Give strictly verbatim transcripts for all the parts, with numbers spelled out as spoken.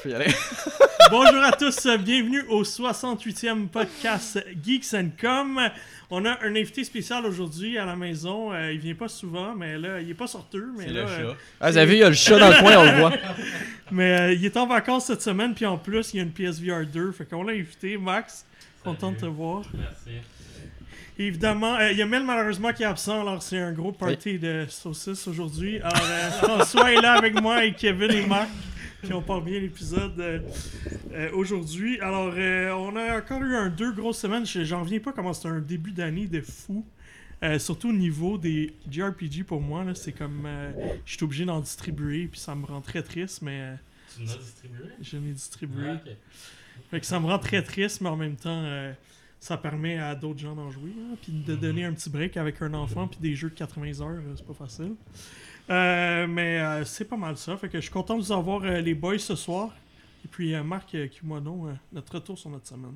peux y aller. Bonjour à tous, bienvenue au soixante-huitième podcast Geeks and Com. On a un invité spécial aujourd'hui à la maison. Euh, il vient pas souvent, mais là, il est pas sorteux. Mais c'est là, le chat. euh, Ah, vous avez vu, il y a le chat dans le coin, on le voit. mais euh, il est en vacances cette semaine, puis en plus, il y a une P S V R deux. Fait qu'on l'a invité. Max, content de te voir. Merci. Évidemment, euh, il y a Mel malheureusement qui est absent, alors c'est un gros party oui. de saucisses aujourd'hui. Alors euh, François est là avec moi et Kevin et Marc qui ont pas bien l'épisode euh, euh, aujourd'hui. Alors euh, on a encore eu un deux grosses semaines. J'en reviens pas comment c'était un début d'année de fou. Euh, surtout au niveau des J R P G pour moi, là, c'est comme euh, je suis obligé d'en distribuer puis ça me rend très triste, mais euh, tu nous as distribué? Je l'ai distribué. Ah, okay. Fait que ça me rend très triste, mais en même temps euh, ça permet à d'autres gens d'en jouer, hein, puis de donner un petit break avec un enfant, puis des jeux de quatre-vingts heures, euh, c'est pas facile. Euh, mais euh, c'est pas mal ça. Fait que je suis content de vous avoir euh, les boys ce soir. Et puis euh, Marc euh, Kimono, euh, notre retour sur notre semaine.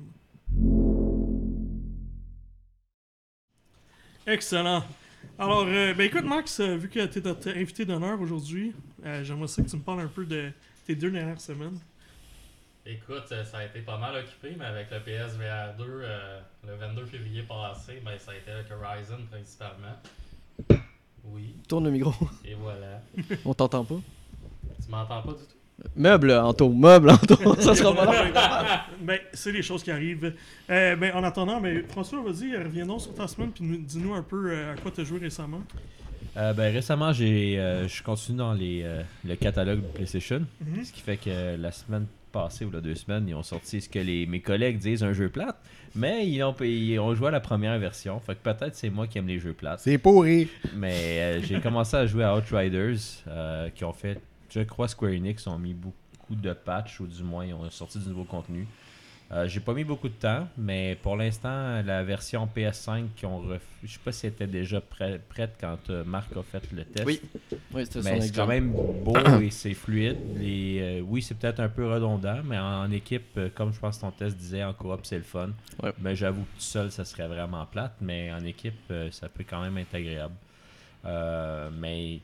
Excellent. Alors, euh, ben écoute Max, euh, vu que tu es notre invité d'honneur aujourd'hui, euh, j'aimerais ça que tu me parles un peu de tes deux dernières semaines. Écoute, ça a été pas mal occupé, mais avec le P S V R deux, euh, le vingt-deux février passé, ben, ça a été avec Horizon principalement. Oui. Tourne le micro. Et voilà. On t'entend pas? Tu m'entends pas du tout? Meuble, Anto, meuble, Anto, ça sera pas long. Ben, c'est les choses qui arrivent. Euh, ben, en attendant, ben, François, vas-y, reviens sur ta semaine, puis dis-nous un peu euh, à quoi tu as joué récemment. Euh, ben, récemment, j'ai, euh, je continue dans les, euh, le catalogue de PlayStation, mm-hmm. ce qui fait que la semaine passée ou la deux semaines, ils ont sorti ce que les, mes collègues disent un jeu plate, mais ils ont, ils ont joué à la première version, fait que peut-être c'est moi qui aime les jeux plates. C'est pourri! Mais euh, j'ai commencé à jouer à Outriders, euh, qui ont fait, je crois Square Enix ont mis beaucoup de patchs, ou du moins ils ont sorti du nouveau contenu. Euh, j'ai pas mis beaucoup de temps, mais pour l'instant, la version P S cinq qui ont ref... je sais pas si elle était déjà prêt... prête quand euh, Marc a fait le test. Oui, oui c'était mais son c'est quand même beau et c'est fluide. Les, euh, oui, c'est peut-être un peu redondant, mais en, en équipe, euh, comme je pense que ton test disait, en coop, c'est le fun. Ouais. Mais j'avoue que tout seul, ça serait vraiment plate, mais en équipe, euh, ça peut quand même être agréable. Euh, mais...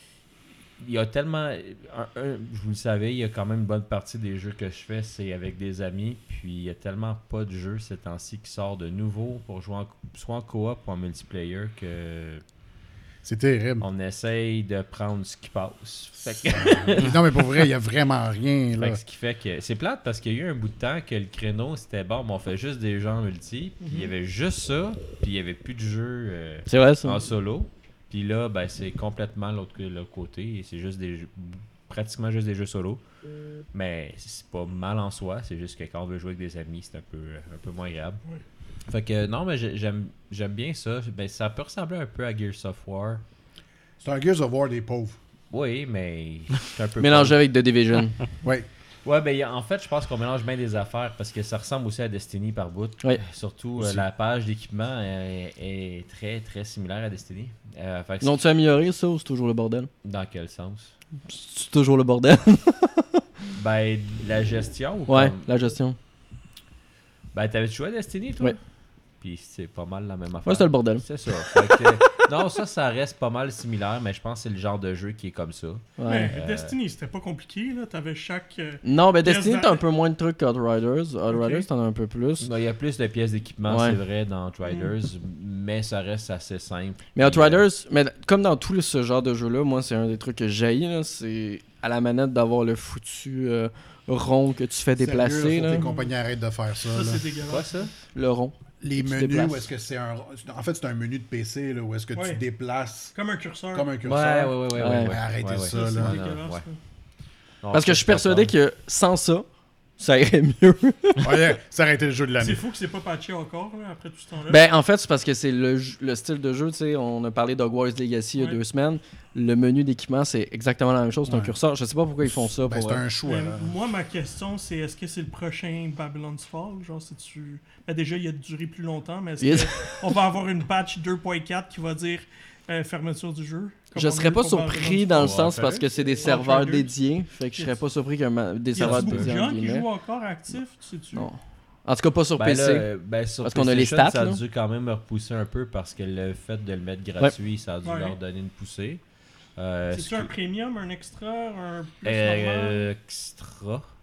Il y a tellement... Un, un, vous le savez, il y a quand même une bonne partie des jeux que je fais, c'est avec des amis. Puis il y a tellement pas de jeux ces temps-ci qui sortent de nouveau pour jouer en, soit en coop ou en multiplayer que... C'est terrible. On essaye de prendre ce qui passe. Fait que... non, mais pour vrai, il y a vraiment rien. Là. Fait que ce qui fait que... C'est plate parce qu'il y a eu un bout de temps que le créneau, c'était bon, mais on fait juste des jeux en multi. Puis il mm-hmm. y avait juste ça. Puis il y avait plus de jeux euh, c'est vrai, ça. en solo. Puis là, ben, c'est complètement l'autre, l'autre côté. Et c'est juste des jeux, pratiquement juste des jeux solo. Euh... Mais c'est pas mal en soi. C'est juste que quand on veut jouer avec des amis, c'est un peu, un peu moins agréable. Ouais. Fait que non, mais j'aime, j'aime bien ça. Ben, ça peut ressembler un peu à Gears of War. C'est un Gears of War des pauvres. Oui, mais c'est un peu mélangé avec The Division. Oui. Ouais, ben en fait, je pense qu'on mélange bien des affaires parce que ça ressemble aussi à Destiny par bout. Oui. Surtout, euh, la page d'équipement est, est très, très similaire à Destiny. Euh, non, tu as amélioré ça ou c'est toujours le bordel? Dans quel sens? C'est toujours le bordel. Ben, la gestion ou Ouais, comme... la gestion. Ben, t'avais joué à Destiny, toi? Oui. Puis c'est pas mal la même affaire. Ouais, c'est le bordel. C'est ça. Fait que, non, ça, ça reste pas mal similaire, mais je pense que c'est le genre de jeu qui est comme ça. Ouais. Mais euh... Destiny, c'était pas compliqué, là. T'avais chaque... Euh, non, ben Destiny, t'as un peu moins de trucs qu'Outriders. Outriders, okay. T'en as un peu plus. Il y a plus de pièces d'équipement, ouais. c'est vrai, dans Outriders, mm. mais ça reste assez simple. Mais Outriders, euh... mais comme dans tout ce genre de jeu-là, moi, c'est un des trucs que j'haïs, c'est à la manette d'avoir le foutu... Euh, rond que tu fais déplacer. Sérieux, là, faut là. que les compagnies arrêtent de faire ça. Ça, là. c'est dégueulasse. Quoi, ça? Le rond. Les menus, où est-ce que c'est un... En fait, c'est un menu de P C, là, où est-ce que ouais. tu déplaces... Comme un curseur. Comme un curseur. Ouais, ouais, ouais. ouais, ouais, ouais, ouais arrêtez ouais, ça, ouais, là. C'est dégueulasse, ouais. Non, parce que je suis persuadé que sans ça, ça irait mieux. Ouais, ça aurait été le jeu de l'année. C'est fou que c'est pas patché encore, là, après tout ce temps-là. Ben, en fait, c'est parce que c'est le, le style de jeu, tu sais, on a parlé d'Hogwarts Legacy il y a deux semaines. Le menu d'équipement, c'est exactement la même chose, c'est ouais. un curseur. Je sais pas pourquoi ils font ça. Ben, pour c'est un choix. Ben, moi, ma question, c'est est-ce que c'est le prochain Babylon's Fall? Genre, si tu... Ben, déjà, il a duré plus longtemps, mais est-ce yes. qu'on va avoir une patch deux point quatre qui va dire euh, fermeture du jeu? Je serais pas surpris dans le sens parce que c'est des serveurs dédiés. Fait que je serais pas surpris qu'un ma... des serveurs dédiés. Il y a beaucoup de gens qui jouent encore actifs, sais-tu? Non. En tout cas, pas sur ben P C. Là, ben sur parce qu'on a les stats. Ça a là. dû quand même me repousser un peu parce que le fait de le mettre gratuit, ouais. ça a dû ouais. leur donner une poussée. Euh, C'est-tu un premium, un extra, un plus euh, normal? Extra.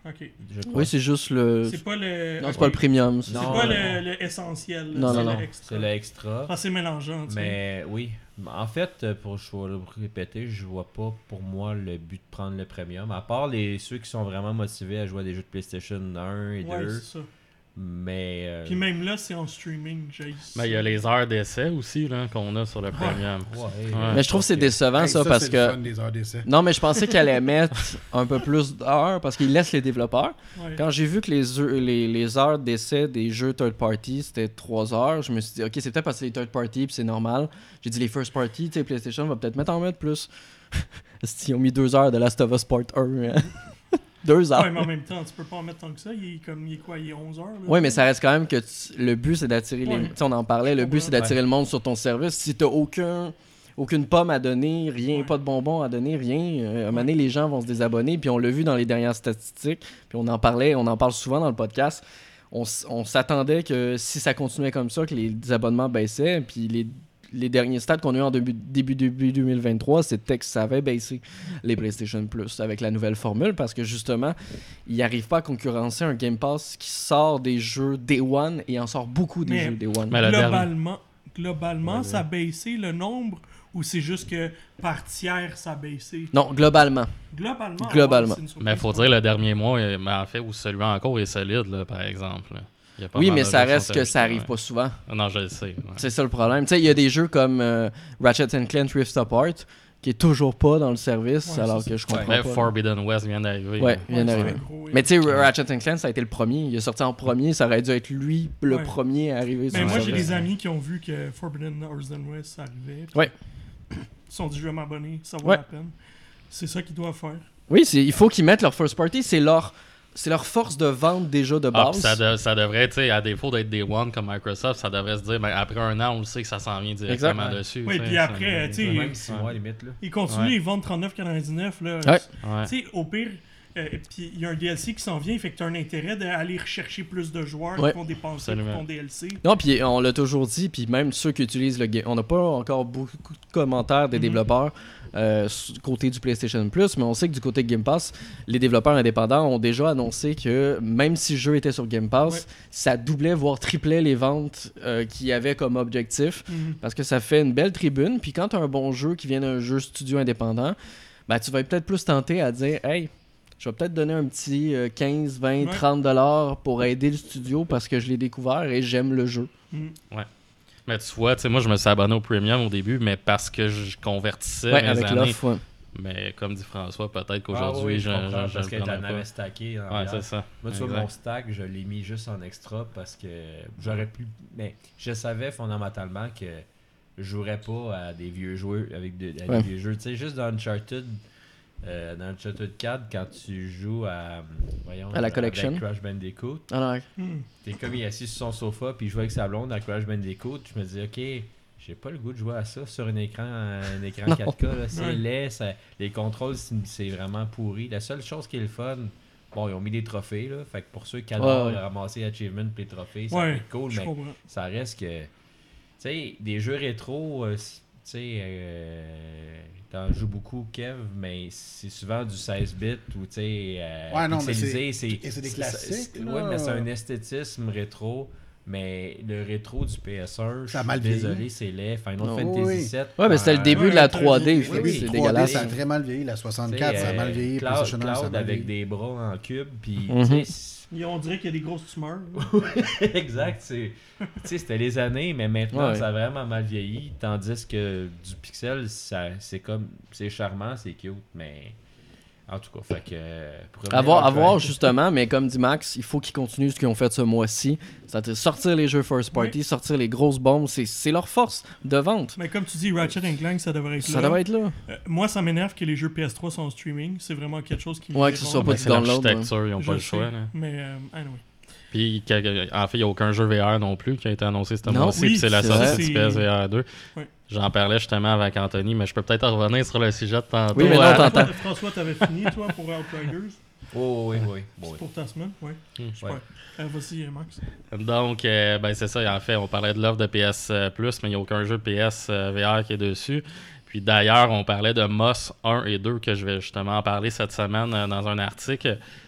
Ok. Je crois. Oui, c'est juste le. C'est pas le. Non, c'est ok. pas le premium. C'est c'est- Non, pas non. le, le essentiel. là, Non, c'est non, le non. extra. C'est l'extra. Ah, c'est mélangeant, tu sais. Mais oui, en fait, pour je vais le répéter, je vois pas pour moi le but de prendre le premium. À part les ceux qui sont vraiment motivés à jouer à des jeux de PlayStation un et Ouais, deux. c'est ça. Mais. euh, Puis même là, c'est en streaming, j'ai. Mais il y a les heures d'essai aussi là, qu'on a sur le premium. ouais, Ouais. Mais je trouve que c'est décevant Hey, ça, parce c'est que. le fun des heures d'essai. Non, mais je pensais qu'elle allait mettre un peu plus d'heures parce qu'ils laissent les développeurs. Ouais. Quand j'ai vu que les, heures- les, les heures d'essai des jeux third party c'était trois heures, je me suis dit, ok, c'est peut-être parce que c'est les third party puis c'est normal. J'ai dit, les first party, tu sais, PlayStation va peut-être mettre en mettre plus. Ils ont mis deux heures de Last of Us Part un. hein. deux heures. Ouais, mais en même temps, tu peux pas en mettre tant que ça. Il est comme, il est quoi, il est onze heures. Là, Oui, mais ça reste quand même que tu- le but c'est d'attirer les. Ouais. Tu sais, on en parlait, le but c'est d'attirer le monde sur ton service. Si t'as aucun. Aucune pomme à donner, rien, Ouais. pas de bonbons à donner, rien. Euh, à un moment donné, les gens vont se désabonner. Puis on l'a vu dans les dernières statistiques. Puis on en parlait, on en parle souvent dans le podcast. On, s- on s'attendait que si ça continuait comme ça, que les abonnements baissaient. Puis les, les derniers stats qu'on a eu en début, début, début deux mille vingt-trois, c'était que ça avait baissé les PlayStation Plus avec la nouvelle formule. Parce que justement, ils n'arrivent pas à concurrencer un Game Pass qui sort des jeux Day One et en sort beaucoup des Mais- jeux Day One. Mais le dernier- Globalement, globalement Ouais, ça a ouais. baissé le nombre ou c'est juste que par tiers, ça a baissé? Non, globalement. Globalement. Globalement. ouais, c'est une surprise. Mais faut dire le dernier mois, euh, mais en fait, où celui en cours est solide, là, par exemple. là. Il y a pas Oui, mal mais de ça jeux qui reste sont que ça ajoutés, arrive ouais. pas souvent. Ah non, je le sais. ouais. C'est ça le problème. Tu sais, il y a des jeux comme euh, Ratchet and Clank Rift Apart qui est toujours pas dans le service, Ouais, alors c'est que ça. je comprends Mais pas. Forbidden West vient d'arriver. Ouais, là. il vient Ouais, c'est d'arriver. un gros, oui. Mais tu sais, Ratchet and Clank, ça a été le premier. Il est sorti en premier. Ça aurait dû être lui le Ouais. premier à arriver sur Mais le moi, j'ai service. des amis qui ont vu que Forbidden Horizon West arrivait. puis Ouais. Ils se sont dit, je vais m'abonner, ça vaut Ouais. la peine. C'est ça qu'ils doivent faire. Oui, c'est- il faut qu'ils mettent leur first party. C'est leur, c'est leur force de vente déjà de Ah, base. puis ça, de- ça devrait, tu sais, à défaut d'être Day One comme Microsoft, ça devrait se dire, ben, après un an, on le sait que ça s'en vient directement Exact. dessus. Oui, tu sais, puis ça- après, tu sais, Même six Ouais. mois limite. Là. Ils continuent, Ouais. ils vendent trente-neuf quatre-vingt-dix-neuf. Là. Ouais. Ouais. Tu sais, au pire, euh, puis il y a un D L C qui s'en vient, fait que tu as un intérêt d'aller rechercher plus de joueurs Ouais. qui vont dépenser pour Absolument. ton D L C. Non, puis on l'a toujours dit, puis même ceux qui utilisent le game. On n'a pas encore beaucoup de commentaires des Mhm. développeurs euh, s- côté du PlayStation Plus, mais on sait que du côté Game Pass, les développeurs indépendants ont déjà annoncé que même si le jeu était sur Game Pass, Ouais. ça doublait, voire triplait les ventes euh, qu'il y avait comme objectif, Mhm. parce que ça fait une belle tribune. Puis quand tu as un bon jeu qui vient d'un jeu studio indépendant, ben, tu vas être peut-être plus tenté à dire « Hey, je vais peut-être donner un petit euh, quinze, vingt, Ouais. trente dollars pour aider le studio parce que je l'ai découvert et j'aime le jeu. Mhm. Mais tu vois, tu sais, moi, je me suis abonné au Premium au début, mais parce que je convertissais Ouais, mes avec années. l'offre. ouais. Mais comme dit François, peut-être Ah qu'aujourd'hui, oui, je, je comprends, je, je parce que le t'en prenais avais pas. stacké. en Ouais, arrière. c'est ça. Moi, tu vois, Exact. mon stack, je l'ai mis juste en extra parce que j'aurais pu. Mais je savais fondamentalement que je jouerais pas à des vieux jeux avec de, à Ouais. des vieux jeux. Tu sais, juste dans Uncharted, euh, dans Uncharted quatre, quand tu joues à. Voyons, À la collection. avec Crash Bandicoot, Alors, Mhm. t'es comme il est assis sur son sofa puis il joue avec sa blonde à Crash Bandicoot. Je me dis, ok. J'ai pas le goût de jouer à ça sur un écran, un écran Non. quatre K. là. C'est Ouais. laid, ça- les contrôles, c'est c'est vraiment pourri. La seule chose qui est le fun, bon, ils ont mis des trophées. Là, fait que pour ceux qui adorent Ouais, ouais. ramasser achievement et les trophées, ça Ouais, peut être cool. je Mais comprends. ça reste que. Tu sais, des jeux rétro, euh, c- tu sais, euh, t'en joues beaucoup, Kev, mais c'est souvent du seize bits ou tu sais, euh, Ouais, non, mais pixelisé. c'est- et c'est des classiques, c'est- là. Ouais, mais c'est un esthétisme rétro. Mais le rétro du P S un, je Ça a suis mal vieilli. désolé, c'est laid. Final Non. Fantasy Oui. sept. ouais, mais c'était le euh, début ouais, de la ouais, trois D. oui, fait Oui, que oui, c'est trois D, dégueulasse. ça a très mal vieilli. La soixante-quatre, ça a mal vieilli. Cloud, PlayStation un, ça a Cloud mal avec vieilli. des bras en cube, puis Mhm. tu sais, Et on dirait qu'il y a des grosses tumeurs. c'est- exact, c'est, tu sais, c'était les années, mais maintenant Ouais. ça a vraiment mal vieilli, tandis que du pixel, ça, c'est comme, c'est charmant, c'est cute, mais en tout cas, fait que euh, pour revenir À voir, au à voir, Crash, justement, mais comme dit Max, il faut qu'ils continuent ce qu'ils ont fait ce mois-ci. C'est-à-dire sortir les jeux first party, sortir les grosses bombes, c'est, c'est leur force de vente. Mais comme tu dis, Ratchet and Clank, ça devrait être Ça là. devrait être là. Euh, moi, ça m'énerve que les jeux P S trois sont en streaming. C'est vraiment quelque chose qui me Ouais, que ce dérange. soit pas Mais du c'est download. l'architecture, ils n'ont Je pas le sais, choix. Là. Mais, euh, anyway. Puis, que- en fait, il n'y a aucun jeu V R non plus qui a été annoncé cette Non, mois-ci. oui, puis c'est la c'est sortie vrai. du P S V R deux. Ouais. J'en parlais justement avec Anthony, mais je peux peut-être en revenir sur le sujet de tantôt. Oui, mais non, Euh, t'entends. Toi, François, t'avais fini, toi, pour Outriders, Oh, oui, oui, oui. pour ta semaine? Ouais. Hmm. Super. Ouais. Euh, vas-y, Max. Donc, euh, ben c'est ça. En fait, on parlait de l'offre de P S Plus, mais il n'y a aucun jeu P S euh, V R qui est dessus. Puis d'ailleurs, on parlait de Moss un et deux, que je vais justement en parler cette semaine euh, dans un article.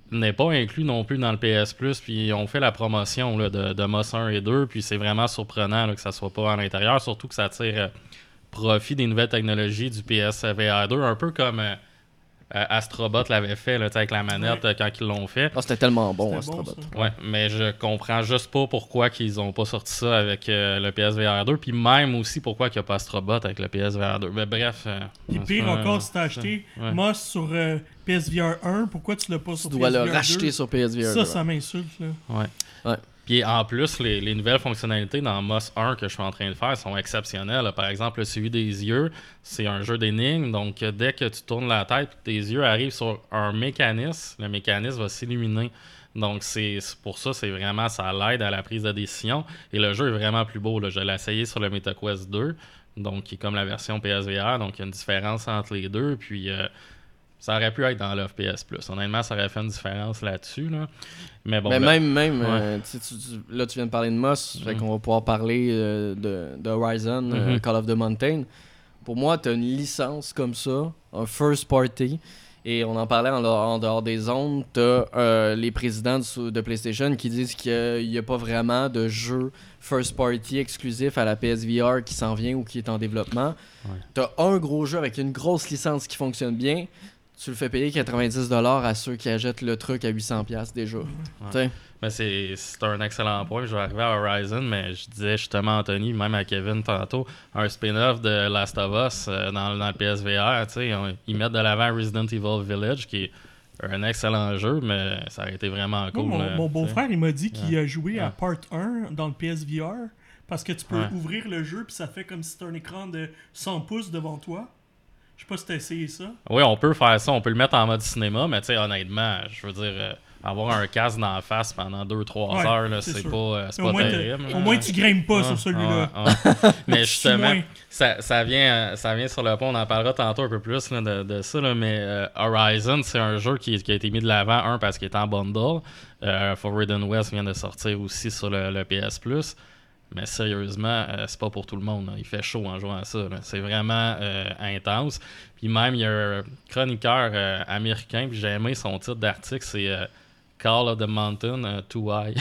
n'est pas inclus non plus dans le P S Plus, puis on fait la promotion là, de, de Moss un et deux, puis c'est vraiment surprenant là, que ça soit pas à l'intérieur, surtout que ça tire euh, profit des nouvelles technologies du P S V R deux, un peu comme euh, Astrobot l'avait fait là, avec la manette ouais. euh, quand ils l'ont fait. Ah, c'était tellement bon, c'était Astrobot. Bon, ouais, mais je comprends juste pas pourquoi ils ont pas sorti ça avec euh, le P S V R deux, puis même aussi pourquoi il n'y a pas Astrobot avec le P S V R deux. Mais bref. Euh, Et pire encore, si t'as acheté ouais. Moss sur euh, P S V R un, pourquoi tu l'as pas sur tu P S V R deux? Tu dois le racheter sur P S V R Ça, deux. ça m'insulte. Là. Ouais. Ouais. Puis en plus, les, les nouvelles fonctionnalités dans Moss un que je suis en train de faire sont exceptionnelles. Là. Par exemple, le suivi des yeux, c'est un jeu d'énigmes. Donc, dès que tu tournes la tête, tes yeux arrivent sur un mécanisme, le mécanisme va s'illuminer. Donc, c'est, c'est pour ça, c'est vraiment, ça l'aide à la prise de décision. Et le jeu est vraiment plus beau. Là. Je l'ai essayé sur le MetaQuest deux, donc qui est comme la version P S V R. Donc, il y a une différence entre les deux. Puis, euh, ça aurait pu être dans l'offre P S Plus. Honnêtement, ça aurait fait une différence là-dessus. Là. Mais bon. Mais là, même, même ouais. euh, tu, tu, là, tu viens de parler de Moss, mm-hmm. fait qu'on va pouvoir parler euh, de, de Horizon, mm-hmm. euh, Call of the Mountain. Pour moi, tu as une licence comme ça, un first party. Et on en parlait en, en dehors des zones. Tu as euh, les présidents de, de PlayStation qui disent qu'il n'y a, a pas vraiment de jeu first party exclusif à la P S V R qui s'en vient ou qui est en développement. Ouais. Tu as un gros jeu avec une grosse licence qui fonctionne bien. Tu le fais payer quatre-vingt-dix dollars à ceux qui achètent le truc à huit cents dollars déjà. Ouais. Mais c'est, c'est un excellent point. Je vais arriver à Horizon, mais je disais justement à Anthony, même à Kevin tantôt, un spin-off de Last of Us euh, dans, dans le P S V R. On, ils mettent de l'avant Resident Evil Village, qui est un excellent jeu, mais ça a été vraiment cool. Moi, mon, là, mon beau-frère, il m'a dit qu'il ouais. a joué ouais. à Part un dans le P S V R, parce que tu peux ouais. ouvrir le jeu, puis ça fait comme si c'était un écran de cent pouces devant toi. Je sais pas si t'as essayé ça. Oui, on peut faire ça. On peut le mettre en mode cinéma, mais tu sais, honnêtement, je veux dire, euh, avoir un casque dans la face pendant deux trois ouais, heures, là, c'est, c'est pas, euh, c'est au pas terrible. Au moins, tu grimpes pas ouais, sur celui-là. Ouais, ouais. Mais justement, ça, ça, vient, ça vient sur le pont. On en parlera tantôt un peu plus là, de, de ça, là, mais euh, Horizon, c'est un jeu qui, qui a été mis de l'avant, un, parce qu'il est en bundle. Euh, Forbidden West vient de sortir aussi sur le, le P S Plus. Mais sérieusement, euh, c'est pas pour tout le monde. Là. Il fait chaud en jouant à ça. Là. C'est vraiment euh, intense. Puis même, il y a un chroniqueur euh, américain, puis j'ai aimé son titre d'article, c'est euh, Call of the Mountain uh, Too High.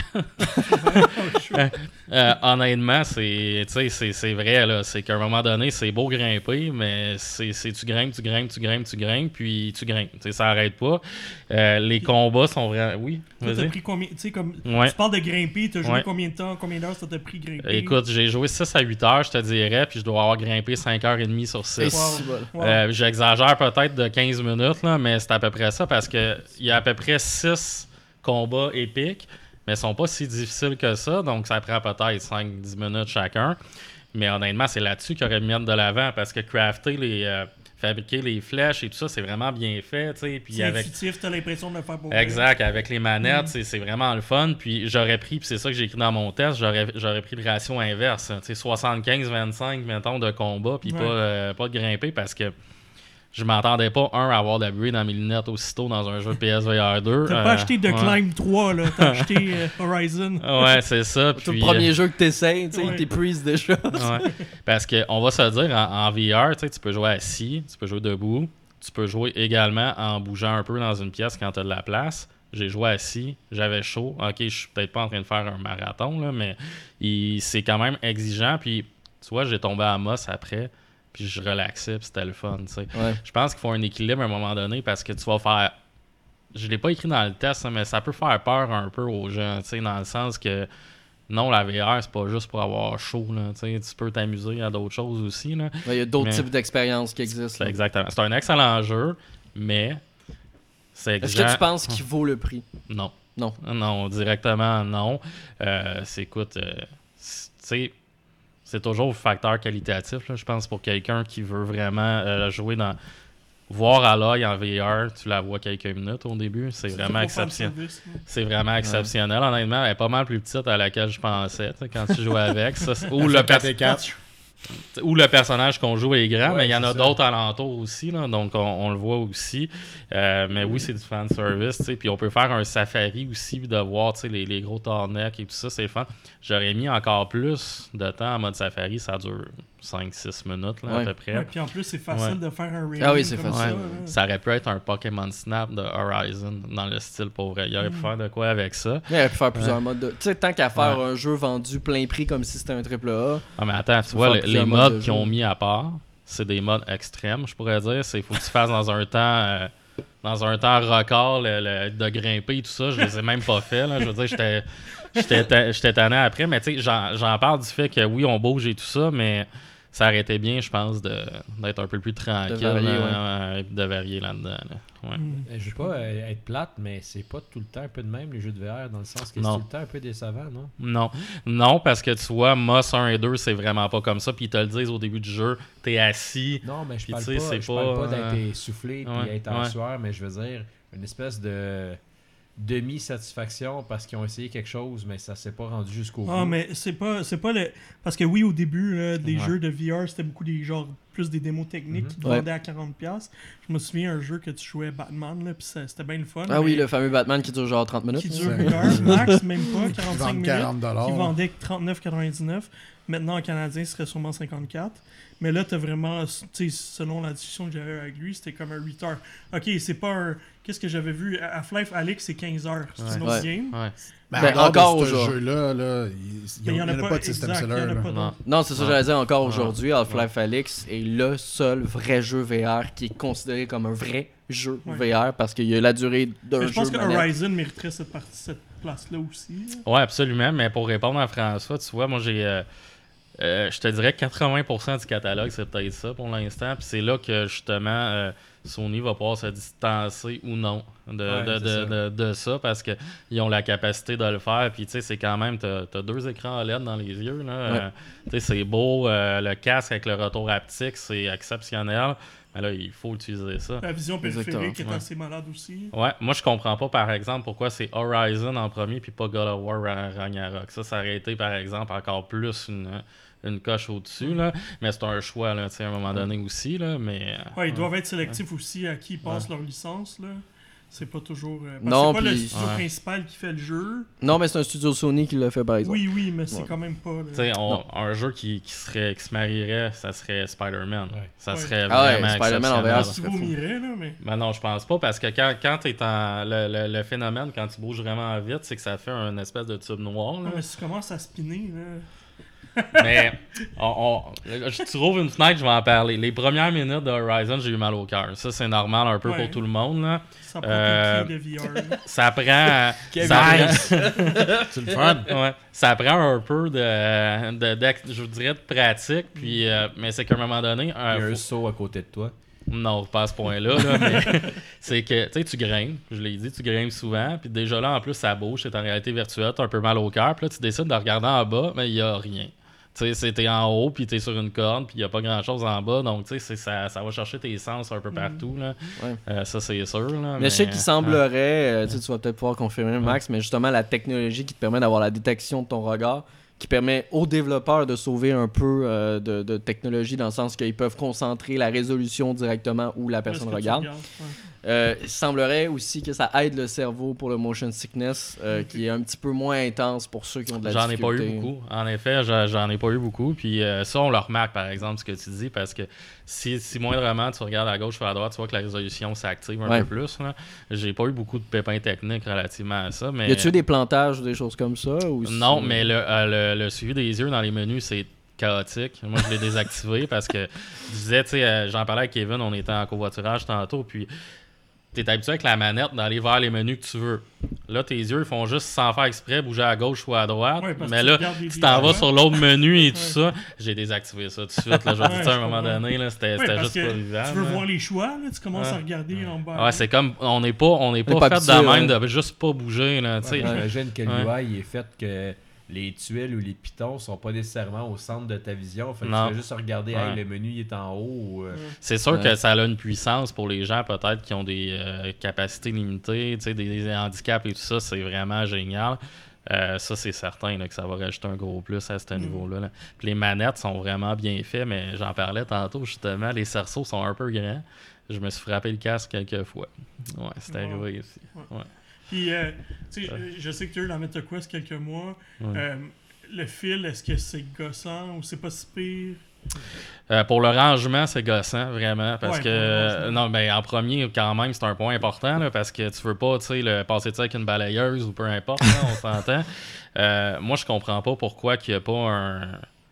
euh, honnêtement, c'est, c'est, c'est vrai. Là. C'est qu'à un moment donné, c'est beau grimper, mais c'est, c'est tu grimpes, tu grimpes, tu grimpes, tu grimpes, puis tu grimpes. T'sais, ça arrête pas. Euh, les combats sont vraiment... Oui, toi, vas-y. T'as pris combien... Tu sais, comme... Ouais. Tu parles de grimper, t'as joué ouais. combien de temps, combien d'heures ça t'a pris grimper? Écoute, j'ai joué six à huit heures, je te dirais, puis je dois avoir grimpé cinq heures trente sur six. Wow. Wow. Euh, j'exagère peut-être de quinze minutes, là, mais c'est à peu près ça, parce qu'il y a à peu près six combats épiques, mais ils sont pas si difficiles que ça, donc ça prend peut-être cinq à dix minutes chacun. Mais honnêtement, c'est là-dessus qu'il aurait mis mettre de l'avant, parce que crafter les... Euh, fabriquer les flèches et tout ça, c'est vraiment bien fait, tu sais. C'est avec... intuitif, t'as l'impression de le faire pour Exact, avec les manettes, mm. c'est, c'est vraiment le fun. Puis j'aurais pris, puis c'est ça que j'ai écrit dans mon test, j'aurais, j'aurais pris le ratio inverse, tu sais, soixante-quinze vingt-cinq, mettons, de combat, puis ouais. pas, euh, pas de grimper, parce que je m'attendais pas, un, à avoir de la buée dans mes lunettes aussitôt dans un jeu de P S V R deux. T'as euh, pas acheté de ouais. Climb trois, là. T'as acheté euh, Horizon. Ouais, c'est ça. C'est puis, le premier euh... jeu que t'essayes, tu sais, ouais. il t'épuise déjà. Ouais. Parce qu'on va se dire, en, en V R, tu peux jouer assis, tu peux jouer debout, tu peux jouer également en bougeant un peu dans une pièce quand t'as de la place. J'ai joué assis, j'avais chaud. Ok, je suis peut-être pas en train de faire un marathon, là, mais il, c'est quand même exigeant. Puis, tu vois, j'ai tombé à Moss après. Puis je relaxais, puis c'était le fun, tu sais. Ouais. Je pense qu'il faut un équilibre à un moment donné, parce que tu vas faire... Je l'ai pas écrit dans le test, mais ça peut faire peur un peu aux gens, tu sais, dans le sens que... Non, la V R, c'est pas juste pour avoir chaud, là, tu sais. Tu peux t'amuser à d'autres choses aussi, là. Il y a d'autres mais... types d'expériences qui existent. C'est exactement. C'est un excellent jeu, mais... C'est Est-ce que tu penses qu'il vaut le prix? Non. Non. Non, directement, non. Euh, c'est, écoute, euh, c'est, tu sais... C'est toujours le facteur qualitatif, là, je pense, pour quelqu'un qui veut vraiment euh, jouer dans... Voir à l'œil en V R, tu la vois quelques minutes au début, c'est, c'est vraiment exceptionnel. C'est vraiment exceptionnel, ouais. Honnêtement, elle est pas mal plus petite à laquelle je pensais quand tu jouais avec. Ça, ou le quatre et quatre. où le personnage qu'on joue est grand, Ouais, mais il y en a c'est ça. d'autres alentours aussi, là, donc on, on le voit aussi. Euh, mais oui, c'est du fan service, tu sais, puis on peut faire un safari aussi, puis de voir, tu sais, les, les gros tornecs et tout ça, c'est le fun. J'aurais mis encore plus de temps en mode safari, ça dure cinq six minutes, là, Ouais. à peu près. Ouais, puis en plus, c'est facile Ouais. de faire un rating Ah oui, c'est comme facile. ça. Ouais. là. Ça aurait pu être un Pokémon Snap de Horizon dans le style pour vrai. Il aurait pu Mm. faire de quoi avec ça. Il aurait pu faire plusieurs modes de. Tu sais, tant qu'à faire Ouais. un jeu vendu plein prix comme si c'était un triple A. Ah, mais attends, tu Faut vois, faire les, plusieurs les modes modes de qu'ils jeu. ont mis à part, c'est des modes extrêmes, je pourrais dire. Il faut que tu fasses dans un temps euh, dans un temps record le, le- de grimper et tout ça. Je les ai même pas fait. Là. Je veux dire, j'étais j'étais ta- j'étais tanné après. Mais tu sais, j'en, j'en parle du fait que oui, on bouge et tout ça, mais ça aurait été bien, je pense, de, d'être un peu plus tranquille, De varier, euh, de varier là-dedans. là. Ouais. Mm. Euh, Je veux pas euh, être plate, mais c'est pas tout le temps un peu de même les jeux de V R, dans le sens que Non. c'est tout le temps un peu décevant, non? Non, non, parce que tu vois, Moss un et deux, c'est vraiment pas comme ça. Puis ils te le disent au début du jeu, t'es assis. Non, mais je Puis parle tu sais, pas, c'est je parle pas, pas d'être euh, essoufflé ouais, et être en ouais. sueur, mais je veux dire, une espèce de demi-satisfaction parce qu'ils ont essayé quelque chose, mais ça s'est pas rendu jusqu'au bout. Ah, mais c'est pas, c'est pas le. Parce que oui, au début, là, des Ouais. jeux de V R, c'était beaucoup des genre plus des démos techniques Mhm. qui te Ouais. vendaient à quarante dollars. Je me souviens un jeu que tu jouais Batman, là, puis ça- c'était bien le fun. Ah oui, mais le fameux Batman qui dure genre trente minutes. Qui là. dure Ouais. une heure max, même pas, Qui quarante-cinq vendent minutes. quarante dollars. Qui vendait trente-neuf quatre-vingt-dix-neuf. Maintenant, en canadien, ce serait sûrement cinquante-quatre. Mais là, t'as vraiment, tu sais, selon la discussion que j'avais avec lui, c'était comme un retard. Ok, c'est pas un. Qu'est-ce que j'avais vu Half-Life Alix, c'est quinze heures. C'est Ouais. une autre Ouais. game. Ouais. Mais Ben, encore encore de ce aujourd'hui. jeu-là, là, il Mais n'y en, a pas de système exact, il y en seller. a là. pas Non. d'autre. Non, c'est ça que Ouais. j'allais dire encore Ouais. aujourd'hui. Half-Life Alyx est le seul vrai jeu V R qui est considéré comme un vrai jeu Ouais. V R parce qu'il y a la durée d'un Mais jeu. je pense que manette. Horizon mériterait cette, partie, cette place-là aussi. là. Ouais, absolument. Mais pour répondre à François, tu vois, moi, j'ai. euh, euh, je te dirais que quatre-vingts pour cent du catalogue, c'est peut-être ça pour l'instant. Puis c'est là que, justement, euh, Sony va pouvoir se distancer ou non de, Ouais, de, c'est de, ça. de- de ça parce qu'ils ont la capacité de le faire. Puis, tu sais, c'est quand même. T'as, t'as deux écrans L E D dans les yeux. Là. Euh, tu sais, c'est beau. euh, le casque avec le retour haptique, c'est exceptionnel. Mais là, il faut utiliser ça. La vision Exactement, périphérique est ouais. assez malade aussi. Ouais, moi je comprends pas par exemple pourquoi c'est Horizon en premier puis pas God of War Ra- Ragnarok. Ça, ça aurait été par exemple encore plus une, une coche au-dessus, là. Mais c'est un choix là, tu sais, à un moment donné aussi, là. Mais. euh, Ouais, ils doivent être sélectifs aussi à qui ils passent leur licence. Là. C'est pas toujours. euh, parce Non, que c'est pas le puis- studio Ouais. principal qui fait le jeu. Non, mais c'est un studio Sony qui l'a fait par exemple. Oui, oui, mais c'est Ouais. quand même pas. là. Tu sais, on- Non. un jeu qui, qui, serait, qui se marierait, ça serait Spider-Man. Ouais. Ça Ouais. serait Ah ouais, vraiment Spider-Man en V R, exceptionnel. ça Tu serait fou. vomirais, là, mais. Ben non, je pense pas, parce que quand, quand t'es en. Le, le, le phénomène, quand tu bouges vraiment vite, c'est que ça fait un espèce de tube noir. Là. Non, mais si tu commences à spinner, là. Mais on, on- je trouve une fenêtre, je vais en parler. Les premières minutes de Horizon, j'ai eu mal au cœur. Ça, c'est normal un peu Ouais. pour tout le monde. Là. Ça prend Euh, tes pieds de V R. là. Ça prend. Kevin. ça prend- C'est le fun. ouais, ça prend un peu de, de, d'ex- je vous dirais, de pratique. Puis, euh, mais c'est qu'à un moment donné. Il y a euh, un faut- saut à côté de toi. Non, pas à ce point-là, là, mais c'est que tu sais, tu grimpes, je l'ai dit, tu grimpes souvent, puis déjà là, en plus, ça bouge, c'est en réalité virtuelle, t'as un peu mal au cœur, puis là, tu décides de regarder en bas, mais il y a rien. Tu sais, c'est- t'es en haut, puis t'es sur une corde, puis il y a pas grand-chose en bas, donc tu sais, c'est- ça, ça va chercher tes sens un peu partout, là. Ouais. Euh, ça, c'est sûr, là. Mais je sais qu'il euh, semblerait, euh, tu sais, tu vas peut-être pouvoir confirmer, Max, mais justement la technologie qui te permet d'avoir la détection de ton regard, qui permet aux développeurs de sauver un peu euh, de, de technologie dans le sens qu'ils peuvent concentrer la résolution directement où la personne Est-ce que tu regarde. regardes? Ouais. Euh, il semblerait aussi que ça aide le cerveau pour le motion sickness, euh, qui est un petit peu moins intense pour ceux qui ont de la J'en ai pas difficulté. eu beaucoup. En effet, j'en j'en ai pas eu beaucoup. Puis euh, ça, on le remarque, par exemple, ce que tu dis, parce que si, si moindrement tu regardes à gauche ou à droite, tu vois que la résolution s'active un Ouais. peu plus. Là. J'ai pas eu beaucoup de pépins techniques relativement à ça. Mais... Y a-tu eu des plantages ou des choses comme ça ou Non, c'est- mais le, euh, le, le suivi des yeux dans les menus, c'est chaotique. Moi, je l'ai désactivé parce que je disais, tu sais, euh, j'en parlais avec Kevin, on était en covoiturage tantôt, puis t'es habitué avec la manette d'aller vers les menus que tu veux. Là, tes yeux ils font juste sans faire exprès bouger à gauche ou à droite. Ouais, parce mais que tu là, regardes les tu t'en vas dialogues. sur l'autre menu et tout Ouais. ça. J'ai désactivé ça tout de suite. Là, je vais te Ouais, dire, à un je moment comprends. donné, là, c'était Ouais, c'était parce juste que pas vivable. Tu veux là. voir les choix, là, tu commences Ouais. à regarder en bas. Ouais, c'est comme, on n'est pas, on n'est pas, pas fait habitué, de même ouais. de juste pas bouger. Là, tu sais. Ouais, J'imagine que Ouais. l'U I est fait que les tuiles ou les pitons sont pas nécessairement au centre de ta vision. Fait que Non. tu vas juste regarder, Ouais. hey, le menu il est en haut. Ou, euh, C'est sûr Ouais. que ça a une puissance pour les gens peut-être qui ont des euh, capacités limitées, tu sais, des, des handicaps et tout ça, c'est vraiment génial. Euh, ça, c'est certain là, que ça va rajouter un gros plus à ce Mm. niveau-là. Là. Puis les manettes sont vraiment bien faites, mais j'en parlais tantôt, justement, les cerceaux sont un peu grands. Je me suis frappé le casque quelques fois. Ouais, c'est Wow. arrivé aussi. Ouais. Ouais. Puis, euh, tu sais, je, je sais que tu as eu dans MetaQuest quelques mois. Ouais. Euh, le fil, est-ce que c'est gossant ou c'est pas si pire? Euh, pour le rangement, c'est gossant, vraiment, parce Ouais, que pour le rangement. euh, non, ben en premier, quand même, c'est un point important, là, parce que tu veux pas, tu sais, le passer de ça avec une balayeuse ou peu importe, là, on s'entend. Euh, moi, je comprends pas pourquoi qu'il y a pas un,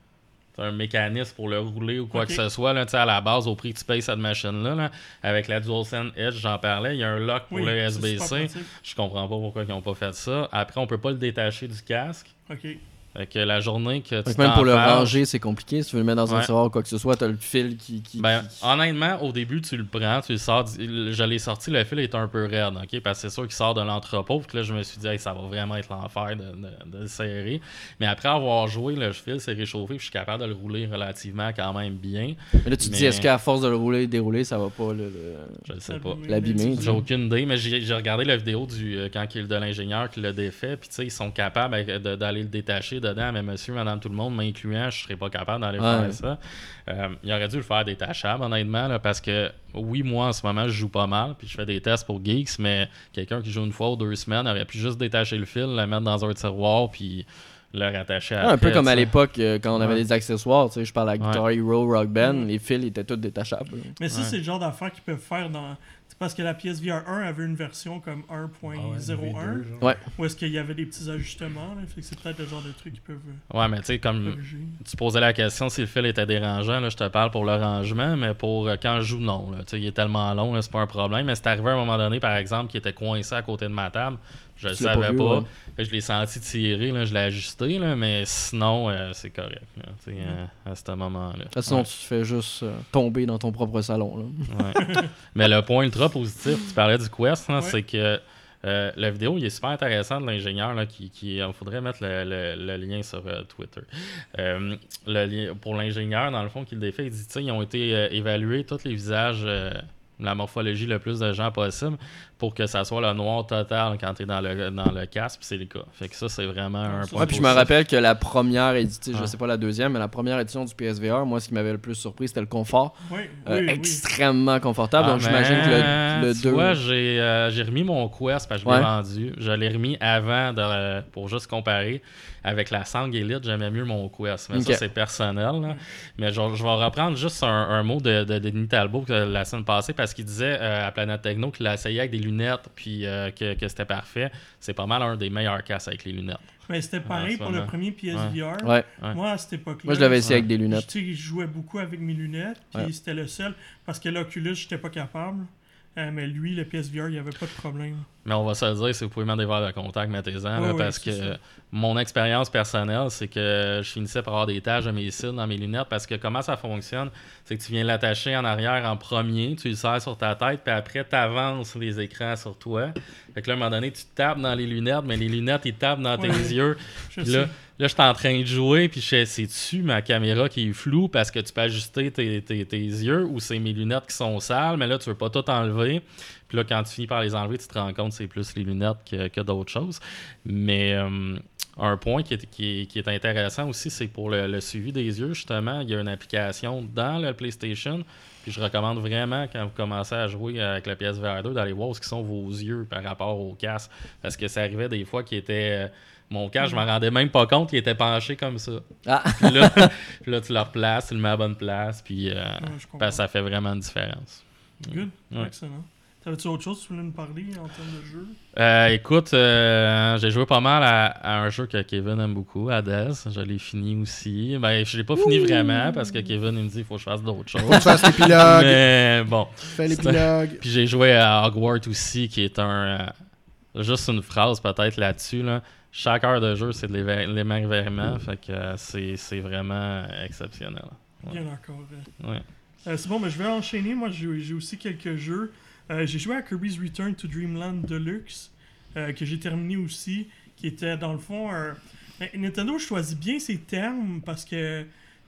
un mécanisme pour le rouler ou quoi Ok. que ce soit, là, tu sais, à la base, au prix que tu payes cette machine-là, là, avec la DualSense Edge, j'en parlais, il y a un lock pour Oui, le c'est super U S B-C. pratique. Je comprends pas pourquoi ils ont pas fait ça. Après, on peut pas le détacher du casque. OK. Fait que la journée que tu Fait que même t'en pour le fâches- ranger, c'est compliqué. Si tu veux le mettre dans un Ouais. tiroir ou quoi que ce soit, t'as le fil qui. qui, Ben, qui- honnêtement, au début, tu le prends, tu le sors. du- Je l'ai sorti, le fil est un peu raide, ok? Parce que c'est sûr qu'il sort de l'entrepôt. Puis là, je me suis dit, hey, ça va vraiment être l'enfer de, de- de le serrer. Mais après avoir joué, le fil s'est réchauffé. Puis je suis capable de le rouler relativement quand même bien. Mais là, tu te dis, mais- est-ce qu'à force de le rouler et dérouler, ça va pas le. le- Je ne sais pas. L'abîmer, J'ai aucune idée, mais j'ai j'ai regardé la vidéo du euh, quand il est de l'ingénieur qui l'a défait. Puis tu sais, ils sont capables avec- de- d'aller le détacher dedans. Mais monsieur, madame, tout le monde, m'incluant, je serais pas capable d'aller Ouais. faire ça. Euh, il aurait dû le faire détachable, honnêtement, là, parce que oui, moi, en ce moment, je joue pas mal. Puis je fais des tests pour Geeks, mais quelqu'un qui joue une fois ou deux semaines aurait pu juste détacher le fil, le mettre dans un tiroir, puis le rattacher à Ouais, un peu comme à l'époque, euh, quand on avait Ouais. des accessoires. Tu sais, je parle à Guitar Ouais. Hero, Rock Band, Mm. les fils étaient tous détachables. Mais ça, Ouais. c'est le genre d'affaires qu'ils peuvent faire dans... C'est parce que la P S V R un avait une version comme un point zéro un, Ouais. où est-ce qu'il y avait des petits ajustements. Là, fait que c'est peut-être le genre de truc qu'ils peuvent euh, Ouais, mais tu sais, comme corriger. tu posais la question si le fil était dérangeant, là, je te parle pour le rangement, mais pour euh, quand je joue, non. Là, Tu sais, il est tellement long, là, c'est pas un problème. Mais c'est arrivé à un moment donné, par exemple, qu'il était coincé à côté de ma table. Je le Tu l'as savais pas pas. vu, ouais. Fait que je l'ai senti tirer, là, je l'ai ajusté, là, mais sinon, euh, c'est correct. Là, tu sais, euh, à ce moment-là. Ah, sinon, Ouais. tu te fais juste euh, tomber dans ton propre salon. Là. Ouais. Mais le point ultra positif, tu parlais du Quest, là, Ouais. c'est que euh, la vidéo, il est super intéressant de l'ingénieur. Là, qui, qui, il faudrait mettre le, le- le lien sur euh, Twitter. Euh, le lien, pour l'ingénieur, dans le fond, qui le défait, il dit, tu sais, ils ont été euh, évalués, tous les visages, euh, la morphologie le plus de gens possible, pour que ça soit le noir total quand tu es dans le, dans le casque, puis c'est le cas. Fait que ça, c'est vraiment un Ouais, point Ouais, puis je me positif. rappelle que la première édition, je Ouais. sais pas la deuxième, mais la première édition du P S V R, moi, ce qui m'avait le plus surpris, c'était le confort. Oui, Euh, oui, oui. extrêmement confortable. Ah, donc, j'imagine que le, le tu deux. vois, j'ai euh, j'ai remis mon Quest parce que je l'ai Ouais. vendu. Je l'ai remis avant de, euh, pour juste comparer. Avec la Sang Elite, j'aimais mieux mon Quest. Mais Ok. ça, c'est personnel. Là. Mais genre, je vais reprendre juste un, un mot de, de Denis Talbot que la semaine passée parce qu'il disait euh, à Planète Techno qu'il a essayé avec des lunettes puis euh, que, que c'était parfait. C'est pas mal un des meilleurs casques avec les lunettes. Mais c'était pareil en ce pour le moment. premier P S V R. Ouais. Ouais. Moi, à cette époque-là, Moi, je l'avais essayé Ouais. avec des lunettes. tu sais, je jouais beaucoup avec mes lunettes, puis Ouais. c'était le seul. Parce que l'Oculus, j'étais pas capable. Euh, mais lui, le P S V R, il n'y avait pas de problème. Mais on va se le dire, si vous pouvez mettre des verres de contact, mettez-en. Ouais, là, ouais, parce c'est que ça. mon expérience personnelle, c'est que je finissais par avoir des taches de mes cils dans mes lunettes. Parce que comment ça fonctionne, c'est que tu viens l'attacher en arrière en premier, tu le serres sur ta tête, puis après, tu avances les écrans sur toi. Fait que là, à un moment donné, tu tapes dans les lunettes, mais les lunettes, ils tapent dans tes Ouais. yeux. Je Puis sais. là, là, je suis en train de jouer, puis je sais, c'est-tu ma caméra qui est floue parce que tu peux ajuster tes, tes, tes yeux ou c'est mes lunettes qui sont sales, mais là, tu veux pas tout enlever. Puis là, quand tu finis par les enlever, tu te rends compte que c'est plus les lunettes que, que d'autres choses. Mais euh, un point qui est, qui, est, qui est intéressant aussi, c'est pour le, le suivi des yeux, justement, il y a une application dans le PlayStation. Puis je recommande vraiment, quand vous commencez à jouer avec le P S V R deux, d'aller voir où sont vos yeux par rapport au casque. Parce que ça arrivait des fois qu'il était... Mon casque, je m'en rendais même pas compte qu'il était penché comme ça. Ah, Puis là, puis là, tu le replaces, tu le mets à la bonne place, puis euh, je comprends. ben, ça fait vraiment une différence. Good. Ouais. Excellent. T'avais-tu autre chose que tu voulais nous parler en termes de jeu? Euh, écoute, euh, j'ai joué pas mal à, à un jeu que Kevin aime beaucoup, Hades. Je l'ai fini aussi. Ben, je l'ai pas fini vraiment parce que Kevin il me dit qu'il faut que je fasse d'autres choses. Faut que tu fasses l'épilogue. Mais bon. Fais l'épilogue. Puis j'ai joué à Hogwarts aussi, qui est un... euh, juste une phrase peut-être là-dessus. Là. Chaque heure de jeu, c'est de l'éve- l'émerveillement. Fait que euh, c'est c'est vraiment exceptionnel. Ouais. Bien encore. euh. Ouais. Euh, c'est bon, mais je vais enchaîner. Moi, j'ai j'ai aussi quelques jeux. Euh, j'ai joué à Kirby's Return to Dreamland Deluxe, euh, que j'ai terminé aussi, qui était dans le fond un... Ben, Nintendo choisit bien ses termes parce que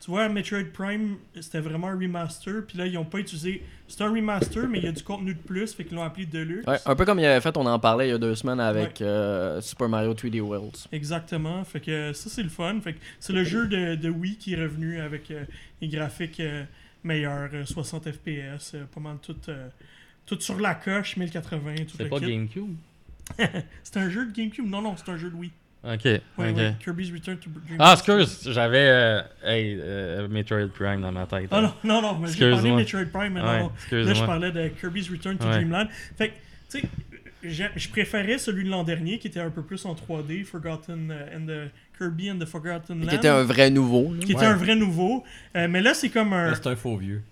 Tu vois, Metroid Prime, c'était vraiment un remaster, puis là, ils n'ont pas utilisé... C'est un remaster, mais il y a du contenu de plus, fait qu'ils l'ont appelé Deluxe. Ouais, un peu comme il avait fait, on en parlait il y a deux semaines avec Ouais. euh, Super Mario trois D Worlds. Exactement, fait que ça, c'est le fun. Fait que c'est le jeu de, de Wii qui est revenu avec euh, les graphiques euh, meilleurs, euh, soixante F P S, euh, pas mal tout, euh, tout sur la coche, mille quatre-vingts, tout C'est le pas kit. GameCube? C'est un jeu de GameCube? Non, non, c'est un jeu de Wii. Ok. Ouais, ok. ouais, Kirby's Return to Dream Ah, Land. excuse, j'avais euh, hey, euh, Metroid Prime dans ma tête. Ah non, non, non, mais j'ai parlé de Excuse-moi. Metroid Prime, mais non, Ouais, non. Là, je excuse-moi. parlais de Kirby's Return to Ouais. Dreamland. Fait que, tu sais, j'ai- je préférais celui de l'an dernier qui était un peu plus en trois D, Forgotten euh, and the Kirby and the Forgotten Land. Qui était un vrai nouveau. là. qui était Ouais. un vrai nouveau. Euh, mais là, c'est comme un. Là, c'est un faux vieux.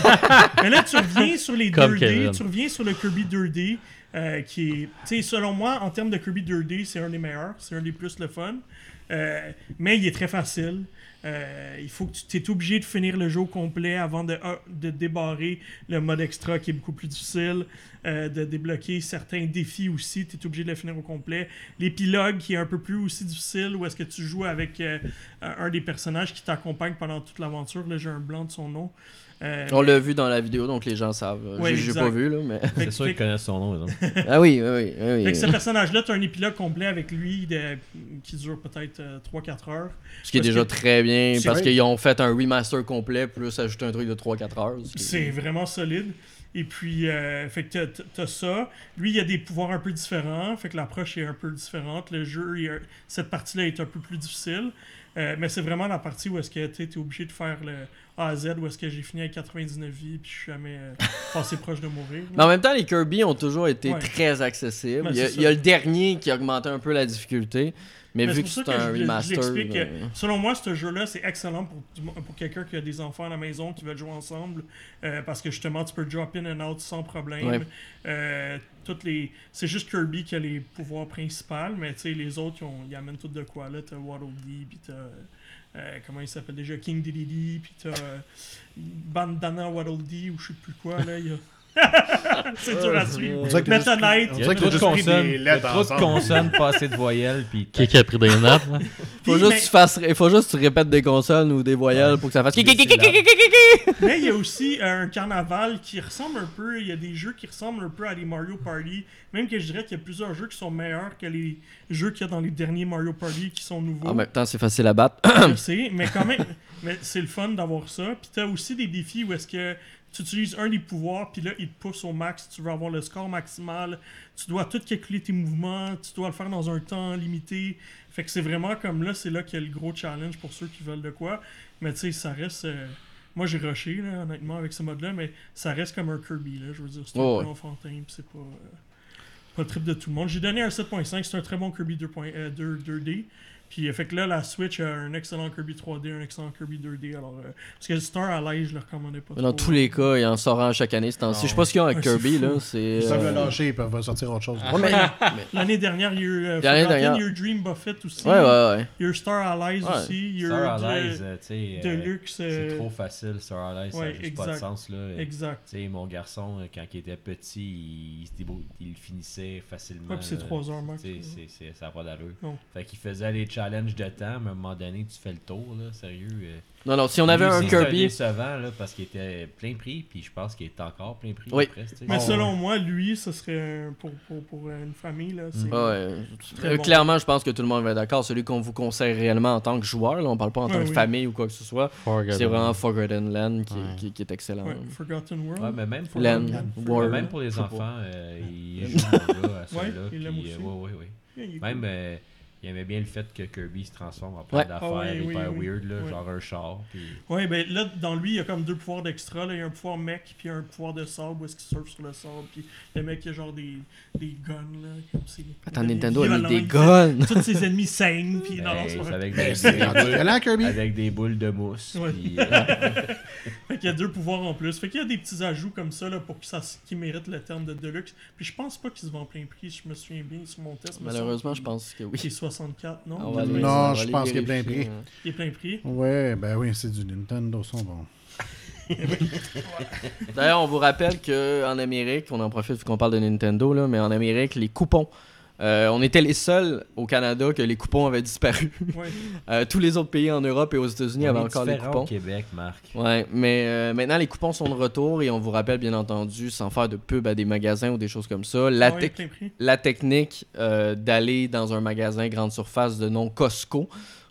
Mais là, tu reviens sur les Comme deux D, Kevin. tu reviens sur le Kirby deux D, euh, qui est, tu sais, selon moi, en termes de Kirby deux D, c'est un des meilleurs, c'est un des plus le fun. Euh, mais il est très facile. Euh, il faut que tu es obligé de finir le jeu au complet avant de, euh, de débarrer le mode extra qui est beaucoup plus difficile, euh, de débloquer certains défis aussi, tu es obligé de le finir au complet. L'épilogue qui est un peu plus aussi difficile, où est-ce que tu joues avec euh, un des personnages qui t'accompagne pendant toute l'aventure, là j'ai un blanc de son nom. Euh, On l'a vu dans la vidéo, donc les gens savent. Ouais, J'ai j'ai exact. pas vu, là, mais... fait C'est que- sûr fait qu'ils que- connaissent son nom, les autres. Ah oui, oui, oui. oui, Fait que ce oui. personnage-là, tu as un épilogue complet avec lui de- qui dure peut-être euh, trois quatre heures. Ce qui est parce déjà que- très bien, c'est parce vrai. qu'ils ont fait un remaster complet, plus ajouter un truc de trois quatre heures. ce qui est- C'est vraiment solide. Et puis, euh, fait que t'as- t'as ça. Lui, il a des pouvoirs un peu différents. Fait que l'approche est un peu différente. Le jeu, il a- cette partie-là est un peu plus difficile. Euh, mais c'est vraiment la partie où est-ce que tu es obligé de faire le A à Z, où est-ce que j'ai fini avec quatre-vingt-dix-neuf vies, puis je suis jamais euh, passé proche de mourir. Mais en même temps, les Kirby ont toujours été Ouais. très accessibles. Ben, il, y a, c'est il y a ça. le dernier qui a augmenté un peu la difficulté, mais, Mais vu c'est que pour c'est ça un que je- je remaster... l'explique que, euh, selon moi, ce jeu-là, c'est excellent pour, pour quelqu'un qui a des enfants à la maison qui veulent jouer ensemble. euh, parce que justement, tu peux drop in and out sans problème. Ouais. Euh, toutes les... C'est juste Kirby qui a les pouvoirs principaux, mais tu sais, les autres, ils, ont... ils amènent tout de quoi. Là, t'as Waddle Dee, puis t'as. Euh, comment il s'appelle déjà? King Dedede, puis t'as euh, Bandana Waddle Dee, ou je sais plus quoi. Là, il y a. C'est dur à suivre. On dirait que Meta t'as Knight. juste- on Il y dirait a que trop t'as de juste pris consonnes, des il y a lettres trop de ensemble. consonnes, pas assez de voyelles, puis Qui qui a pris des notes, là? Faut Puis, juste, mais- que tu fasses, il faut juste que tu répètes des consonnes ou des voyelles pour que ça fasse... Des syllabes. Mais il y a aussi euh, un carnaval qui ressemble un peu, il y a des jeux qui ressemblent un peu à des Mario Party, même que je dirais qu'il y a plusieurs jeux qui sont meilleurs que les jeux qu'il y a dans les derniers Mario Party qui sont nouveaux. En même temps, c'est facile à battre. Je sais, mais quand même, mais c'est le fun d'avoir ça. Puis t'as aussi des défis où est-ce que tu utilises un des pouvoirs, puis là, il te pousse au max, tu veux avoir le score maximal, tu dois tout calculer tes mouvements, tu dois le faire dans un temps limité. Fait que c'est vraiment comme là, c'est là qu'il y a le gros challenge pour ceux qui veulent de quoi. Mais tu sais, ça reste... euh, moi, j'ai rushé, là, honnêtement, avec ce mode-là, mais ça reste comme un Kirby, là. Je veux dire, c'est Oh, un peu ouais. enfantin, puis c'est pas... euh, pas le trip de tout le monde. J'ai donné un sept point cinq, c'est un très bon Kirby deux D. Puis euh, fait que là, la Switch a un excellent Kirby trois D, un excellent Kirby deux D. Alors, euh, parce que Star Allies, je le recommandais pas. Dans trop. tous les cas, il en sort un chaque année ce temps-ci. Je sais pas ce qu'ils ont avec Ouais, c'est Kirby, fou. là. C'est... Ils savent le euh, lâcher, ils peuvent sortir autre chose. Ouais, mais... L'année dernière, il y a eu euh, L'année Forgotten, dernière. il y a eu Dream Buffet aussi. Ouais, ouais, ouais. Il y a eu Star Allies Ouais. aussi. Il y a eu Star du- Allies, euh, tu sais, euh, Deluxe. c'est euh, trop facile, Star Allies, ça ouais, n'a juste pas de exact. sens, là. Exact. Tu sais, mon garçon, euh, quand il était petit, il, il, se débrouille- il finissait facilement. Ouais, puis c'est là. trois heures max. Tu sais, c'est- c'est- ça n'a pas d'allure. Non. Fait qu'il faisait les challenges de temps, mais à un moment donné, tu fais le tour, là, sérieux. euh. Non, non, si on avait Lui un aussi, c'était Kirby... décevant, là, parce qu'il était plein prix, puis je pense qu'il est encore plein prix. Oui. presque, tu sais. Mais Oh, selon ouais. moi, lui, ce serait un- pour, pour, pour une famille. Là, c'est... Ouais, Très euh, bon. clairement, je pense que tout le monde va être d'accord. Celui qu'on vous conseille réellement en tant que joueur, là, on parle pas en tant Ouais, que oui. famille ou quoi que ce soit, c'est vraiment Forgotten Land qui, Ouais. qui- qui est excellent. Ouais, Forgotten World. Ouais, mais même pour, Land, mais War, même pour les je sais pas. enfants, euh, il joue mon gars à celui-là. Ouais, il l'aime puis, aussi. euh, ouais, ouais, ouais. Yeah, il est Même, cool. euh, il aimait bien le fait que Kirby se transforme en plein Ouais. d'affaires Ah oui, oui, hyper oui. weird, là, Ouais. genre un char. Puis... Ouais, ben là, dans lui, il y a comme deux pouvoirs d'extra. Là. Il y a un pouvoir mech, puis un pouvoir de sable, où est-ce qu'il surfe sur le sable. Puis le mec, il a genre des, des guns, là, comme c'est... Attends, des Nintendo a mis violents, des il fait- guns! Tous ses ennemis saignent, puis non, non, Ben, c'est pas c'est vrai. avec, des, C'est des boules, violent, Kirby. avec des boules de mousse. Ouais. Puis, euh, Fait qu'il y a deux pouvoirs en plus. Fait qu'il y a des petits ajouts comme ça là, pour que ça qui méritent le terme de Deluxe. Puis je pense pas qu'ils se vendent plein prix, si je me souviens bien sur mon test. me Malheureusement, semble je pense que qu'il oui. est soixante-quatre, non? On va aller- Non, on va je aller pense qu'il est plein vérifier, prix. hein. Il est plein prix. Ouais, ben oui, c'est du Nintendo, son bon. D'ailleurs, on vous rappelle qu'en Amérique, on en profite vu qu'on parle de Nintendo, là, mais en Amérique, les coupons Euh, on était les seuls au Canada que les coupons avaient disparu. Ouais. Euh, tous les autres pays en Europe et aux États-Unis On avaient est encore les différent coupons. au Québec, Marc. Ouais, mais euh, maintenant les coupons sont de retour et on vous rappelle bien entendu, sans faire de pub à des magasins ou des choses comme ça, la, Ah ouais, tec- plein prix. la technique euh, d'aller dans un magasin grande surface de nom Costco,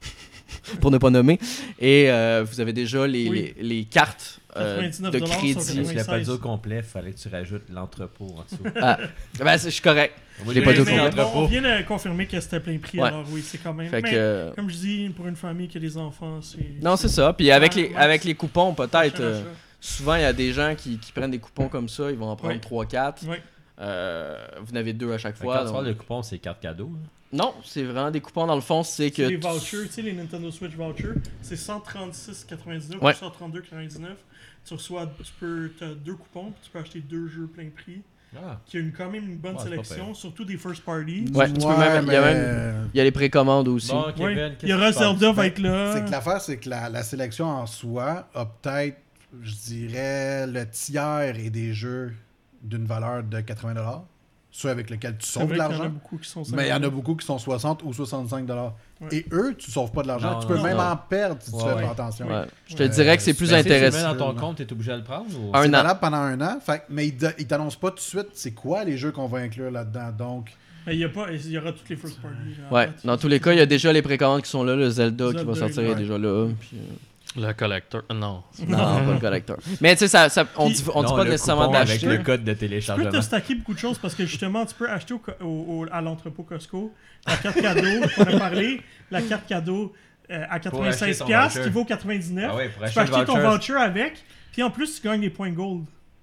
pour ne pas nommer, et euh, vous avez déjà les, Oui. les, les cartes euh, quatre-vingt-dix-neuf de dollars sur crédit. Si tu l'as pas quatre-vingt-seize. dit au complet, il fallait que tu rajoutes l'entrepôt en dessous. Ah, ben, c'est- je suis correct. Moi, l'ai j'ai pas Mais- dit au mais complet. bon, on vient de confirmer que c'était plein prix, Ouais. alors oui, c'est quand même. Fait mais, que, euh, comme je dis, pour une famille qui a des enfants, c'est. non, c'est ça. Puis avec, Ouais, les, ouais. avec les coupons, peut-être, Achat, euh, achat. souvent il y a des gens qui, qui prennent des coupons comme ça, ils vont en prendre Ouais. trois quatre. Ouais. Euh, vous en avez deux à chaque Fait que fois. Quand tu donc- parles de coupons, c'est carte cadeau. hein. Non, c'est vraiment des coupons. Dans le fond, c'est que. C'est les vouchers, tu sais, les Nintendo Switch vouchers, c'est cent trente-six quatre-vingt-dix-neuf Ouais. ou cent trente-deux quatre-vingt-dix-neuf. Tu reçois, tu peux, t'as deux coupons, puis tu peux acheter deux jeux plein prix, Ah. qui a une, quand même une bonne Ouais, c'est pas sélection, pire. surtout des first party. Ouais, tu peux même- il y a même- Il y a les précommandes aussi. Bon, Ouais. Kevin, Il qu'est-ce y aura que tu penses? Zelda va Ben, être là. C'est que l'affaire, c'est que la, la sélection en soi a peut-être, je dirais, le tiers et des jeux d'une valeur de quatre-vingts dollars, ceux avec lesquels tu C'est sauves vrai de qu'il y en a l'argent. beaucoup qui sont Mais il y en a sympas. beaucoup qui sont soixante ou soixante-cinq dollars. Ouais. Et eux, tu sauves pas de l'argent. Non, tu peux non, même non. en perdre si tu Ouais, fais ouais. pas attention. Ouais. Je te Euh, dirais que c'est plus ben, Si tu le mets intéressant. dans ton compte, t'es obligé de le prendre ou... Un C'est an. valable pendant un an, fait, mais ils, te- ils t'annoncent pas tout de suite c'est quoi les jeux qu'on va inclure là-dedans. Donc, Mais il y, a pas, il y aura toutes les first party. là. Ouais, dans tous les cas, il y a déjà les précommandes qui sont là. Le Zelda, qui Zelda, va sortir ouais. est déjà là. Puis, euh, Le collector. Non. non, pas le collector. Mais tu sais, ça, ça, on dit, on dit Non, pas le nécessairement coupon avec d'acheter. le code de Tu peux téléchargement. te stacker beaucoup de choses parce que justement, tu peux acheter au, co- au- au- à l'entrepôt Costco la carte cadeau, on a parlé, la carte cadeau euh, à acheter quatre-vingt-seize ton piastres voucher. qui vaut quatre-vingt-dix-neuf. Ah ouais, pour Tu peux acheter acheter le ton voucher. voucher avec, puis en plus, tu gagnes des points gold.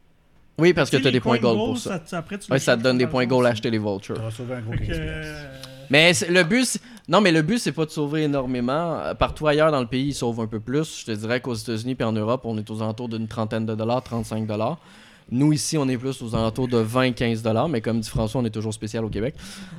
Oui, parce que Tu sais, tu as les des points gold gold, pour ça. ça- après, tu Ouais, les ça te changes donne des pour points l'argent gold à aussi. acheter les vouchers. tu vas sauver un gros Fait que, quinze piastres. euh, Mais c'est- le but, c'est- non, mais le but, c'est pas de sauver énormément. Euh, Partout ailleurs dans le pays, ils sauvent un peu plus. Je te dirais qu'aux États-Unis et en Europe, on est aux alentours d'une trentaine de dollars, trente-cinq dollars. Nous, ici, on est plus aux alentours de vingt à quinze dollars, mais comme dit François, on est toujours spécial au Québec.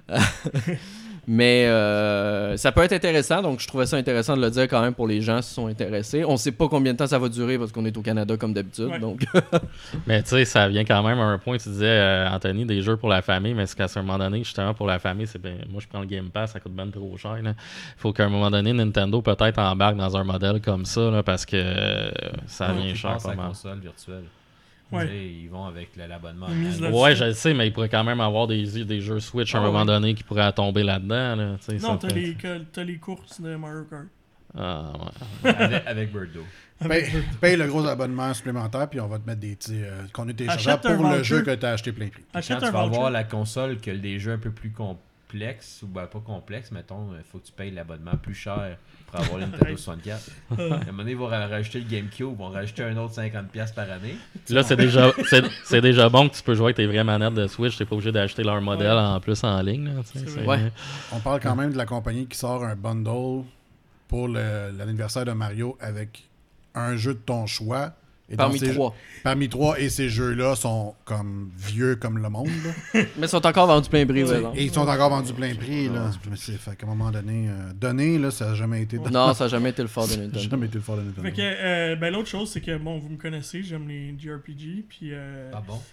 Mais euh, ça peut être intéressant, donc je trouvais ça intéressant de le dire quand même pour les gens qui sont intéressés. On sait pas combien de temps ça va durer parce qu'on est au Canada comme d'habitude. Ouais. Donc, Mais tu sais, ça vient quand même à un point. Tu disais, euh, Anthony, des jeux pour la famille, mais c'est qu'à un moment donné, justement, pour la famille, c'est ben, moi, je prends le Game Pass, ça coûte ben trop cher. Il faut qu'à un moment donné, Nintendo peut-être embarque dans un modèle comme ça, là, parce que euh, ça Ouais, vient Qui cher pense à pas la mal. console virtuelle. Ouais. Tu sais, ils vont avec le- l'abonnement. Une mise annuel. là-dessus. Ouais, je le sais, mais il pourrait quand même avoir des, des jeux Switch à un Ah, moment ouais. donné qui pourraient tomber là-dedans. Là, tu sais, Non, ça t'as fait- les, que- t'as les courses de Mario Kart. Ah, ouais. avec, avec Birdo. Avec- Paye, paye le gros abonnement supplémentaire, puis on va te mettre des petits euh, contenus téléchargeables Achète un pour le voucher. jeu que tu as acheté plein prix. Quand Achète tu un vas avoir voucher. la console que des jeux un peu plus complexes, ou ben pas complexes, mettons, il faut que tu payes l'abonnement plus cher pour avoir le Nintendo Ouais. soixante-quatre. Euh, À un moment donné, ils vont ra- rajouter le GameCube, ils vont rajouter un autre cinquante dollars par année. Là, c'est déjà, c'est, c'est déjà bon que tu peux jouer avec tes vraies manettes de Switch. T'es pas obligé d'acheter leur modèle Ouais. en plus en ligne. Là, tu sais, C'est c'est- vrai. Ouais. On parle quand même de la compagnie qui sort un bundle pour le- l'anniversaire de Mario avec un jeu de ton choix. Et parmi dans ces- trois. Parmi trois, et ces jeux-là sont comme vieux comme le monde. là. Mais ils sont encore vendus plein prix, par exemple. Et ils sont encore vendus plein prix. Là. Mais c'est fait qu'à un moment donné, euh, donner, là, ça n'a jamais été. Non, ça n'a jamais été le fort de Ça n'a Nintendo. jamais été le fort de Nintendo. Fait que, euh, ben, l'autre chose, c'est que, bon, vous me connaissez, j'aime les J R P G, puis, euh, Ah bon?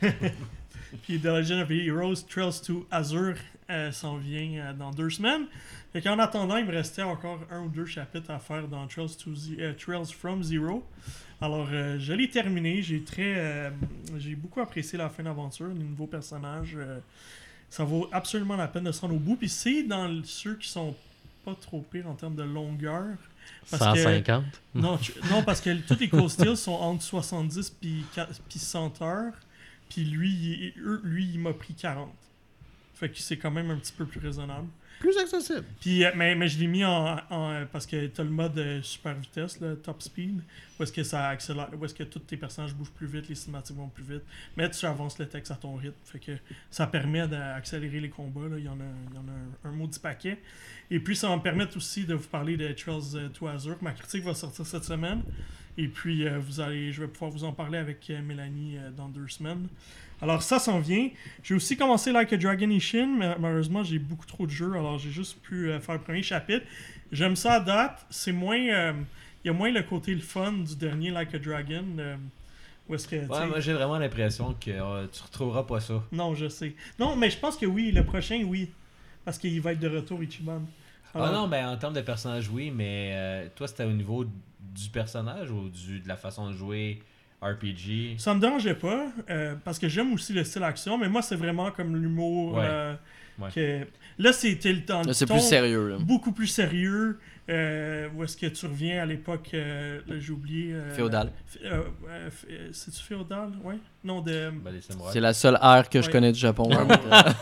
puis The Legend of Heroes Trails to Azure euh, s'en vient euh, dans deux semaines. Fait qu'en attendant, il me restait encore un ou deux chapitres à faire dans Trails, to Ze- euh, Trails from Zero. Alors, euh, je l'ai terminé. J'ai très, euh, j'ai beaucoup apprécié la fin d'aventure, les nouveaux personnages. euh, ça vaut absolument la peine de se rendre au bout. Puis c'est dans le- ceux qui sont pas trop pires en termes de longueur. Parce cent que- cinquante. Non, tu- non, parce que tous les Cold Steel sont entre soixante-dix puis qua- puis cent heures. Puis lui, il, eux, lui, il m'a pris quarante. Fait que c'est quand même un petit peu plus raisonnable. Plus accessible. Puis, euh, mais, mais je l'ai mis en, en- parce que t'as le mode euh, super vitesse, le top speed, où est-ce que ça accélère, où est-ce que tous tes personnages bougent plus vite, les cinématiques vont plus vite. Mais tu avances le texte à ton rythme. Fait que ça permet d'accélérer les combats. Là. Il y en a, il y en a un, un maudit paquet. Et puis ça va me permettre aussi de vous parler de Trails euh, to Azure. Ma critique va sortir cette semaine. Et puis euh, vous allez, je vais pouvoir vous en parler avec euh, Mélanie euh, dans deux semaines. Alors ça s'en vient. J'ai aussi commencé Like a Dragon Ishin, mais malheureusement j'ai beaucoup trop de jeux, alors j'ai juste pu euh, faire le premier chapitre. J'aime ça à date. C'est moins, euh, il y a moins le côté le fun du dernier Like a Dragon. euh, où est-ce que, tu sais- Ouais, moi j'ai vraiment l'impression que euh, tu retrouveras pas ça. Non, je sais. Non, mais je pense que oui, le prochain, oui. parce qu'il va être de retour Ichiban. Ah Alors, non, ben en termes de personnage, oui, mais euh, toi, c'était au niveau du personnage ou du, de la façon de jouer R P G? Ça me dérangeait pas, euh, parce que j'aime aussi le style action, mais moi, c'est vraiment comme l'humour. Ouais. euh, Ouais. que... Là, c'était le temps. Là, c'est plus sérieux. Là. Beaucoup plus sérieux. Euh, où est-ce que tu reviens à l'époque, euh, là, j'ai oublié. Euh, Féodal. la- euh, euh, f- euh, C'est-tu féodal? Ouais. Non, de. Ben, les samouraïs. C'est la seule ère que je Ouais. connais du Japon. hein.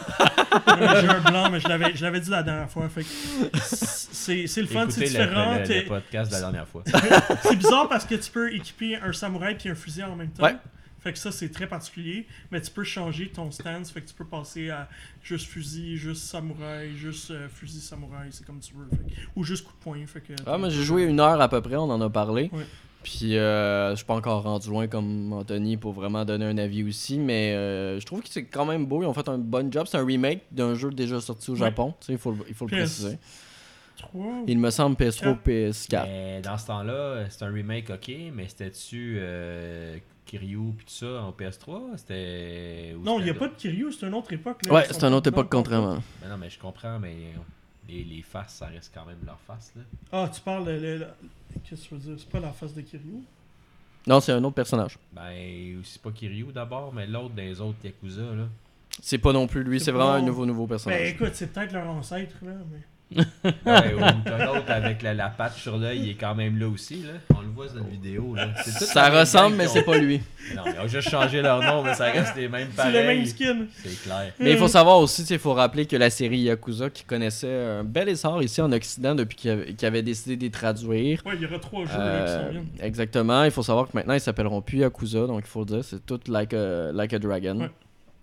Euh, j'ai un blanc, mais je l'avais, je l'avais dit la dernière fois. Fait que c'est, c'est le fun, c'est Écoutez le, différent. le- le t'es- podcast de la dernière fois. C'est bizarre parce que tu peux équiper un samouraï puis un fusil en même temps. Ouais. Fait que ça, c'est très particulier. Mais tu peux changer ton stance. Fait que tu peux passer à juste fusil, juste samouraï, juste euh, fusil samouraï. C'est comme tu veux. Fait que- ou juste coup de poing. Fait que, Ah, mais j'ai joué une heure à peu près, on en a parlé. Ouais. Puis euh, je suis pas encore rendu loin comme Anthony pour vraiment donner un avis aussi, mais euh, je trouve que c'est quand même beau. Ils ont fait un bon job. C'est un remake d'un jeu déjà sorti au Ouais. Japon. Tu sais, il faut, le- il faut le P S préciser. trois. Il me semble P S trois ou Quatre. P S quatre. Mais dans ce temps-là, c'est un remake, ok, mais c'était-tu euh, Kiryu pis tout ça en P S trois? C'était. ou Non, il c'était n'y a pas d'autres? de Kiryu, c'est une autre époque. Là, Ouais, Ils c'est sont une autre pas époque dedans, contrairement. Ben non, mais je comprends, mais les, les faces, ça reste quand même leur face, là. Ah, tu parles. de- le- le- Qu'est-ce que tu veux dire? C'est pas la face de Kiryu? Non, c'est un autre personnage. Ben, c'est pas Kiryu d'abord, mais l'autre des autres Yakuza, là. C'est pas non plus lui, C'est c'est vraiment pas- un nouveau nouveau Ben personnage. écoute, c'est peut-être leur ancêtre, là. Mais... Ouais, ou t'as l'autre avec la, la patch sur l'œil, il est quand même là aussi, là. On le voit dans la vidéo, là. C'est toute Ça la même ressemble, gang mais qui c'est ont- pas lui. Non, mais ils ont juste changé leur nom, mais ça reste les mêmes C'est pareils. le même skin. C'est clair. Mais il faut savoir aussi, il faut rappeler que la série Yakuza, qui connaissait un bel essor ici en Occident depuis qu'il avait, qu'il avait décidé de les traduire. Ouais, il y aura trois jeux là, Euh, qui sont bien. exactement. Il faut savoir que maintenant, ils s'appelleront plus Yakuza, donc il faut le dire, c'est tout Like a, like a Dragon. Ouais.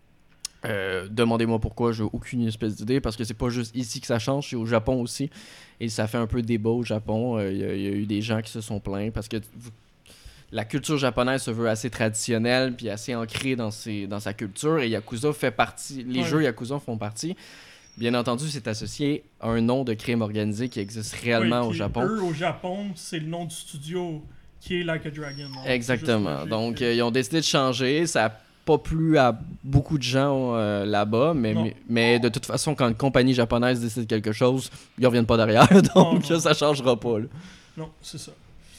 Euh, demandez-moi pourquoi, j'ai aucune espèce d'idée, parce que c'est pas juste ici que ça change, c'est au Japon aussi. Et ça fait un peu débat au Japon. Il euh, y, y a eu des gens qui se sont plaints parce que vous- la culture japonaise se veut assez traditionnelle puis assez ancrée dans, ses, dans sa culture. Et Yakuza fait partie, les Ouais. jeux Yakuza font partie. Bien entendu, c'est associé à un nom de crime organisé qui existe réellement Ouais, au qui- Japon. Eux, au Japon, c'est le nom du studio qui est Like a Dragon. Donc, Exactement. c'est juste Donc, logique. euh, ils ont décidé de changer. Ça n'a pas plu à beaucoup de gens euh, là-bas, mais, Non. mais, mais de toute façon, quand une compagnie japonaise décide quelque chose, ils reviennent pas derrière. Donc, non. ça changera pas. Là. Non, c'est ça.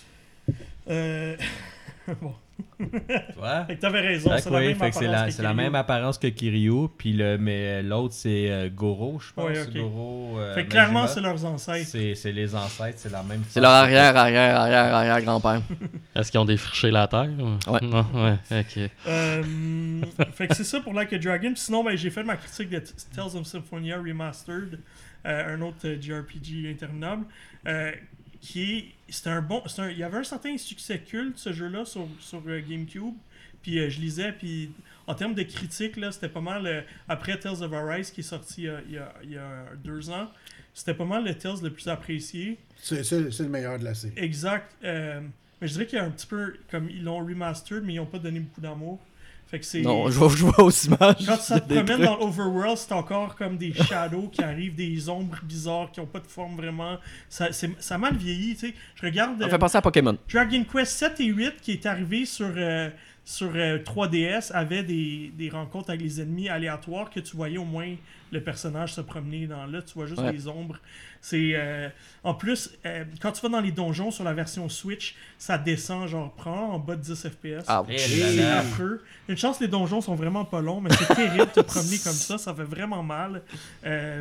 Euh... bon. Tu vois? Fait que t'avais raison. Fait C'est que la oui, même fait que c'est apparence la, que c'est la Kiryu. même apparence que Kiryu, puis le, mais l'autre c'est euh, Goro, je pense. Ouais, ok. Goro, euh, Fait que clairement, Majima. c'est leurs ancêtres. c'est, c'est les ancêtres, c'est la même. C'est leur arrière, arrière, arrière, arrière grand-père. Est-ce qu'ils ont défriché la terre? ou- Ouais. Non, ouais, ok. Euh, fait que c'est ça pour Like a Dragon. Puis sinon, ben, j'ai fait ma critique de T- Tales of Symphonia Remastered, euh, un autre euh, J R P G interminable, euh, qui est, c'était un bon, c'est un- il y avait un certain succès culte ce jeu-là sur, sur euh, GameCube. Puis euh, je lisais, puis en termes de critique, là, c'était pas mal euh, après Tales of Arise qui est sorti euh, il y a, il y a deux ans. C'était pas mal le Tales le plus apprécié. C'est c'est- c'est le meilleur de la série. Exact. euh, mais je dirais qu'il y a un petit peu comme ils l'ont remastered, mais ils n'ont pas donné beaucoup d'amour. Fait que c'est. Non, je vois, je vois aux images. Quand ça te il y a des promène trucs. dans l'Overworld, c'est encore comme des shadows qui arrivent, des ombres bizarres qui n'ont pas de forme vraiment. Ça, c'est- ça a mal vieilli, tu sais. Je regarde Ça euh, fait penser à Pokémon. Dragon Quest sept et huit qui est arrivé sur, euh, sur euh, trois D S avait des, des rencontres avec les ennemis aléatoires que tu voyais au moins le personnage se promener dans là. Tu vois juste Ouais. les ombres. C'est euh, en plus, euh, quand tu vas dans les donjons sur la version Switch, ça descend, genre, prend en bas de dix F P S. Ah, Eh C'est là là. affreux. Une chance, les donjons sont vraiment pas longs, mais c'est terrible de te promener comme ça. Ça fait vraiment mal. Euh,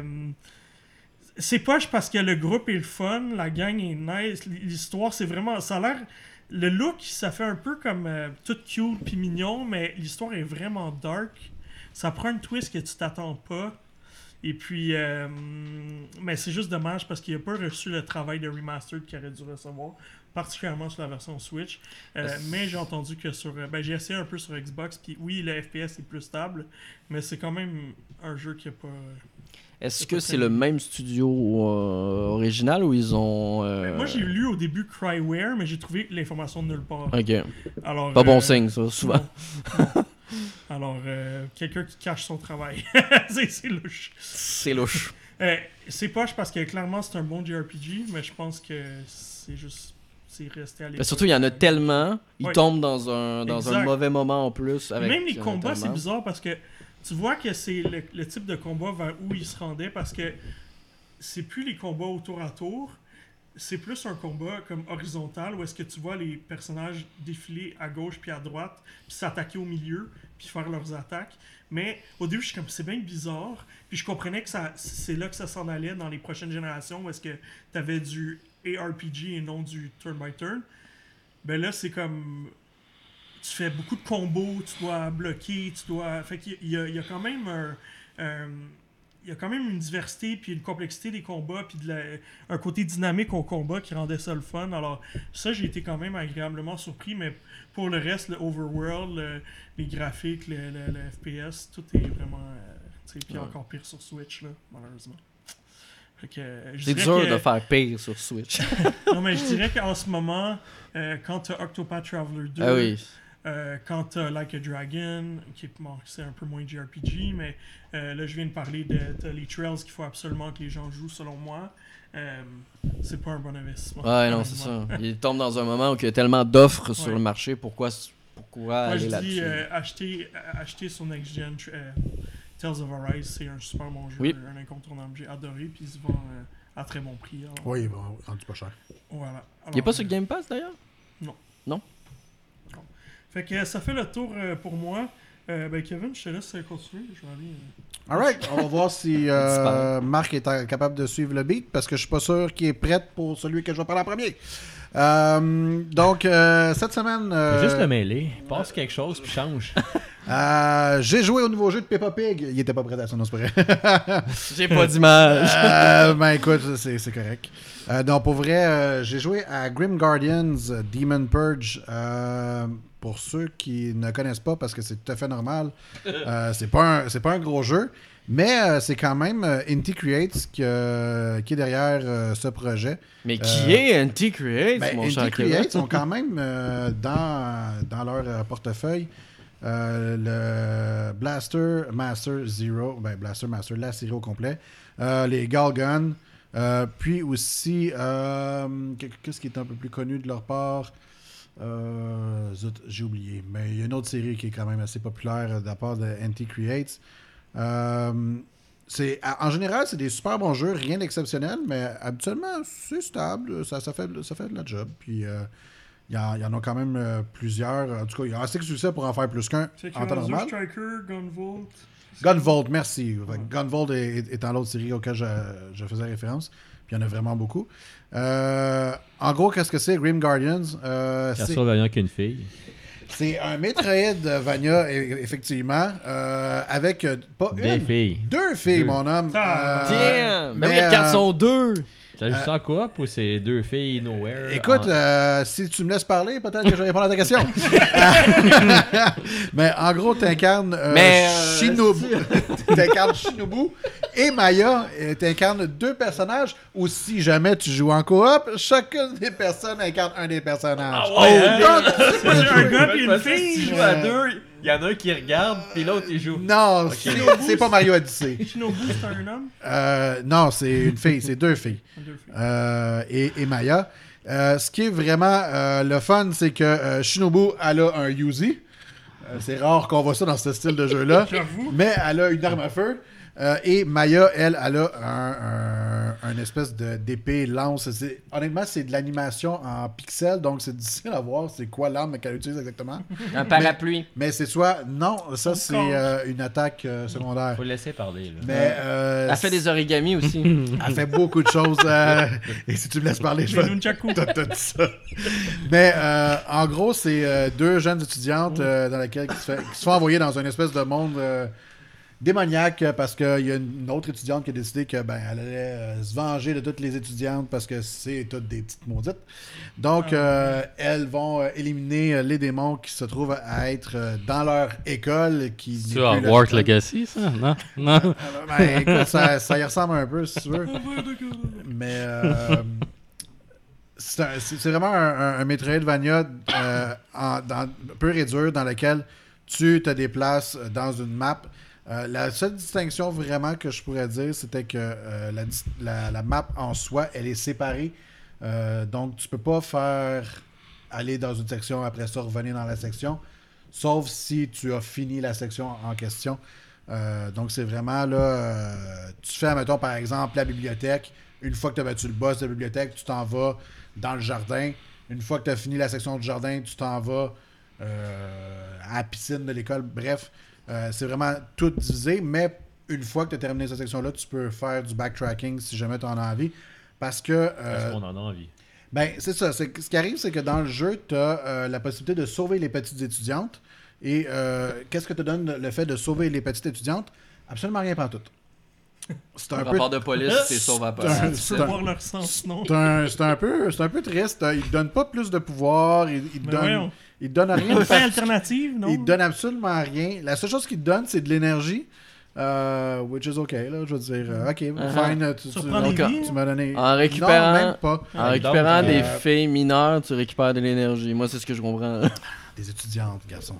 c'est poche parce que le groupe est le fun, la gang est nice, l'histoire, c'est vraiment. Ça a l'air. Le look, ça fait un peu comme euh, tout cute puis mignon, mais l'histoire est vraiment dark. Ça prend une twist que tu t'attends pas. Et puis, euh, mais c'est juste dommage parce qu'il n'a pas reçu le travail de remastered qu'il aurait dû recevoir, particulièrement sur la version Switch. Euh, mais j'ai entendu que sur. Ben, j'ai essayé un peu sur Xbox, puis oui, le F P S est plus stable, mais c'est quand même un jeu qui a pas. Est-ce c'est que pas c'est très le bien. même studio euh, original ou ils ont. euh, Ben, moi, j'ai lu au début Cryware, mais j'ai trouvé l'information de nulle part. Ok. Alors, Pas bon euh, signe, ça, souvent. non, non. Alors, euh, quelqu'un qui cache son travail. c'est, c'est louche. C'est louche. Euh, c'est poche parce que clairement, c'est un bon J R P G, mais je pense que c'est juste. C'est resté à Mais l'époque. surtout, il y en a tellement, ils Ouais. tombent dans un, dans un Exact. mauvais moment en plus. Avec, Même les il y en a combats, c'est tellement. bizarre parce que tu vois que c'est le, le type de combat vers où il se rendait parce que c'est plus les combats au tour à tour, c'est plus un combat comme horizontal où est-ce que tu vois les personnages défiler à gauche puis à droite, puis s'attaquer au milieu, puis faire leurs attaques. Mais au début, je suis comme, c'est bien bizarre. Puis je comprenais que ça, c'est là que ça s'en allait dans les prochaines générations où est-ce que tu avais du A R P G et non du turn by turn. Ben là, c'est comme... Tu fais beaucoup de combos, tu dois bloquer, tu dois... Fait qu'il y a, il y a quand même un... un il y a quand même une diversité puis une complexité des combats puis de la, un côté dynamique au combat qui rendait ça le fun. Alors ça, j'ai été quand même agréablement surpris, mais pour le reste, le overworld, le, les graphiques, le, le, le F P S, tout est vraiment... Euh, tu sais, puis ouais. encore pire sur Switch, là, malheureusement. Fait que, euh, je C'est dirais dur que... de faire pire sur Switch. Non, mais je dirais qu'en ce moment, euh, quand tu as Octopath Traveler deux... Ah oui. Euh, quand t'as Like a Dragon, qui est, bon, c'est un peu moins J R P G, mais euh, là je viens de parler de t'as les Trails qu'il faut absolument que les gens jouent selon moi. Euh, c'est pas un bon investissement. Ouais, non, c'est ça. Il tombe dans un moment où il y a tellement d'offres sur Ouais. le marché. Pourquoi, pourquoi Moi aller je là-dessus? dis euh, acheter, acheter son Next Gen euh, Tales of Arise, c'est un super bon jeu, Oui. un incontournable. J'ai adoré, puis il se vend euh, à très bon prix. Alors, Oui, il va rendu pas cher. voilà. Il est Alors, pas sur euh, Game Pass d'ailleurs? Fait que ça fait le tour euh, pour moi. Euh, ben Kevin, je te laisse continuer. Je vais aller. Euh... Alright, on va voir si euh, Marc est euh, capable de suivre le beat parce que je suis pas sûr qu'il est prêt pour celui que je vais parler en premier. Euh, donc, euh, cette semaine. euh, Juste le mêler. Passe quelque chose puis change. euh, j'ai joué au nouveau jeu de Peppa Pig. Il était pas prêt à ça, non, c'est pas vrai. J'ai pas d'image. Euh, ben écoute, c'est, c'est correct. Euh, donc pour vrai, euh, j'ai joué à Grim Guardians euh, Demon Purge. Euh, pour ceux qui ne connaissent pas, parce que c'est tout à fait normal, euh, c'est pas un, c'est pas un gros jeu, mais euh, c'est quand même euh, Inti Creates qui, euh, qui est derrière euh, ce projet. Mais qui Euh, est Inti Creates, Ben, mon Inti cher Kevin? Creates sont quand même euh, dans, dans leur euh, portefeuille euh, le Blaster Master Zero, ben Blaster Master, la série au complet, euh, les Galgun, euh, puis aussi, euh, qu'est-ce qui est un peu plus connu de leur part? Euh, zut, j'ai oublié, mais il y a une autre série qui est quand même assez populaire de la part de Inti Creates. Euh, c'est, en général, c'est des super bons jeux, rien d'exceptionnel, mais habituellement, c'est stable, ça, ça, fait, ça fait de la job. Puis, il euh, y, y en a quand même euh, plusieurs. En tout cas, il y a assez de succès pour en faire plus qu'un C'est en temps Laser normal. Striker, Gunvolt. Gunvolt, merci. Ouais. Gunvolt est, est, étant l'autre série auquel je, je faisais référence. Puis il y en a vraiment beaucoup. Euh, en gros, qu'est-ce que c'est, Grim Guardians? Euh, C'est c'est... surveillant qu'une fille. C'est un Metroidvania, effectivement, euh, euh, avec pas Des une, filles. deux filles, Deux. mon homme. Ah, Euh, Damn! Mais oui, les cartes euh, sont deux! T'as juste en coop ou c'est deux filles nowhere? Écoute, en- euh, si tu me laisses parler, peut-être que je vais répondre à ta question. Mais en gros, t'incarnes euh, Mais, euh, Shinobu. t'incarnes Shinobu et Maya. Et t'incarnes deux personnages. Ou si jamais tu joues en coop, chacune des personnes incarne un des personnages. Ah ouais, hein? donc, C'est un gars et Je une pensais que si fille. tu joues à deux, il y en a un qui regarde, puis l'autre il joue. non, c'est, c'est pas Mario Odyssey. Shinobu, c'est un homme. Euh, non, c'est une fille, c'est deux filles. Deux filles. Euh, et, et Maya. Euh, ce qui est vraiment euh, le fun, c'est que euh, Shinobu, elle a un Uzi. Euh, c'est rare qu'on voit ça dans ce style de jeu-là. J'avoue. Mais elle a une arme à feu. Euh, et Maya, elle, elle a un, un, un espèce de, d'épée lance. C'est, honnêtement, c'est de l'animation en pixels, donc c'est difficile à voir c'est quoi l'arme qu'elle utilise exactement. Un parapluie. Mais c'est soit... Non, ça, Son c'est corps. euh, une attaque euh, secondaire. Faut le laisser parler. Là. Mais... euh, Elle fait des origamis aussi. elle fait beaucoup de choses. euh, et si tu me laisses parler, je Les vais... nunchaku. T'as tout ça. Mais euh, en gros, c'est euh, deux jeunes étudiantes euh, dans lesquelles qui se, fait, qui se font envoyer dans une espèce de monde euh, démoniaque euh, parce qu'il y a une autre étudiante qui a décidé que ben elle allait euh, se venger de toutes les étudiantes parce que c'est toutes des petites maudites. Donc, euh, elles vont euh, éliminer euh, les démons qui se trouvent à être euh, dans leur école. Qui C'est n'est à plus leur Work école. Legacy, ça? Non? Non? Euh, ben, écoute, ça, ça y ressemble un peu, si tu veux. Mais euh, c'est, un- c'est- c'est vraiment un, un, un Metroidvania euh, en, dans, pur et dur dans lequel tu te déplaces dans une map. Euh, la seule distinction vraiment que je pourrais dire, c'était que euh, la, dis- la, la map en soi, elle est séparée. Euh, donc, tu peux pas faire aller dans une section, après ça revenir dans la section, sauf si tu as fini la section en question. Euh, donc, c'est vraiment là. Euh, tu fais, mettons, par exemple, la bibliothèque. Une fois que tu as battu le boss de la bibliothèque, tu t'en vas dans le jardin. Une fois que tu as fini la section du jardin, tu t'en vas euh, à la piscine de l'école. Bref, euh, c'est vraiment tout divisé. Mais une fois que tu as terminé cette section-là, tu peux faire du backtracking si jamais tu en as envie. Parce que. Euh, Parce qu'on en a envie. Ben, c'est ça. C'est, ce qui arrive, c'est que dans le jeu, tu as euh, la possibilité de sauver les petites étudiantes. Et euh, qu'est-ce que te donne le fait de sauver les petites étudiantes? Absolument rien pantoute. C'est un Un peu... rapport de police, c'est sauve à C'est un- Tu c'est peux un- voir leur sens, non? c'est un, c'est un peu, c'est un peu triste. Ils te donnent pas plus de pouvoir. Ils, ils te Mais donnent, voyons. ils te donnent rien. Une de fin parti- alternative, non? Ils te donnent absolument rien. La seule chose qu'ils te donnent, c'est de l'énergie. Euh, which is OK, là. Je veux dire, euh, OK, Uh-huh. fine. Tu, Ça tu- prend des donc, vies, tu m'as donné... En récupérant- Non, même pas. En récupérant donc, des euh, filles mineures, tu récupères de l'énergie. Moi, c'est ce que je comprends. Des étudiantes, garçon.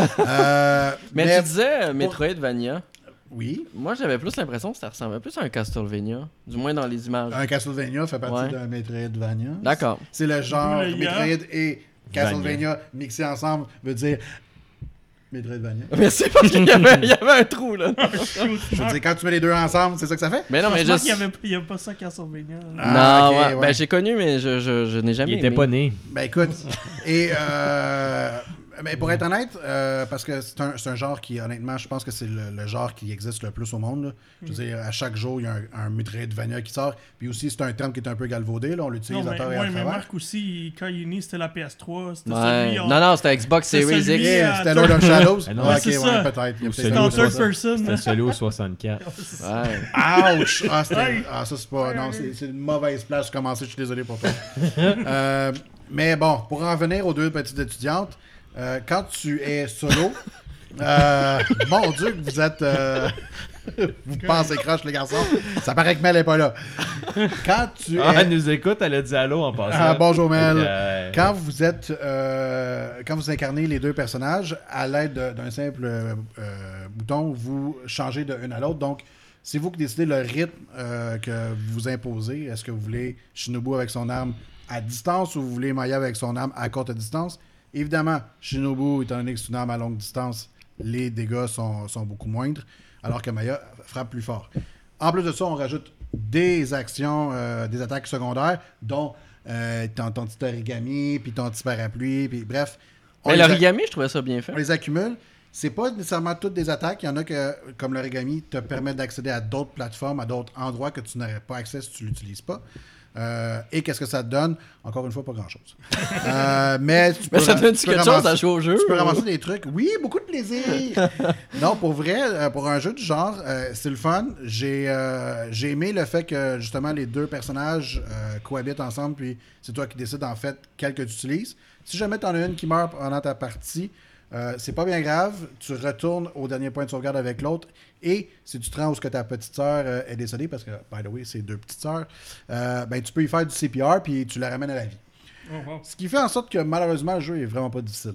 euh, mais, mais tu disais euh, Metroidvania. oui, Moi, j'avais plus l'impression que ça ressemblait plus à un Castlevania. Du moins dans les images. un Castlevania fait partie Ouais. d'un Metroidvania. D'accord. C'est le genre D'où le ya. Metroid et Castlevania mixés ensemble veut dire Metroidvania. Mais c'est parce qu'il y avait, il y avait un trou, là. Je veux dire, quand tu mets les deux ensemble, c'est ça que ça fait? Mais non, mais Franchement, je... qu'il y avait, il y avait pas ça à Castlevania. là. Ah, non, ok, ouais. ouais. Ben, j'ai connu, mais je, je, je n'ai jamais Il était aimé. pas né. Ben écoute, et euh, mais pour être honnête, euh, parce que c'est un, c'est un genre qui, honnêtement, je pense que c'est le, le genre qui existe le plus au monde. Là. Je veux dire, à chaque jour, il y a un, un Metroidvania qui sort. Puis aussi, c'est un terme qui est un peu galvaudé. Là. On l'utilise Non, à mais, tort et à ouais, mais travers. Marc aussi, il- quand il est né, c'était la P S trois. C'était Ouais. celui en... Non, non, c'était Xbox C'est Series celui- X. Yeah, à c'était third- Lord of Shadows. Ah non, Ah, ouais, ok, c'est ouais, ça. peut-être. Il y a Ou peut-être C'était celui en au un- third soixante- person. C'était celui au soixante-quatre. Ouais. Ouch! Ah, c'était- Ouais. ah, ça, c'est pas. Ouais, Non, ouais. c'est c'est une mauvaise place de commencer. Je suis désolé pour toi. Euh, mais bon, pour en venir aux deux petites étudiantes, euh, quand tu es solo, euh, mon Dieu, que vous êtes. euh, vous pensez croche, les garçons. Ça paraît que Mel n'est pas là. Quand tu Ah, es. elle nous écoute, elle a dit allô en passant. Ah, bonjour, Mel. Euh, Quand vous êtes, euh, quand vous incarnez les deux personnages, à l'aide de- d'un simple euh, euh, bouton, vous changez de une à l'autre. Donc, c'est vous qui décidez le rythme euh, que vous imposez. Est-ce que vous voulez Shinobu avec son arme à distance ou vous voulez Maya avec son arme à courte distance? Évidemment, Shinobu, étant donné que c'est une arme à longue distance, les dégâts sont, sont beaucoup moindres, alors que Maya frappe plus fort. En plus de ça, on rajoute des actions, euh, des attaques secondaires, dont euh, ton, ton petit origami, puis ton petit parapluie, puis bref. On Mais les a- l'origami, je trouvais ça bien fait. on les accumule. C'est pas nécessairement toutes des attaques. Il y en a que, comme l'origami, te permet d'accéder à d'autres plateformes, à d'autres endroits que tu n'aurais pas accès si tu l'utilises pas. Euh, et qu'est-ce que ça te donne? Encore une fois, pas grand-chose. Euh, mais tu peux, Mais ça ra- donne-tu tu peux quelque chose ramasser- à jouer au jeu? Tu peux ou- ramasser des trucs. Oui, beaucoup de plaisir. Non, pour vrai, euh, pour un jeu du genre, euh, c'est le fun. J'ai euh, j'ai aimé le fait que, justement, les deux personnages euh, cohabitent ensemble, puis c'est toi qui décides, en fait, quelle que tu utilises. Si jamais tu en as une qui meurt pendant ta partie, euh, c'est pas bien grave. Tu retournes au dernier point de sauvegarde avec l'autre. Et si tu te rends où ce que ta petite sœur euh, est décédée, parce que, by the way, c'est deux petites sœurs, euh, ben, tu peux y faire du C P R, puis tu la ramènes à la vie. Oh, wow. Ce qui fait en sorte que malheureusement le jeu est vraiment pas difficile.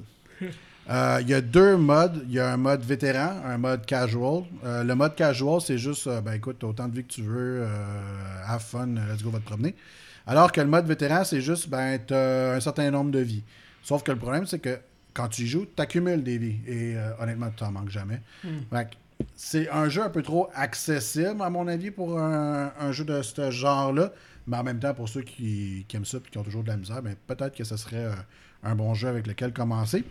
Euh, Il y a deux modes. Il y a un mode vétéran, un mode casual. Euh, le mode casual, c'est juste, euh, ben écoute, t'as autant de vie que tu veux, euh, have fun, let's go, va te promener. Alors que le mode vétéran, c'est juste, ben t'as un certain nombre de vies. Sauf que le problème, c'est que quand tu y joues, t'accumules des vies. Et euh, honnêtement, tu t'en manques jamais. Fait que c'est un jeu un peu trop accessible, à mon avis, pour un, un jeu de ce genre-là. Mais en même temps, pour ceux qui, qui aiment ça et qui ont toujours de la misère, ben, peut-être que ce serait euh, un bon jeu avec lequel commencer.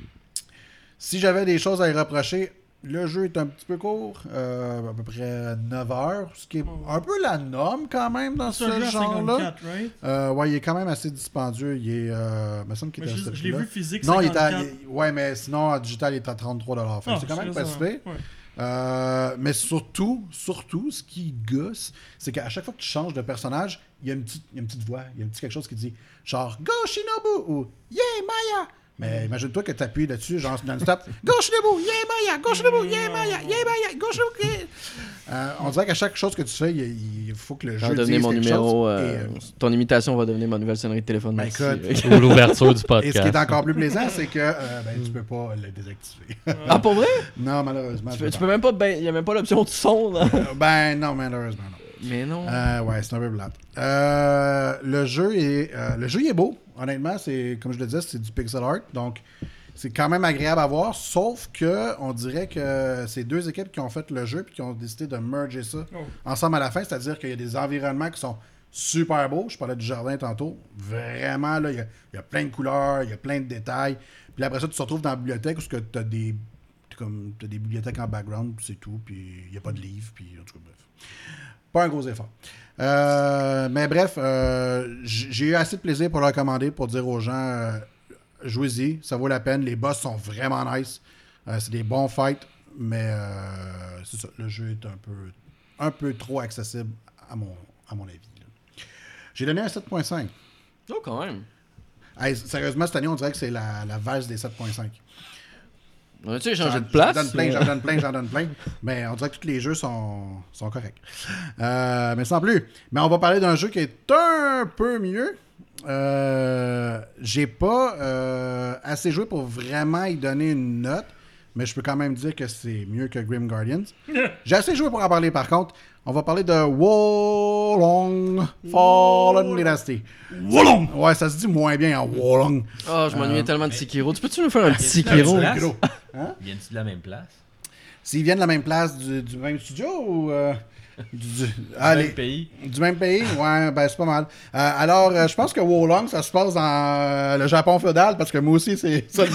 Si j'avais des choses à y reprocher, le jeu est un petit peu court, euh, à peu près neuf heures, ce qui est un peu la norme quand même dans C'est ce un jeu à genre-là. cinquante-quatre, right? Euh, ouais, il est quand même assez dispendieux. Il est, euh, il me semble qu'il Mais était à je ce je l'ai prix-là. vu physique Non, il est à, cinquante-quatre. il- ouais, mais sinon, en digital, il est à trente-trois dollars. Ah, c'est quand même pas si raisonnable. pire. Ouais. Euh, mais surtout, surtout, ce qui gosse, c'est qu'à chaque fois que tu changes de personnage, il y a une petite, il y a une petite voix, il y a un petit quelque chose qui dit genre Go Shinobu ou Yeah Maya. Mais imagine-toi que tu appuies là-dessus, genre non-stop Go Shinobu, Yeah Maya, Go Shinobu, Yeah Maya, Yeah Maya, Go Shinobu. Yeah. Euh, on dirait qu'à chaque chose que tu fais, il, il faut que le Ça va jeu devenir dise mon quelque numéro. chose. euh, Et, euh, ton imitation va devenir ma nouvelle sonnerie de téléphone. Ben, merci. écoute. Ou l'ouverture du et ce podcast. qui est encore plus plaisant, c'est que euh, ben, tu peux pas le désactiver. Ah, pour vrai? Non, malheureusement. Tu tu peux, peux tu pas. peux même pas. Ben, il y a même pas l'option de son. Là. Euh, Ben non, malheureusement non. Mais non. Euh, ouais, c'est un peu plate. Euh, le jeu est, euh, le jeu il est beau. Honnêtement, c'est comme je le disais, c'est du pixel art. Donc, c'est quand même agréable à voir, sauf que on dirait que c'est deux équipes qui ont fait le jeu puis qui ont décidé de merger ça oh. ensemble à la fin, c'est-à-dire qu'il y a des environnements qui sont super beaux. Je parlais du jardin tantôt. Vraiment, là, il y a, il y a plein de couleurs, il y a plein de détails. Puis après ça, tu te retrouves dans la bibliothèque où tu as des, comme, t'as des bibliothèques en background, c'est tout, puis il n'y a pas de livres, puis en tout cas, bref. Pas un gros effort. Euh, mais bref, euh, j'ai eu assez de plaisir pour le recommander, pour dire aux gens, euh, jouez-y, ça vaut la peine. Les boss sont vraiment nice. Euh, c'est des bons fights, mais euh, c'est ça, le jeu est un peu, un peu trop accessible à mon, à mon avis. Là. J'ai donné un sept point cinq. Oh, quand même. Hey, sérieusement, cette année, on dirait que c'est la, la valse des sept point cinq. On a-tu échangé de place? J'en donne plein, j'en donne plein, j'en donne plein. Mais on dirait que tous les jeux sont, sont corrects. Euh, mais sans plus. Mais on va parler d'un jeu qui est un peu mieux. Euh, j'ai pas euh, assez joué pour vraiment y donner une note. Mais je peux quand même dire que c'est mieux que Grim Guardians. J'ai assez joué pour en parler par contre. On va parler de Wolong Fallen Dynasty. Wolong! Ouais, ça se dit moins bien en Wolong. Oh, je m'ennuyais euh, tellement de Sekiro. Tu peux-tu nous faire un petit Sekiro? Hein? Viennent-ils de la même place? S'ils viennent de la même place du, du même studio ou... Euh, du, du, du ah, même les, pays? Du même pays? Ouais, ben c'est pas mal. Euh, alors, euh, je pense que Wolong, ça se passe dans euh, le Japon féodal, parce que moi aussi, c'est ça le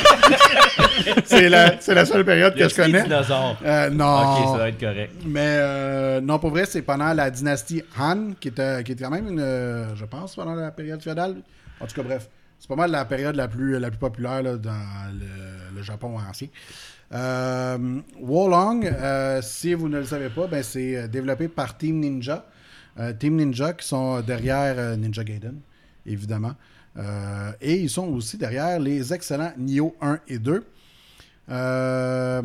c'est, la, c'est la seule période que je connais. Euh, non. Ok, ça va être correct. Mais euh, non, pour vrai, c'est pendant la dynastie Han, qui était, qui était quand même une, euh, je pense, pendant la période féodale. En tout cas, bref, c'est pas mal la période la plus, la plus populaire là, dans le, le Japon ancien. Euh, Wolong, euh, si vous ne le savez pas, ben, c'est développé par Team Ninja. Euh, Team Ninja qui sont derrière euh, Ninja Gaiden, évidemment. Euh, et ils sont aussi derrière les excellents Nioh un et deux. Euh,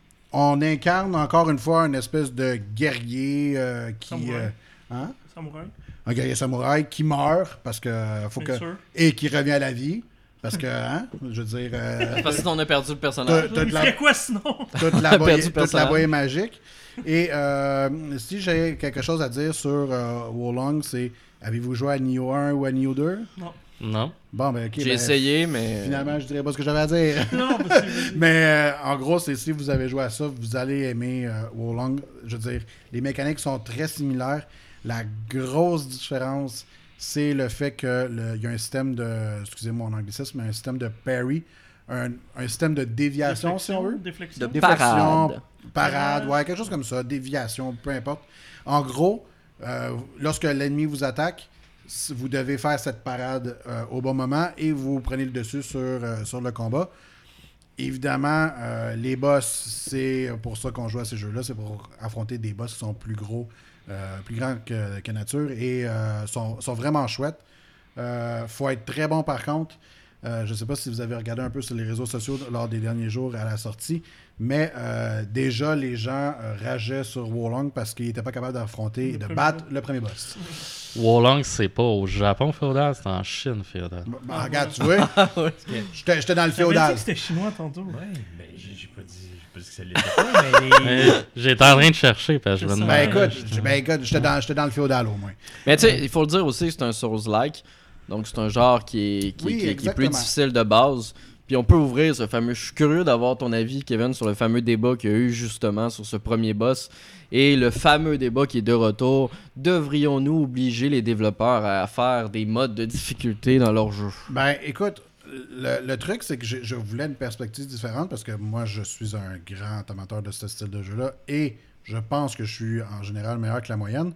on incarne encore une fois une espèce de guerrier euh, qui... Samouraï. Euh, hein? Samouraï. Un guerrier samouraï qui meurt parce que faut que sûr. et qui revient à la vie. Parce que, hein, je veux dire... Euh, parce qu'on a perdu le personnage. Il ferait quoi sinon? Toute la boîte toute la boîte est magique. Et euh, si j'ai quelque chose à dire sur euh, Wolong, c'est avez-vous joué à Nioh un ou à Nioh deux? Non. Non. Bon, ben, ok. J'ai ben, essayé, mais... Finalement, je dirais pas ce que j'avais à dire. Non, mais c'est... mais euh, en gros, c'est si vous avez joué à ça, vous allez aimer euh, Wolong. Je veux dire, les mécaniques sont très similaires. La grosse différence, c'est le fait qu'il y a un système de... Excusez-moi mon anglicisme, mais un système de parry. Un, un système de déviation, si on veut. Déflexion. De Déflexion, parade. Parade, ouais, quelque chose comme ça. Déviation, peu importe. En gros, euh, lorsque l'ennemi vous attaque, vous devez faire cette parade euh, au bon moment et vous prenez le dessus sur, euh, sur le combat. Évidemment, euh, les boss, c'est pour ça qu'on joue à ces jeux-là, c'est pour affronter des boss qui sont plus gros, euh, plus grands que, que nature et euh, sont, sont vraiment chouettes. Il euh, faut être très bon par contre. Euh, je ne sais pas si vous avez regardé un peu sur les réseaux sociaux lors des derniers jours à la sortie, mais euh, déjà les gens euh, rageaient sur Wolong parce qu'ils n'étaient pas capables d'affronter et de battre le premier boss. Wolong, c'est pas au Japon féodal, c'est en Chine féodal. Ben, ben, regarde, tu vois, j'étais, j'étais dans le féodal. J'avais dit que c'était chinois tantôt. Ouais, mais j'ai, j'ai pas dit, j'ai pas dit que ça l'était pas, mais... Mais j'étais en train de chercher parce que je me demandais. Ben écoute, je- ben, écoute j'étais, dans, j'étais dans le féodal au moins. Mais tu sais, il faut le dire aussi, c'est un Souls-like. Donc, c'est un genre qui est, qui, Oui, qui- qui est plus exactement. difficile de base. Puis, on peut ouvrir ce fameux... Je suis curieux d'avoir ton avis, Kevin, sur le fameux débat qu'il y a eu justement sur ce premier boss. Et le fameux débat qui est de retour. Devrions-nous obliger les développeurs à faire des modes de difficulté dans leur jeu? Ben écoute, le, le truc, c'est que je, je voulais une perspective différente parce que moi, je suis un grand amateur de ce style de jeu-là et je pense que je suis en général meilleur que la moyenne.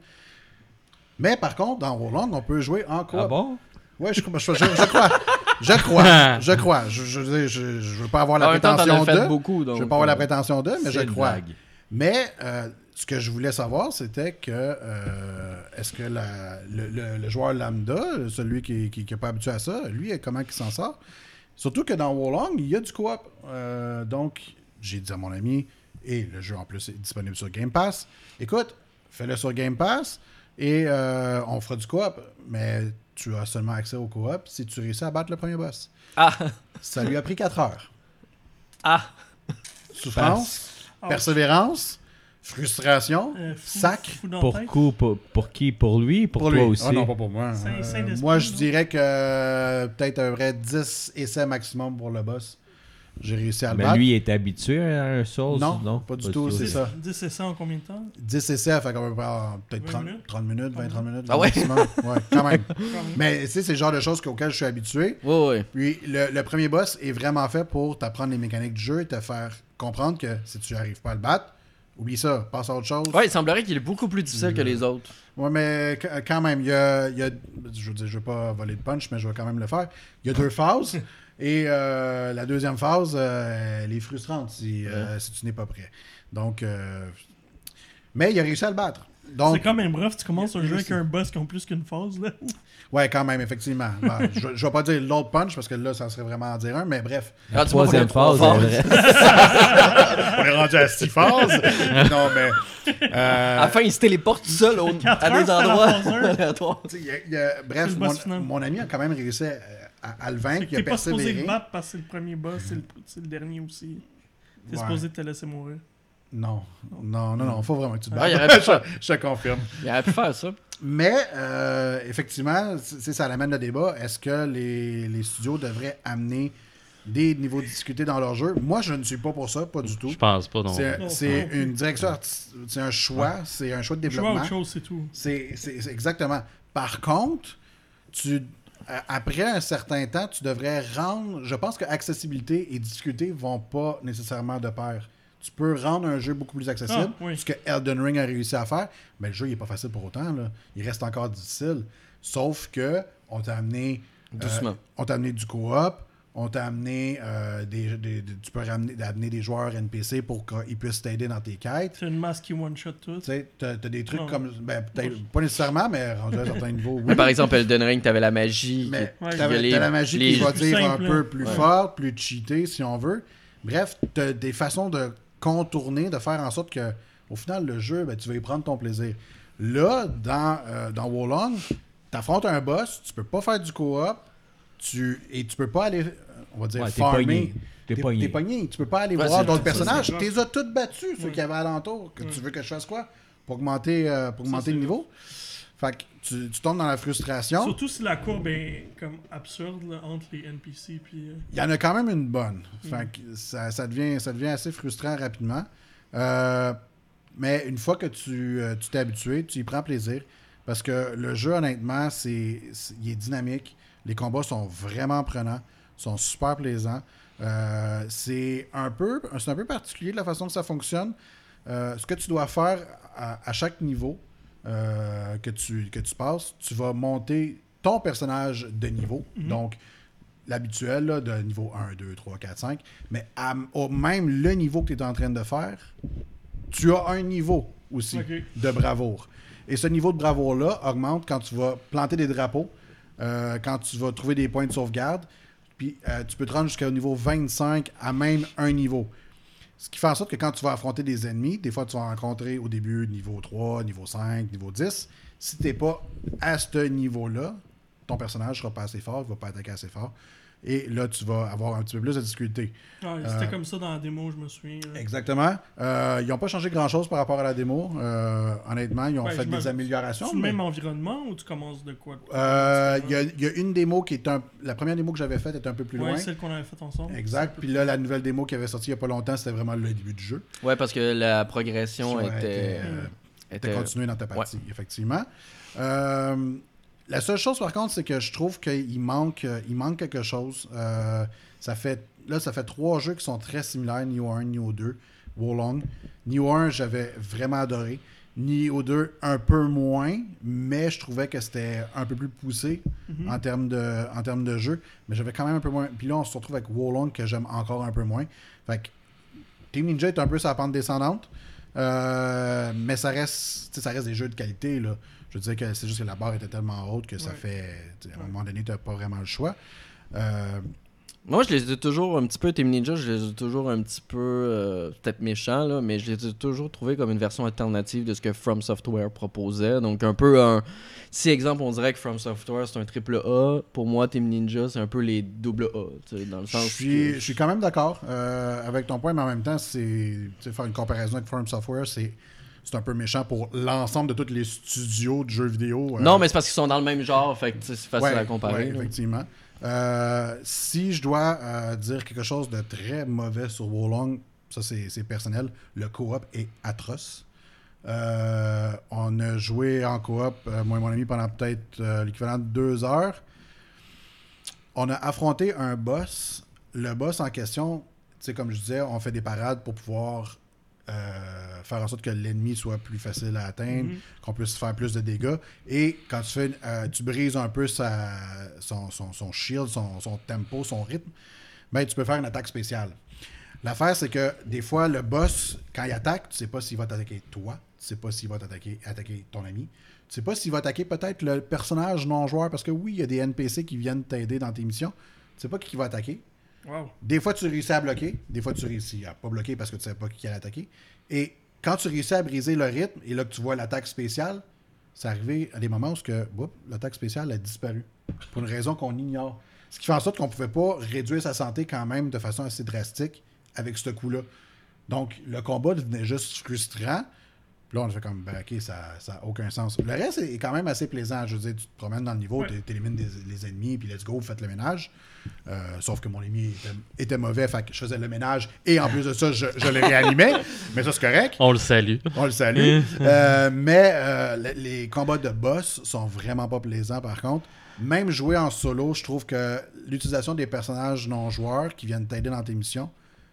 Mais par contre, dans Wolong, on peut jouer en coop. Ah bon? Ouais, je, je, je, je crois. Je crois. Je crois. Je, je, je, je veux pas avoir la En même temps, t'en prétention as fait de. beaucoup. Donc, Je veux pas avoir la euh, prétention de, mais C'est je une crois. blague. Mais euh, ce que je voulais savoir, c'était que euh, est-ce que la, le, le, le joueur lambda, celui qui n'est qui, qui est pas habitué à ça, lui, comment il s'en sort? Surtout que dans Wolong, il y a du coop. Euh, donc, j'ai dit à mon ami, et le jeu en plus est disponible sur Game Pass, écoute, fais-le sur Game Pass et euh, on fera du coop. Mais tu as seulement accès au coop si tu réussis à battre le premier boss. Ah! Ça lui a pris quatre heures. Ah! Souffrance, Ah, persévérance, frustration, euh, fou- sac. fou dans la Pour, tête. coup, pour, pour qui? Pour lui? Pour, toi lui. aussi? Ah non, pas pour moi. Saint- Euh, Saint-Esprit, moi, je non? dirais que euh, peut-être un vrai dix essais maximum pour le boss. J'ai réussi à le Mais battre. lui, il est habitué à un Souls? Non, pas du tout, c'est ça. dix essais en combien de temps? dix essais, fait qu'on peut peut-être vingt trente, minutes? trente minutes, vingt trente minutes. Ah ouais? maximum. Ouais, quand même. Mais tu sais, c'est le genre de choses auxquelles je suis habitué. Ouais, ouais. Puis le, le premier boss est vraiment fait pour t'apprendre les mécaniques du jeu et te faire comprendre que si tu n'arrives pas à le battre, oublie ça, passe à autre chose. Ouais, il semblerait qu'il est beaucoup plus difficile que les autres. Ouais, mais qu- quand même, il y a, il y a- je veux dire, je veux pas voler de punch, mais je vais quand même le faire. Il y a deux phases. Et euh, la deuxième phase, euh, elle est frustrante si, euh, si tu n'es pas prêt. Donc, euh, mais il a réussi à le battre. Donc, C'est quand même rough, tu commences un il- jeu avec il- un boss qui a plus qu'une phase, là. ouais, quand même, effectivement. Ben, je, je vais pas dire l'autre punch parce que là, ça serait vraiment en dire un, mais bref. La Ah, tu m'as troisième pas phase, trois elle phases. reste- On est rendu à six phases. Non, mais. euh, À la fin, il se téléporte tout seul au- Quatre à heures, des c'est la endroits phase un. aléatoires. tu sais, il y a- il y a- C'est bref, le boss final. mon, mon ami a quand même réussi à, à- à le vaincre. Il a T'es pas supposé persévéré. le battre parce que c'est le premier boss, c'est le, c'est le dernier aussi. T'es Ouais. supposé te laisser mourir. Non, non, non, non, faut vraiment que tu te Ah, il battes. aurait pu faire- je, je te confirme. Il aurait pu faire ça. Mais, euh, effectivement, c'est, ça amène le débat. Est-ce que les, les studios devraient amener des niveaux de difficulté dans leur jeu? Moi, je ne suis pas pour ça, pas du tout. Je pense pas, non. C'est, Non, c'est non plus. une direction, arti- c'est un choix, c'est un choix de Je vois développement. autre chose, c'est tout. C'est, c'est- c'est exactement. Par contre, tu, a- après un certain temps, tu devrais rendre. Je pense que accessibilité et difficulté vont pas nécessairement de pair. Tu peux rendre un jeu beaucoup plus accessible, Ah, oui. ce que Elden Ring a réussi à faire, mais le jeu il est pas facile pour autant. Là. Il reste encore difficile. Sauf que on t'a amené. euh, Doucement. on t'a amené du co-op. On t'a amené euh, des, des- des- tu peux ramener, amener des joueurs N P C pour qu'ils puissent t'aider dans tes quêtes. C'est une masse qui one-shot tout. Tu sais, t'as, t'as des trucs Non. comme. Ben, peut-être pas nécessairement, mais rendu à un certain niveau. Oui. Mais par exemple, Elden Ring, t'avais la magie. Mais Ouais, t'avais- les- t'as la magie les- qui va plus dire un simple, peu là. plus Ouais. forte, plus cheatée si on veut. Bref, t'as des façons de contourner, de faire en sorte que au final, le jeu, ben, tu vas y prendre ton plaisir. Là, dans, euh, dans Wolong, t'affrontes un boss, tu peux pas faire du co-op, tu, et tu peux pas aller, euh, on va dire, Ouais, t'es farmer. pogné. T'es T'es pogné. t'es pogné. Tu peux pas aller Ouais, voir c'est- d'autres c'est- personnages. c'est- Tu les as toutes battus, ceux Ouais. qui avaient alentour. Que Ouais. Tu veux que je fasse quoi? Pour augmenter, euh, pour augmenter c'est le niveau? Fait que tu, tu tombes dans la frustration. Surtout si la courbe est comme absurde là, entre les N P C puis. euh, Il y en a quand même une bonne. Fait que ça, ça devient, ça devient assez frustrant rapidement. Euh, mais une fois que tu euh, tu t'es habitué, tu y prends plaisir. Parce que le jeu, honnêtement, c'est, c'est- il est dynamique. Les combats sont vraiment prenants, sont super plaisants. Euh, c'est un peu c'est un peu particulier de la façon que ça fonctionne. Euh, ce que tu dois faire à, à chaque niveau euh, que, tu, que tu passes, tu vas monter ton personnage de niveau. Mhm. Donc, l'habituel là, de niveau un, deux, trois, quatre, cinq. Mais à, au même le niveau que tu es en train de faire, tu as un niveau aussi Ok. de bravoure. Et ce niveau de bravoure-là augmente quand tu vas planter des drapeaux, euh, quand tu vas trouver des points de sauvegarde. Puis euh, tu peux te rendre jusqu'au niveau vingt-cinq à même un niveau. Ce qui fait en sorte que quand tu vas affronter des ennemis, des fois tu vas rencontrer au début niveau trois, niveau cinq, niveau dix. Si tu n'es pas à ce niveau-là, ton personnage ne sera pas assez fort, il ne va pas attaquer assez fort. Et là, tu vas avoir un petit peu plus de difficulté. Ah, c'était Euh, comme ça dans la démo, je me souviens. là. Exactement. Euh, ils n'ont pas changé grand-chose par rapport à la démo. Euh, honnêtement, ils ont Ouais, fait je me- des améliorations. C'est le mais- même environnement ou tu commences de quoi? Euh, Il y, a- il y a une démo qui est un... La première démo que j'avais faite est un peu plus Ouais, loin. celle qu'on avait faite ensemble. Exact. Puis là, la nouvelle démo qui avait sorti il n'y a pas longtemps, c'était vraiment le début du jeu. Ouais, parce que la progression Ouais, était. était, euh, était- de continuer dans ta partie, effectivement. Euh, la seule chose, par contre, c'est que je trouve qu'il manque, euh, il manque quelque chose. Euh, ça fait, là, ça fait trois jeux qui sont très similaires, Nioh un, Nioh deux, Wolong. Nioh un, j'avais vraiment adoré. Nioh deux, un peu moins, mais je trouvais que c'était un peu plus poussé Mhm. en termes de, en termes de jeu. Mais j'avais quand même un peu moins. Puis là, on se retrouve avec Wolong, que j'aime encore un peu moins. Fait que Team Ninja est un peu sur la pente descendante. Euh, mais ça reste, tu sais, ça reste des jeux de qualité. Là. Je veux dire que c'est juste que la barre était tellement haute que ça Ouais. fait. tu sais, À un moment donné, tu n'as pas vraiment le choix. Euh, Moi, je les ai toujours un petit peu, Team Ninja, je les ai toujours un petit peu, euh, peut-être méchants, là, mais je les ai toujours trouvés comme une version alternative de ce que From Software proposait. Donc, un peu un. Si, exemple, on dirait que From Software, c'est un triple A, pour moi, Team Ninja, c'est un peu les double A, tu sais, dans le je, sens. suis, que- je suis quand même d'accord euh, avec ton point, mais en même temps, c'est tu sais, faire une comparaison avec From Software, c'est. C'est un peu méchant pour l'ensemble de tous les studios de jeux vidéo. euh, Non, mais c'est parce qu'ils sont dans le même genre, fait que tu sais, c'est facile ouais, à comparer. ouais, là. effectivement. Euh, si je dois euh, dire quelque chose de très mauvais sur Wolong, ça c'est, c'est personnel, le co-op est atroce. Euh, on a joué en coop, euh, moi et mon ami, pendant peut-être euh, l'équivalent de deux heures. On a affronté un boss. Le boss en question, tu sais, comme je disais, on fait des parades pour pouvoir euh, faire en sorte que l'ennemi soit plus facile à atteindre, mm-hmm. qu'on puisse faire plus de dégâts. Et quand tu fais, euh, tu brises un peu sa, son, son, son shield, son, son tempo, son rythme, ben, tu peux faire une attaque spéciale. L'affaire, c'est que des fois, le boss, quand il attaque, tu ne sais pas s'il va t'attaquer toi, tu ne sais pas s'il va t'attaquer attaquer ton ami, tu ne sais pas s'il va attaquer peut-être le personnage non-joueur, parce que oui, il y a des N P C qui viennent t'aider dans tes missions, tu ne sais pas qui va attaquer. Wow. Des fois, tu réussis à bloquer, des fois, tu réussis à pas bloquer parce que tu ne sais pas qui allait attaquer. Et quand tu réussis à briser le rythme, et là que tu vois l'attaque spéciale, c'est arrivé à des moments où que, whoop, l'attaque spéciale a disparu, pour une raison qu'on ignore. Ce qui fait en sorte qu'on ne pouvait pas réduire sa santé quand même de façon assez drastique avec ce coup-là. Donc, le combat devenait juste frustrant. Puis là, on a fait comme, ben, OK, ça n'a aucun sens. Le reste est quand même assez plaisant. Je veux dire, tu te promènes dans le niveau, ouais. tu élimines les ennemis, puis let's go, faites le ménage. Euh, sauf que mon ennemi était, était mauvais, fait que je faisais le ménage, et en plus de ça, je, je le réanimais. Mais ça, c'est correct. On le salue. On le salue. euh, mais euh, les, les combats de boss sont vraiment pas plaisants, par contre. Même jouer en solo, je trouve que l'utilisation des personnages non-joueurs qui viennent t'aider dans tes missions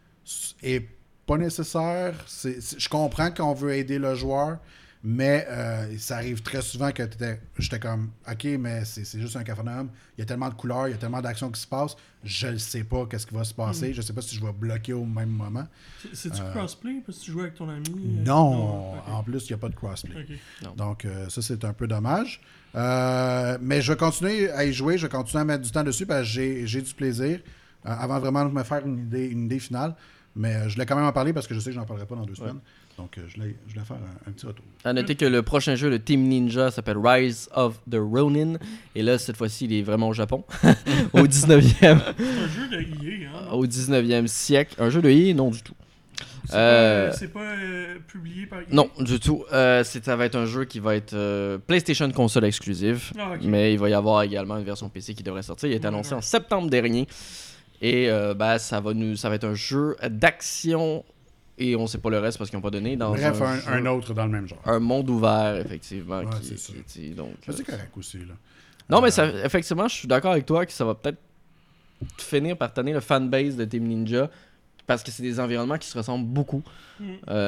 est pas nécessaire. C'est, c'est, je comprends qu'on veut aider le joueur, mais euh, ça arrive très souvent que t'étais, j'étais comme, OK, mais c'est, c'est juste un Capharnaüm. Il y a tellement de couleurs, il y a tellement d'actions qui se passent. Je ne sais pas qu'est-ce qui va se passer. Mm. Je ne sais pas si je vais bloquer au même moment. C'est, c'est-tu euh, crossplay parce que tu joues avec ton ami? Non. non okay. En plus, il n'y a pas de crossplay. Okay. Donc, euh, ça, c'est un peu dommage. Euh, mais je vais continuer à y jouer. Je vais continuer à mettre du temps dessus parce que j'ai, j'ai du plaisir. Euh, avant vraiment de me faire une idée, une idée finale. Mais euh, je voulais quand même en parler parce que je sais que je n'en parlerai pas dans deux semaines. Ouais. Donc, euh, je, voulais, je voulais faire un, un petit retour. À noter que le prochain jeu, le Team Ninja, s'appelle Rise of the Ronin. Et là, cette fois-ci, il est vraiment au Japon. Au dix-neuvième. C'est un jeu de I A, hein? Au dix-neuvième siècle. Un jeu de I A? Non, du tout. C'est euh... pas, c'est pas euh, publié par I A? Non, du tout. Euh, c'est, ça va être un jeu qui va être euh, PlayStation console exclusive. Ah, okay. Mais il va y avoir également une version P C qui devrait sortir. Il a été ouais, annoncé ouais. en septembre dernier. Et euh, ben, ça, va nous, ça va être un jeu d'action et on ne sait pas le reste parce qu'ils n'ont pas donné. Dans Bref, un, un, jeu, un autre dans le même genre. Un monde ouvert, effectivement. Ouais, qui, c'est, qui, qui, donc, c'est correct aussi. Là. Non, euh... mais ça, effectivement, je suis d'accord avec toi que ça va peut-être finir par tenir le fanbase de Team Ninja parce que c'est des environnements qui se ressemblent beaucoup. Mm.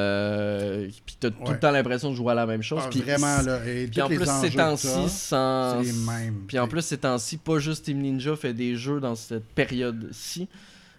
Euh, puis t'as ouais. tout le temps l'impression de jouer à la même chose. Ah, puis vraiment, là. Et puis en plus, ces temps-ci, sans... c'est les mêmes. Puis en plus, ces temps-ci, pas juste Team Ninja fait des jeux dans cette période-ci.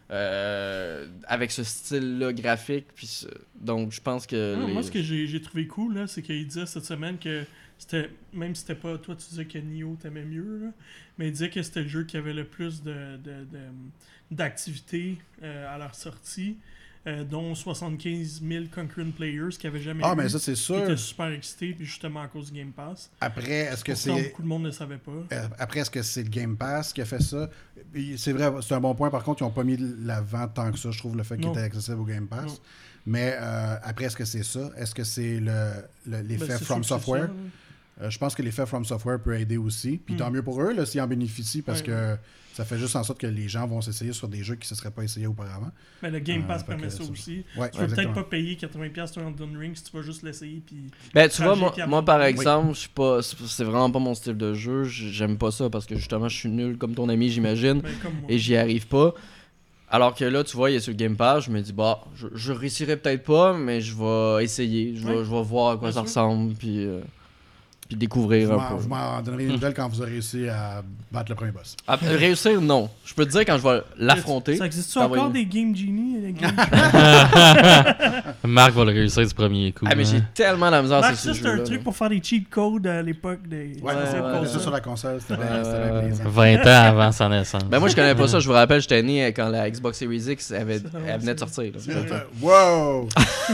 Euh, avec ce style-là graphique. Puis ce... Donc, je pense que. Non, les... Moi, ce que j'ai, j'ai trouvé cool, là, c'est qu'il disait cette semaine que c'était. Même si c'était pas. Toi, tu disais que Nioh t'aimais mieux, là, mais il disait que c'était le jeu qui avait le plus de, de, de, d'activités euh, à leur sortie. Euh, dont soixante-quinze mille concurrent players qui n'avaient jamais ah, eu. mais ça, c'est sûr. Qui étaient super excités, puis justement à cause du Game Pass. Après, est-ce que Pourtant, c'est... beaucoup de monde ne savait pas. Après, est-ce que c'est le Game Pass qui a fait ça? C'est vrai, c'est un bon point. Par contre, ils n'ont pas mis l'avant tant que ça, je trouve, le fait qu'il était accessible au Game Pass. Non. Mais euh, après, est-ce que c'est ça? Est-ce que c'est le, le, l'effet ben, From Software? Ça, oui. euh, je pense que l'effet From Software peut aider aussi. Puis mm. tant mieux pour eux, là, s'ils en bénéficient, parce ouais, que... Ouais. Ça fait juste en sorte que les gens vont s'essayer sur des jeux qui ne se seraient pas essayés auparavant. Mais le Game Pass euh, permet ça, ça aussi. Ouais, tu ne vas peut-être pas payer quatre-vingts dollars sur Elden Ring si tu vas juste l'essayer. Puis ben, tu vois, moi, moi par exemple, oui. je suis pas, c'est vraiment pas mon style de jeu. J'aime pas ça parce que justement, je suis nul comme ton ami, j'imagine. Ben, comme et j'y arrive pas. Alors que là, tu vois, il est sur le Game Pass, je me dis, bah, je, je réussirai peut-être pas, mais je vais essayer. Je vais, oui. je vais voir à quoi Bien ça sûr. ressemble. Puis. Euh... puis découvrir vous un peu. Vous m'en donnerez une nouvelle quand vous aurez réussi à battre le premier boss. À réussir, non. Je peux te dire quand je vais l'affronter. Ça existe-tu encore voyé... des Game Genie? Des Game Marc va le réussir du premier coup. Ah, mais hein. j'ai tellement la misère sur ce jeu. C'était un là, truc là. Pour faire des cheat codes à l'époque des. Ouais, ouais, ouais, ouais. ça sur la console, c'était bien euh, plaisant. vingt ans avant sa naissance. Ben moi, je connais pas ça. Je vous rappelle, j'étais né quand la Xbox Series X avait, elle venait de sortir. Là. Wow!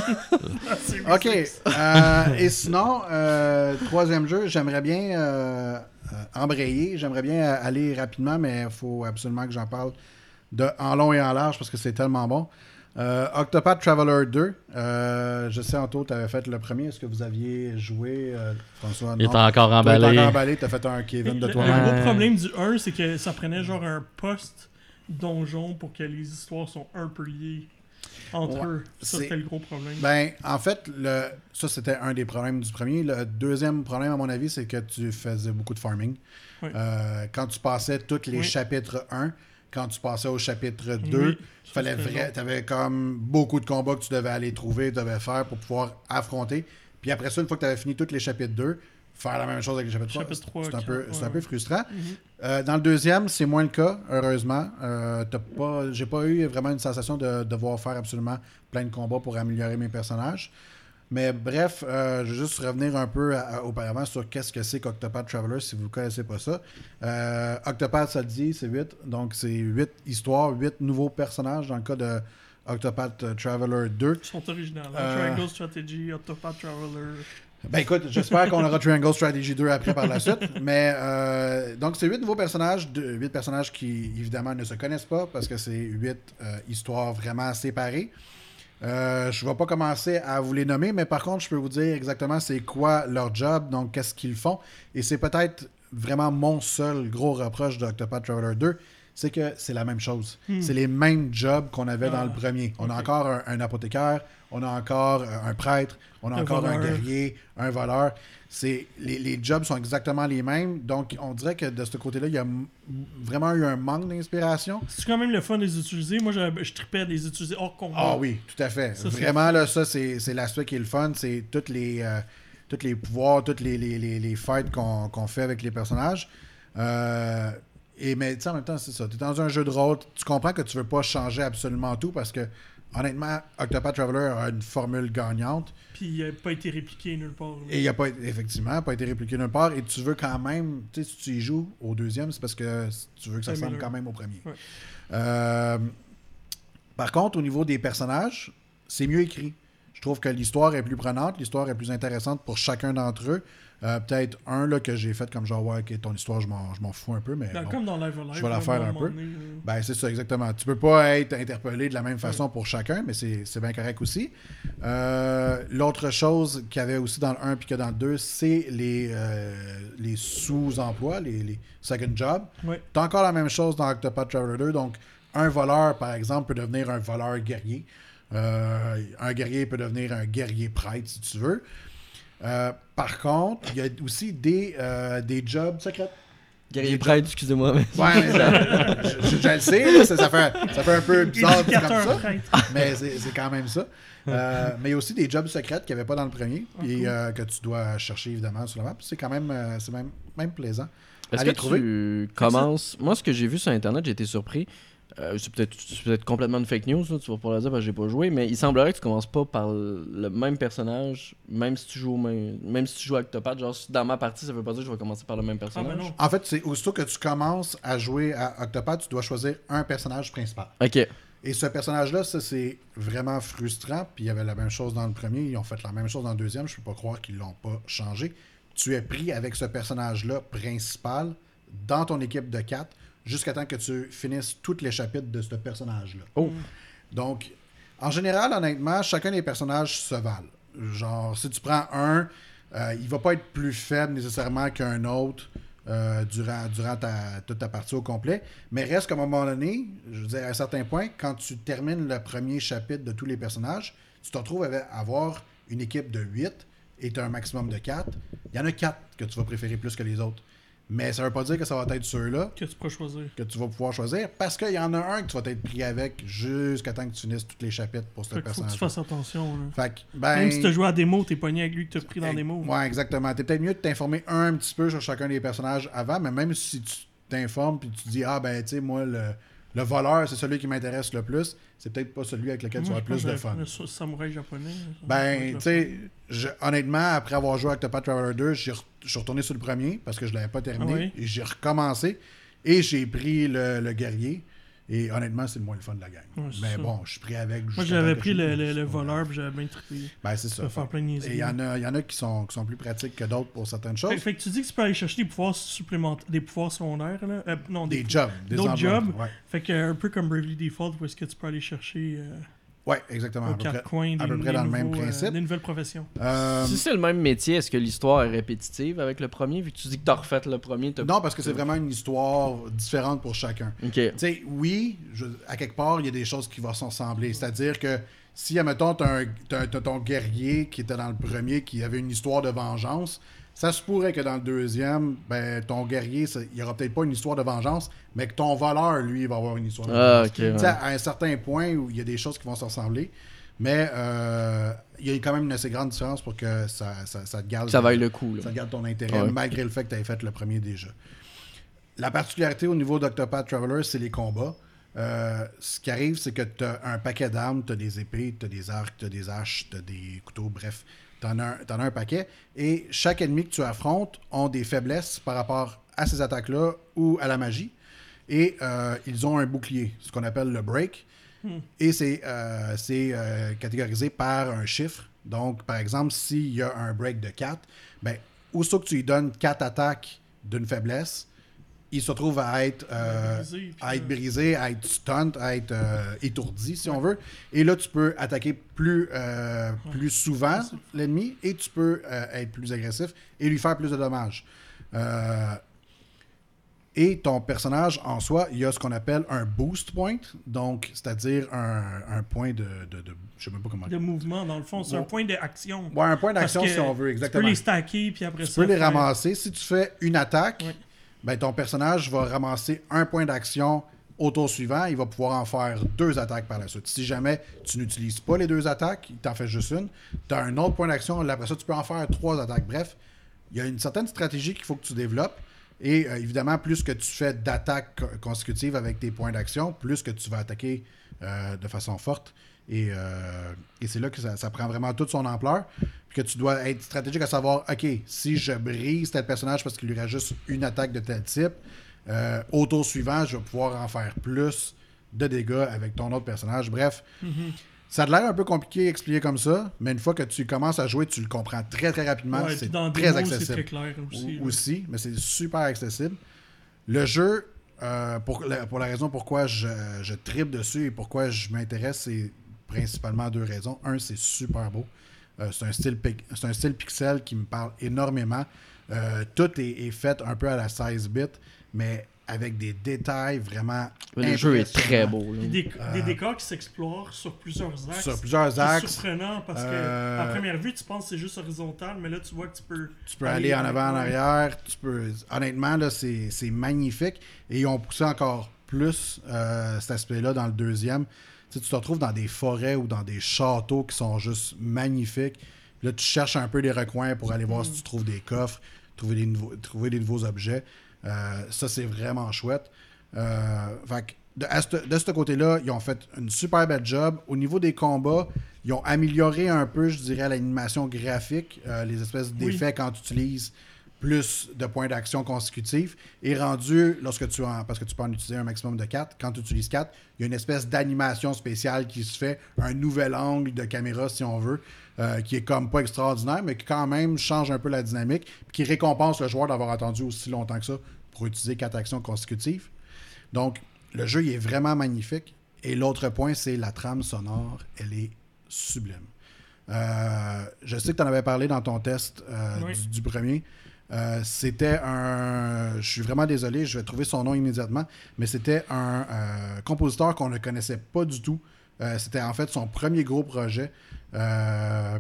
Ok. Euh, et sinon, euh, troisième jeu, j'aimerais bien euh, euh, embrayer. J'aimerais bien aller rapidement, mais il faut absolument que j'en parle de en long et en large parce que c'est tellement bon. Euh, Octopath Traveler deux. Euh, je sais, Anto, tu avais fait le premier. Est-ce que vous aviez joué, euh, François? Il non. est encore Toi, emballé. il est encore emballé. Tu as fait un Kevin de Le, toi. le Ouais. gros problème du un, c'est que ça prenait genre un post-donjon pour que les histoires sont un peu liées entre Ouais. eux. Ça, C'est- c'était le gros problème. Ben, en fait, le... ça, c'était un des problèmes du premier. Le deuxième problème, à mon avis, c'est que tu faisais beaucoup de farming. Oui. Euh, quand tu passais tous les Oui. chapitres un, quand tu passais au chapitre deux, Oui, il ça, fallait c'était vrai, long. tu avais comme beaucoup de combats que tu devais aller trouver, tu devais faire pour pouvoir affronter. Puis après ça, une fois que tu avais fini tous les chapitres deux, faire la même chose avec les chapitres trois. Chapitre trois, C'est un, quatre, peu, c'est un ouais, peu ouais. frustrant. Mhm. Euh, dans le deuxième, c'est moins le cas, heureusement. Euh, t'as pas, j'ai pas eu vraiment une sensation de devoir faire absolument plein de combats pour améliorer mes personnages. Mais bref, euh, je vais juste revenir un peu à- à- auparavant sur qu'est-ce que c'est qu'Octopath Traveler, si vous ne connaissez pas ça. Euh, Octopath, ça le dit, c'est huit. Donc, c'est huit histoires, huit nouveaux personnages dans le cas de Octopath Traveler deux. Ils sont originaux. hein. Euh, Triangle Strategy, Octopath Traveler. Ben écoute, j'espère qu'on aura Triangle Strategy deux après par la suite. Mais euh, donc c'est huit nouveaux personnages, de- huit personnages qui évidemment ne se connaissent pas parce que c'est huit euh, histoires vraiment séparées. Euh, je ne vais pas commencer à vous les nommer, mais par contre, je peux vous dire exactement c'est quoi leur job, donc qu'est-ce qu'ils font. Et c'est peut-être vraiment mon seul gros reproche d'Octopath Traveler deux, c'est que c'est la même chose. Hmm. C'est les mêmes jobs qu'on avait dans Ah, le premier. On a ok. encore un, un apothicaire, on a encore euh, un prêtre, on a Un encore un voleur. guerrier, un voleur. C'est, les, les jobs sont exactement les mêmes. Donc, on dirait que de ce côté-là, il y a m- vraiment eu un manque d'inspiration. C'est quand même le fun de les utiliser. Moi, je, je tripais à les utiliser hors combat. Ah oui, tout à fait. Ça, c'est Vraiment, là, ça, c'est, c'est l'aspect qui est le fun. C'est tous les, euh, tous les pouvoirs, toutes les, les, les, les fights qu'on, qu'on fait avec les personnages. Euh, et, mais tu sais, en même temps, c'est ça. Tu es dans un jeu de rôle. Tu comprends que tu veux pas changer absolument tout parce que, honnêtement, Octopath Traveler a une formule gagnante. Puis il n'a pas été répliqué nulle part. là. Et il n'a pas, effectivement, pas été répliqué nulle part. Et tu veux quand même, tu sais, si tu y joues au deuxième, c'est parce que tu veux que ça C'est ressemble meilleur. quand même au premier. Ouais. Euh, par contre, au niveau des personnages, c'est mieux écrit. Je trouve que l'histoire est plus prenante, l'histoire est plus intéressante pour chacun d'entre eux. Euh, peut-être un là, que j'ai fait comme genre, ouais, ok, ton histoire, je m'en, je m'en fous un peu, mais Dans- bon. Comme dans Live Alive. je vais la à faire un moment peu. donné, là. Ben, c'est ça, exactement. Tu peux pas être interpellé de la même façon pour chacun, mais c'est, c'est bien correct aussi. Euh, l'autre chose qu'il y avait aussi dans le un puis que dans le deux, c'est les, euh, les sous-emplois, les, les second jobs. Ouais. T'as encore la même chose dans Octopath Traveler deux. Donc, un voleur, par exemple, peut devenir un voleur guerrier. Euh, un guerrier peut devenir un guerrier prêtre, si tu veux. Euh, par contre, il y a aussi des, euh, des jobs secrets. Guerrier Des prêtre, excusez-moi. Mais... Ouais, mais ça- je, je- je le sais, là, ça, ça fait, ça fait un peu bizarre dit comme Éducateur ça, prêtre. mais c'est c'est quand même ça. Euh, mais il y a aussi des jobs secrets qu'il n'y avait pas dans le premier, Ah, puis cool. euh, que tu dois chercher évidemment sur la map. C'est quand même, euh, c'est même, même plaisant. Est-ce Allez que trouver. tu commences... Moi, ce que j'ai vu sur Internet, j'ai été surpris. Euh, c'est peut-être c'est peut-être complètement de fake news, là, tu vas pas le dire parce que j'ai pas joué, mais il semblerait que tu commences pas par le même personnage, même si tu joues au même, même si tu joues à Octopath. Genre, si dans ma partie, ça veut pas dire que je vais commencer par le même Ah, personnage. ben non. En fait, c'est aussitôt que tu commences à jouer à Octopath, tu dois choisir un personnage principal. Ok. Et ce personnage-là, ça, c'est vraiment frustrant. Puis il y avait la même chose dans le premier. Ils ont fait la même chose dans le deuxième. Je peux pas croire qu'ils l'ont pas changé. Tu es pris avec ce personnage-là principal dans ton équipe de quatre jusqu'à temps que tu finisses tous les chapitres de ce personnage-là. Oh. Donc, en général, honnêtement, chacun des personnages se valent. Genre, si tu prends un, euh, il va pas être plus faible nécessairement qu'un autre euh, durant, durant ta, toute ta partie au complet. Mais reste qu'à un moment donné, je veux dire, à un certain point, quand tu termines le premier chapitre de tous les personnages, tu te retrouves avec avoir une équipe de huit et tu as un maximum de quatre. Il y en a quatre que tu vas préférer plus que les autres. Mais ça veut pas dire que ça va être ceux-là Que tu pourras choisir. que tu vas pouvoir choisir parce qu'il y en a un que tu vas être pris avec jusqu'à temps que tu finisses tous les chapitres pour ce Fait qu'il faut que tu personnage. fasses attention. Là. Fait que, ben, Même si tu as joué à des mots, t'es pogné avec lui que t'as pris dans eh, des mots. Ouais, exactement. T'es peut-être mieux de t'informer un, un petit peu sur chacun des personnages avant, mais même si tu t'informes puis tu dis, ah ben, tu sais, moi, le, le voleur, c'est celui qui m'intéresse le plus, c'est peut-être pas celui avec lequel tu Moi, vas je avoir plus pense de que fun. Le sa- samouraï japonais. là, ça va Ben, être tu sais, le je- honnêtement, après avoir joué à Octopath Traveler deux, j'ai re- je suis retourné sur le premier parce que je l'avais pas terminé. Ah oui? Et j'ai recommencé et j'ai pris le, le guerrier. Et honnêtement, c'est le moins le fun de la gang. Ouais, c'est Mais ça. bon, je suis pris avec. Moi, jusqu'à j'avais temps que pris je- le, le, le Ouais. voleur puis j'avais bien trippé. Ben, c'est Ça ça. va faire plein de Et niaiseries. il y en a, il y en a qui, sont, qui sont plus pratiques que d'autres pour certaines choses. Fait, fait que tu dis que tu peux aller chercher des pouvoirs supplémentaires, des pouvoirs secondaires, là. Euh, non, des, Des jobs. Des d'autres emplois. jobs. Ouais. Fait que un peu comme Bravely Default, où est-ce que tu peux aller chercher euh, Ouais, exactement. aux À peu quatre près, coins des, à peu près des dans le même nouveaux, euh, principe. des nouvelles professions. Euh, Si c'est le même métier, est-ce que l'histoire est répétitive avec le premier? Vu que tu dis que t'as refait le premier, t'as... non, parce que c'est vraiment une histoire différente pour chacun. Ok. Tu sais, oui, je- à quelque part, il y a des choses qui vont se ressembler. C'est-à-dire que si, admettons, t'as, un, t'as, t'as ton guerrier qui était dans le premier, qui avait une histoire de vengeance, ça se pourrait que dans le deuxième, ben, ton guerrier, ça- il n'y aura peut-être pas une histoire de vengeance, mais que ton voleur, lui, il va avoir une histoire de Ah, vengeance. ok, Tu sais, ouais. à un certain point où il y a des choses qui vont se ressembler, mais euh, il y a quand même une assez grande différence pour que ça, ça, ça te garde... Ça vaille le coup, là. Ça garde ton intérêt, Ouais. malgré le fait que tu avais fait le premier déjà. La particularité au niveau d'Octopath Traveler, c'est les combats. Euh, ce qui arrive, c'est que tu as un paquet d'armes, tu as des épées, tu as des arcs, tu as des haches, tu as des couteaux, bref, tu en as un paquet. Et chaque ennemi que tu affrontes ont des faiblesses par rapport à ces attaques-là ou à la magie. Et euh, ils ont un bouclier, ce qu'on appelle le break. Et c'est euh, c'est, euh, catégorisé par un chiffre. Donc, par exemple, s'il y a un break de quatre, ben, aussitôt que tu lui donnes quatre attaques d'une faiblesse, il se retrouve à être, euh, Brisé, puis à être là- brisé, à être stunt, à être euh, étourdi, si on veut. Et là, tu peux attaquer plus, euh, plus souvent l'ennemi et tu peux euh, être plus agressif et lui faire plus de dommages. Euh, Et ton personnage, en soi, il y a ce qu'on appelle un boost point, donc c'est-à-dire un, un point de, de, de... Je sais même pas comment... De mouvement, dans le fond. C'est Ouais. un point d'action. Ouais, un point d'action, Parce que si on veut, Tu exactement. peux les stacker, puis après Tu ça... peux les faire- ramasser. Si tu fais une attaque, Ouais. ben, ton personnage va ramasser un point d'action au tour suivant. Il va pouvoir en faire deux attaques par la suite. Si jamais tu n'utilises pas les deux attaques, il t'en fait juste une, tu as un autre point d'action. Après ça, tu peux en faire trois attaques. Bref, il y a une certaine stratégie qu'il faut que tu développes. Et euh, évidemment, plus que tu fais d'attaques co- consécutives avec tes points d'action, plus que tu vas attaquer euh, de façon forte. Et, euh, et c'est là que ça, ça prend vraiment toute son ampleur. Puis que tu dois être stratégique à savoir, OK, si je brise tel personnage parce qu'il lui reste juste une attaque de tel type, euh, au tour suivant, je vais pouvoir en faire plus de dégâts avec ton autre personnage. Bref, ça a l'air un peu compliqué à expliquer comme ça, mais une fois que tu commences à jouer, tu le comprends très très rapidement. Ouais, c'est puis dans très Demo, accessible. c'est très clair aussi. Ou- aussi, mais c'est super accessible. Le jeu, euh, pour, la, pour la raison pourquoi je, je tripe dessus et pourquoi je m'intéresse, c'est principalement deux raisons. Un, c'est super beau. Euh, c'est un style pic- c'est un style pixel qui me parle énormément. Euh, tout est, est fait un peu à la seize bits, mais avec des détails vraiment Le jeu est très impressionnants. beau. là. Puis des, des décors qui s'explorent sur plusieurs axes. Sur plusieurs C'est axes. surprenant parce que Euh, à première vue, tu penses que c'est juste horizontal, mais là, tu vois que tu peux. Tu peux aller en avant, en arrière. Tu peux... Honnêtement, là, c'est, c'est magnifique. Et ils ont poussé encore plus euh, cet aspect-là dans le deuxième. Tu sais, tu te retrouves dans des forêts ou dans des châteaux qui sont juste magnifiques. Là, tu cherches un peu les recoins pour aller voir si tu trouves des coffres, trouver des nouveaux, trouver des nouveaux objets. Euh, ça, c'est vraiment chouette. Euh, fait que de, à ce- de ce côté-là, ils ont fait une super belle job. Au niveau des combats, ils ont amélioré un peu, je dirais, l'animation graphique, euh, les espèces d'effets quand tu utilises plus de points d'action consécutifs. Et rendu, lorsque tu en, parce que tu peux en utiliser un maximum de quatre, quand tu utilises quatre, il y a une espèce d'animation spéciale qui se fait, un nouvel angle de caméra, si on veut, euh, qui est comme pas extraordinaire, mais qui quand même change un peu la dynamique, puis qui récompense le joueur d'avoir attendu aussi longtemps que ça pour utiliser quatre actions consécutives. Donc, le jeu, il est vraiment magnifique. Et l'autre point, c'est la trame sonore. Elle est sublime. Euh, je sais que tu en avais parlé dans ton test euh, Oui. du, du premier. Euh, c'était un... Je suis vraiment désolé, je vais trouver son nom immédiatement, mais c'était un euh, compositeur qu'on ne connaissait pas du tout. Euh, c'était en fait son premier gros projet. Euh,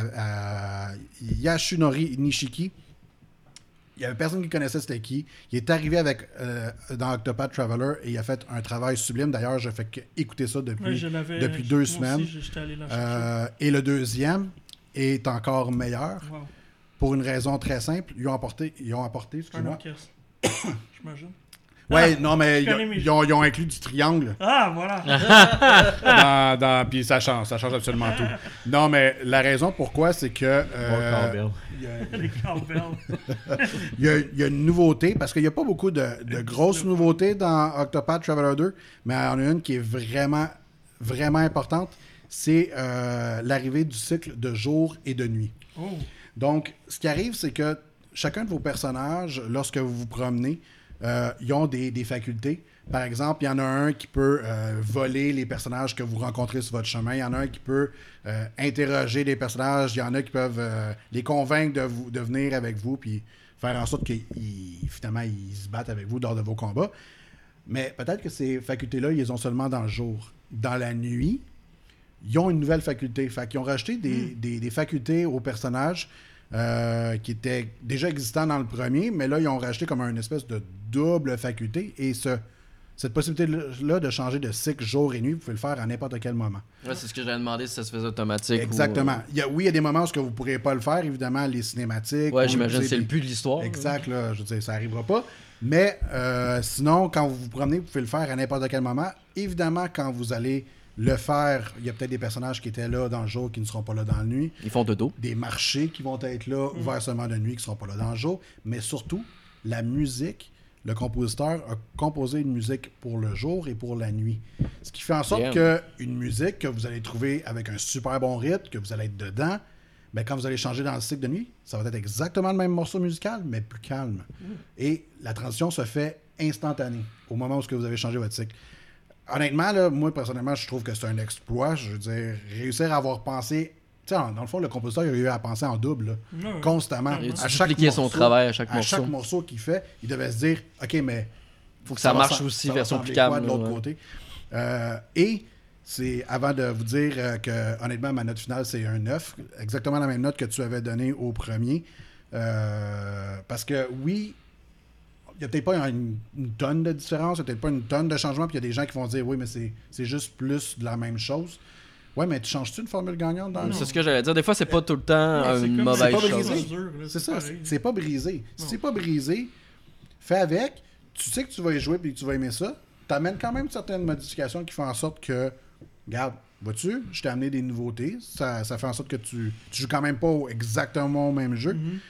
à, à Yasunori Nishiki. Il y avait personne qui connaissait c'était qui. Il est arrivé avec euh, dans Octopath Traveler et il a fait un travail sublime. D'ailleurs, je fais que écouter ça depuis, Ouais, je l'avais- depuis je- deux moi semaines. aussi, j'étais allé la chercher. Euh, et le deuxième est encore meilleur Wow. pour une raison très simple. Ils ont apporté, ils ont apporté, Un excuse-moi. orchestre. J'imagine. Ouais, non, mais je ils ont, connais mes- ils ont- ils ont inclus du triangle. Ah, voilà. dans, dans- puis ça change, ça change absolument tout. Non, mais la raison pourquoi, c'est que euh, Bon cowbell. il y a- Les cowbells. il y, a, il y a une nouveauté, parce qu'il n'y a pas beaucoup de, de grosses nouveautés dans Octopath Traveler deux, mais il y en a une qui est vraiment, vraiment importante. C'est euh, l'arrivée du cycle de jour et de nuit. Oh. Donc, ce qui arrive, c'est que chacun de vos personnages, lorsque vous vous promenez, euh, ils ont des, des facultés. Par exemple, il y en a un qui peut euh, voler les personnages que vous rencontrez sur votre chemin. Il y en a un qui peut euh, interroger les personnages. Il y en a qui peuvent euh, les convaincre de, vous, de venir avec vous puis faire en sorte qu'ils finalement ils se battent avec vous lors de vos combats. Mais peut-être que ces facultés-là, ils les ont seulement dans le jour. Dans la nuit, ils ont une nouvelle faculté. Fait qu'ils ont rajouté des, mm. des, des facultés aux personnages euh, qui étaient déjà existants dans le premier, mais là, ils ont rajouté comme une espèce de double faculté. Et ce, cette possibilité-là de changer de cycle jour et nuit, vous pouvez le faire à n'importe quel moment. Ouais, c'est ce que j'allais demander si ça se faisait automatique. Exactement. Ou... Il y a, oui, il y a des moments où vous ne pourrez pas le faire, évidemment, les cinématiques. Ouais, j'imagine que c'est des... le but de l'histoire. Exact, là, je veux dire, ça n'arrivera pas. Mais euh, sinon, quand vous vous promenez, vous pouvez le faire à n'importe quel moment. Évidemment, quand vous allez le faire, il y a peut-être des personnages qui étaient là dans le jour qui ne seront pas là dans la nuit. Ils font dodo. Des marchés qui vont être là, mmh. ouverts seulement de nuit, qui ne seront pas là dans le jour. Mais surtout, la musique, le compositeur a composé une musique pour le jour et pour la nuit. Ce qui fait en sorte yeah. qu'une musique que vous allez trouver avec un super bon rythme, que vous allez être dedans, ben, quand vous allez changer dans le cycle de nuit, ça va être exactement le même morceau musical, mais plus calme. Mm. Et la transition se fait instantanée au moment où vous avez changé votre cycle. Honnêtement, là, moi, personnellement, je trouve que c'est un exploit. Je veux dire, réussir à avoir pensé... Tu sais, dans le fond, le compositeur il a eu à penser en double, là, mm. constamment. Il a à chaque morceau, son travail à chaque à morceau. À chaque morceau qu'il fait, il devait se dire, OK, mais... Faut que ça, ça marche aussi, version plus calme. De l'autre ouais. côté. Euh, et... C'est avant de vous dire euh, que, honnêtement, ma note finale, c'est un neuf. Exactement la même note que tu avais donnée au premier. Euh, parce que, oui, il n'y a peut-être pas une, une tonne de différence, il n'y a peut-être pas une tonne de changement, puis il y a des gens qui vont dire, oui, mais c'est, c'est juste plus de la même chose. Ouais, mais tu changes-tu une formule gagnante dans le... C'est ce que j'allais dire. Des fois, c'est pas tout le temps non, une comme, mauvaise c'est chose. Brisé. C'est, c'est ça, pareil. C'est pas brisé. Si non. c'est pas brisé, fais avec. Tu sais que tu vas y jouer et que tu vas aimer ça. Tu amènes quand même certaines modifications qui font en sorte que regarde, vois-tu, je t'ai amené des nouveautés. Ça, ça fait en sorte que tu, tu joues quand même pas exactement au même jeu. Mm-hmm.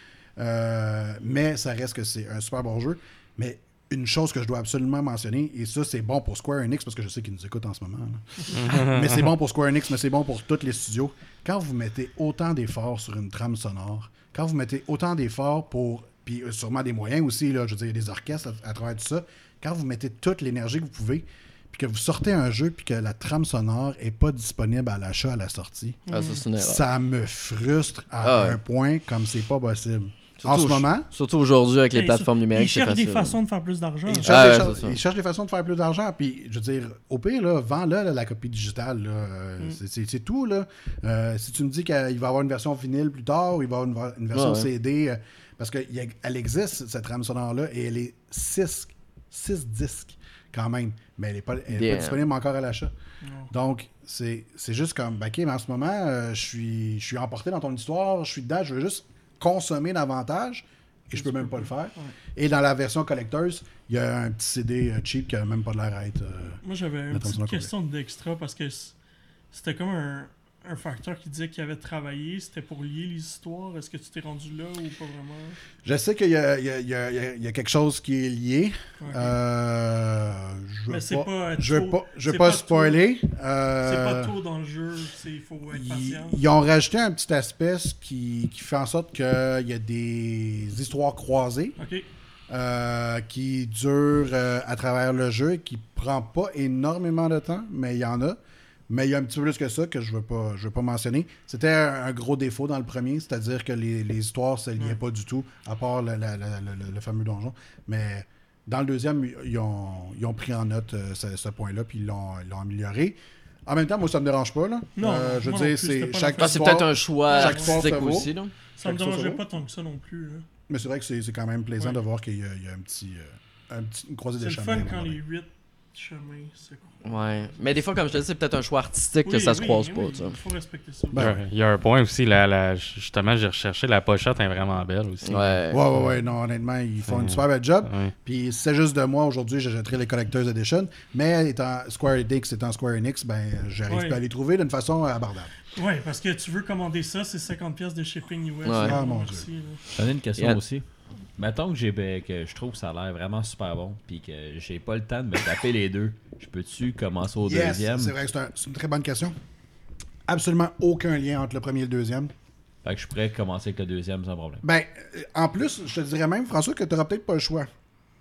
Euh, mais ça reste que c'est un super bon jeu. Mais une chose que je dois absolument mentionner, et ça, c'est bon pour Square Enix, parce que je sais qu'ils nous écoutent en ce moment. mais c'est bon pour Square Enix, mais c'est bon pour tous les studios. Quand vous mettez autant d'efforts sur une trame sonore, quand vous mettez autant d'efforts pour... Puis sûrement des moyens aussi, là, je veux dire, il y a des orchestres à, à travers tout ça. Quand vous mettez toute l'énergie que vous pouvez... puis que vous sortez un jeu puis que la trame sonore est pas disponible à l'achat à la sortie, ah, ça, c'est ça me frustre à ah, un ouais. point comme c'est pas possible. Surtout en ce moment... Surtout aujourd'hui avec les ils plateformes numériques, Ils cherchent des façons de faire plus d'argent. Ils cherchent, ah, des, ouais, cha- ils cherchent des façons de faire plus d'argent. Puis, je veux dire, au pire, là, vends-le là, la copie digitale. Là. Mm. C'est, c'est, c'est tout. Là. Euh, si tu me dis qu'il va y avoir une version vinyle plus tard ou il va y avoir une, une version ouais, C D, euh, parce qu'elle existe, cette trame sonore-là, et elle est six disques quand même. Mais elle n'est pas, elle est pas disponible encore à l'achat. Non. Donc, c'est, c'est juste comme, ben, OK, mais en ce moment, euh, je suis, je suis emporté dans ton histoire, je suis dedans, je veux juste consommer davantage et je peux même pas le faire. Ouais. Et dans la version Collectors, il y a un petit C D euh, cheap qui n'a même pas de l'air à être... Euh, Moi, j'avais une petite question d'extra parce que c'était comme un, un facteur qui disait qu'il avait travaillé. C'était pour lier les histoires. Est-ce que tu t'es rendu là ou pas vraiment? Je sais qu'il y a, il y a, il y a, il y a quelque chose qui est lié. Okay. Euh, je Mais veux c'est pas, pas je veux pas, je veux pas, pas spoiler. Euh, c'est pas tôt dans le jeu. Il faut être patient. Ils, ils ont rajouté un petit aspect qui, qui fait en sorte qu'il y a des histoires croisées. OK. Euh, qui durent euh, à travers le jeu et qui prend pas énormément de temps, mais il y en a. Mais il y a un petit peu plus que ça que je ne veux pas, je veux pas mentionner. C'était un, un gros défaut dans le premier, c'est-à-dire que les, les histoires ne se liaient pas du tout, à part le, la, la, le, le fameux donjon. Mais dans le deuxième, ils ont, ils ont pris en note euh, ce, ce point-là, puis ils l'ont, ils l'ont amélioré. En même temps, moi, ça ne me dérange pas. Là. Non, euh, je veux dire, c'est chaque ah, c'est peut-être un choix chaque artistique aussi. Là. Ça ne me dérangeait pas tant que ça non plus. Là. Mais c'est vrai que c'est, c'est quand même plaisant ouais. de voir qu'il y a, il y a un petit, euh, un petit une croisée des chemins. C'est le fun quand les huit chemins, c'est cool. Ouais. Mais des fois, comme je te dis, c'est peut-être un choix artistique oui, que ça oui, se croise oui, pas. Oui, il faut respecter ça. Ben, il y a un point aussi, la, la, justement, j'ai recherché, la pochette est vraiment belle aussi. Ouais, ouais, ouais, ouais non, honnêtement, ils font une super belle job. Ouais. Puis si c'est juste de moi, aujourd'hui, j'achèterais les Collector's Edition. Mais étant Square Enix étant Square Enix, ben, j'arrive ouais. à les trouver d'une façon abordable. Oui, parce que tu veux commander ça, c'est cinquante pièces de shipping U S. Ouais. Ah, mon Dieu. J'en ai une question yeah. aussi. Mettons que, j'ai, que je trouve que ça a l'air vraiment super bon, puis que j'ai pas le temps de me taper les deux. Je peux-tu commencer au yes, deuxième? C'est vrai que c'est, un, c'est une très bonne question. Absolument aucun lien entre le premier et le deuxième. Fait que je pourrais commencer avec le deuxième sans problème. Ben, en plus, je te dirais même, François, que tu n'auras peut-être pas le choix.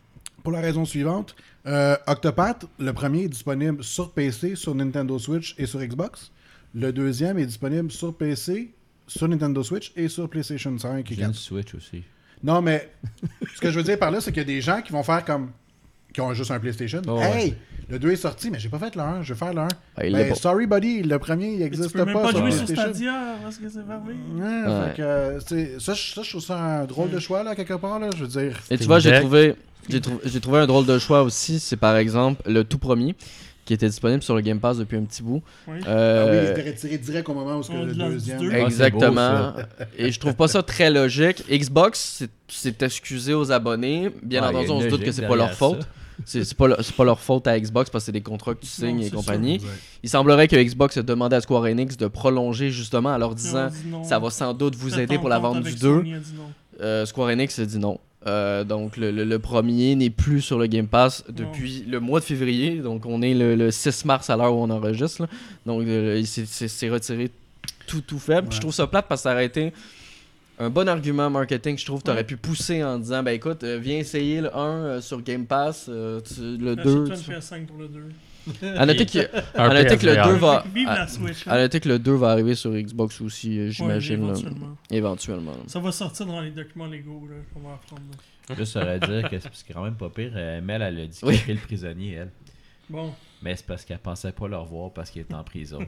Pour la raison suivante, euh, Octopath, le premier est disponible sur P C, sur Nintendo Switch et sur Xbox. Le deuxième est disponible sur P C, sur Nintendo Switch et sur PlayStation cinq et J'ai une quatre. Switch aussi. Non, mais ce que je veux dire par là, c'est qu'il y a des gens qui vont faire comme... qui ont juste un PlayStation. Oh, hey, ouais. le deux est sorti, mais j'ai pas fait le un, je vais faire le un. Ah, il Ben, l'est pas. sorry, buddy, le premier, il Tu n'existe peux même pas, pas sur jouer sur PlayStation. Stadia parce que c'est fermé. Ouais, Ouais. fait que, euh, c'est- ça, je- ça, je trouve ça un drôle de choix, là, quelque part, là, je veux dire. Et tu Steam vois, j'ai Deck. trouvé, j'ai, trou- j'ai trouvé un drôle de choix aussi. C'est par exemple le tout premier qui était disponible sur le Game Pass depuis un petit bout. Oui. Ah oui, Euh, il était retiré direct au moment où ce que On le lance deuxième... deux. Ah, c'est Exactement. beau, Et je trouve pas ça très logique. Xbox, c'est, c'est excusé aux abonnés. Bien Ouais, entendu, il y a on une se doute que logique c'est pas leur derrière faute. ça. C'est, c'est, pas, le- c'est pas leur faute à Xbox parce que c'est des contrats que tu signes Non, et c'est compagnie. Exact. Il semblerait que Xbox a demandé à Square Enix de prolonger justement en leur Ils ont disant dit non. ça va sans doute vous Faites aider pour la entente vente du avec deux. Sony, a dit non. Euh, Square Enix a dit non. Euh, donc le, le- le premier n'est plus sur le Game Pass depuis le mois de février. Donc on est le, le six mars à l'heure où on enregistre. Là. Donc euh, il s'est, c'est, c'est retiré tout tout faible. Puis Ouais. je trouve ça plate parce que ça aurait été un bon argument marketing. Je trouve que tu aurais Ouais. pu pousser en disant ben écoute, euh, viens essayer le un euh, sur Game Pass, euh, tu- le Achète-toi deux. une tu- P S cinq pour le deux. À noter que, Un à noter que le P S V R. deux va. Vive À, la Switch. à hein. noter que le deux va arriver sur Xbox aussi, euh, Ouais, j'imagine. là, éventuellement. éventuellement. Ça va sortir dans les documents légaux là, qu'on va apprendre. là. Juste à dire que c'est c'est quand même pas pire. euh, Mel, elle a dit Oui. qu'elle est le prisonnier, elle. Bon. Mais c'est parce qu'elle pensait pas le revoir parce qu'il était en prison.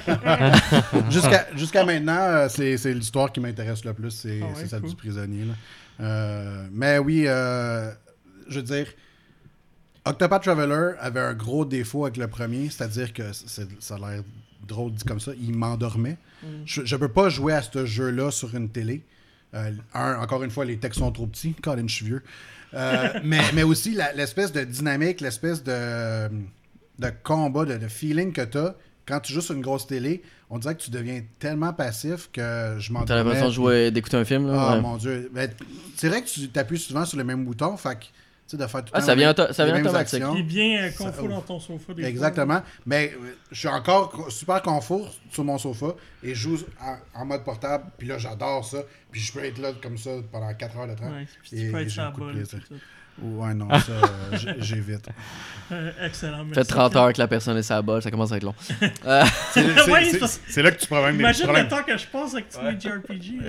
Jusqu'à jusqu'à maintenant, euh, c'est c'est l'histoire qui m'intéresse le plus, c'est Ah ouais, c'est celle cool. du prisonnier. Là. Euh, mais oui, euh, je veux dire, Octopath Traveler avait un gros défaut avec le premier, c'est-à-dire que c'est- ça a l'air drôle dit comme ça, il m'endormait. Mm. Je, je peux pas jouer à ce jeu-là sur une télé. Euh, un, encore une fois, les textes sont trop petits. Colin, je suis vieux. Euh, mais, mais aussi la- l'espèce de dynamique, l'espèce de, de combat, de, de feeling que tu as quand tu joues sur une grosse télé. On dirait que tu deviens tellement passif que je m'endormais. T'as l'impression de jouer, d'écouter un film là? Ah Ouais. mon dieu. Ben, c'est vrai que tu t'appuies souvent sur le même bouton. Fait que, tu sais, de faire tout le Ah, temps ça les vient mêmes- auto- ça les vient mêmes automatique. actions. T'es bien euh, Ça- confort dans ton sofa. Des fois. Exactement. Mais euh, je suis encore co- super confort sur mon sofa et je joue en, en mode portable. Puis là, j'adore ça. Puis je peux être là comme ça pendant quatre heures de temps. Ouais, puis Et tu peux être j'ai sur la beaucoup de balle. plaisir. tout ça. Ouais, non, ça, euh, j'- j'évite. Euh, excellent. Fait merci. trente heures que la personne est sa balle, ça commence à être long. Euh, C'est c'est- Ouais, c'est- c'est parce- c'est là que tu prends même des Imagine problèmes. le temps que je passe avec Teenage R P G.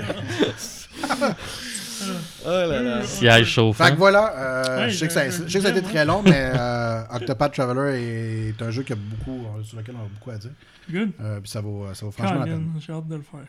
là. oh là là. Siège chauffant. Fait que voilà, euh, Ouais, je sais que ça, j'ai- je sais que ça a été très long, mais euh, Octopath Traveler est un jeu qui a beaucoup, sur lequel on a beaucoup à dire. Good. Euh, puis ça vaut, ça vaut franchement la Colin, peine. j'ai hâte de le faire.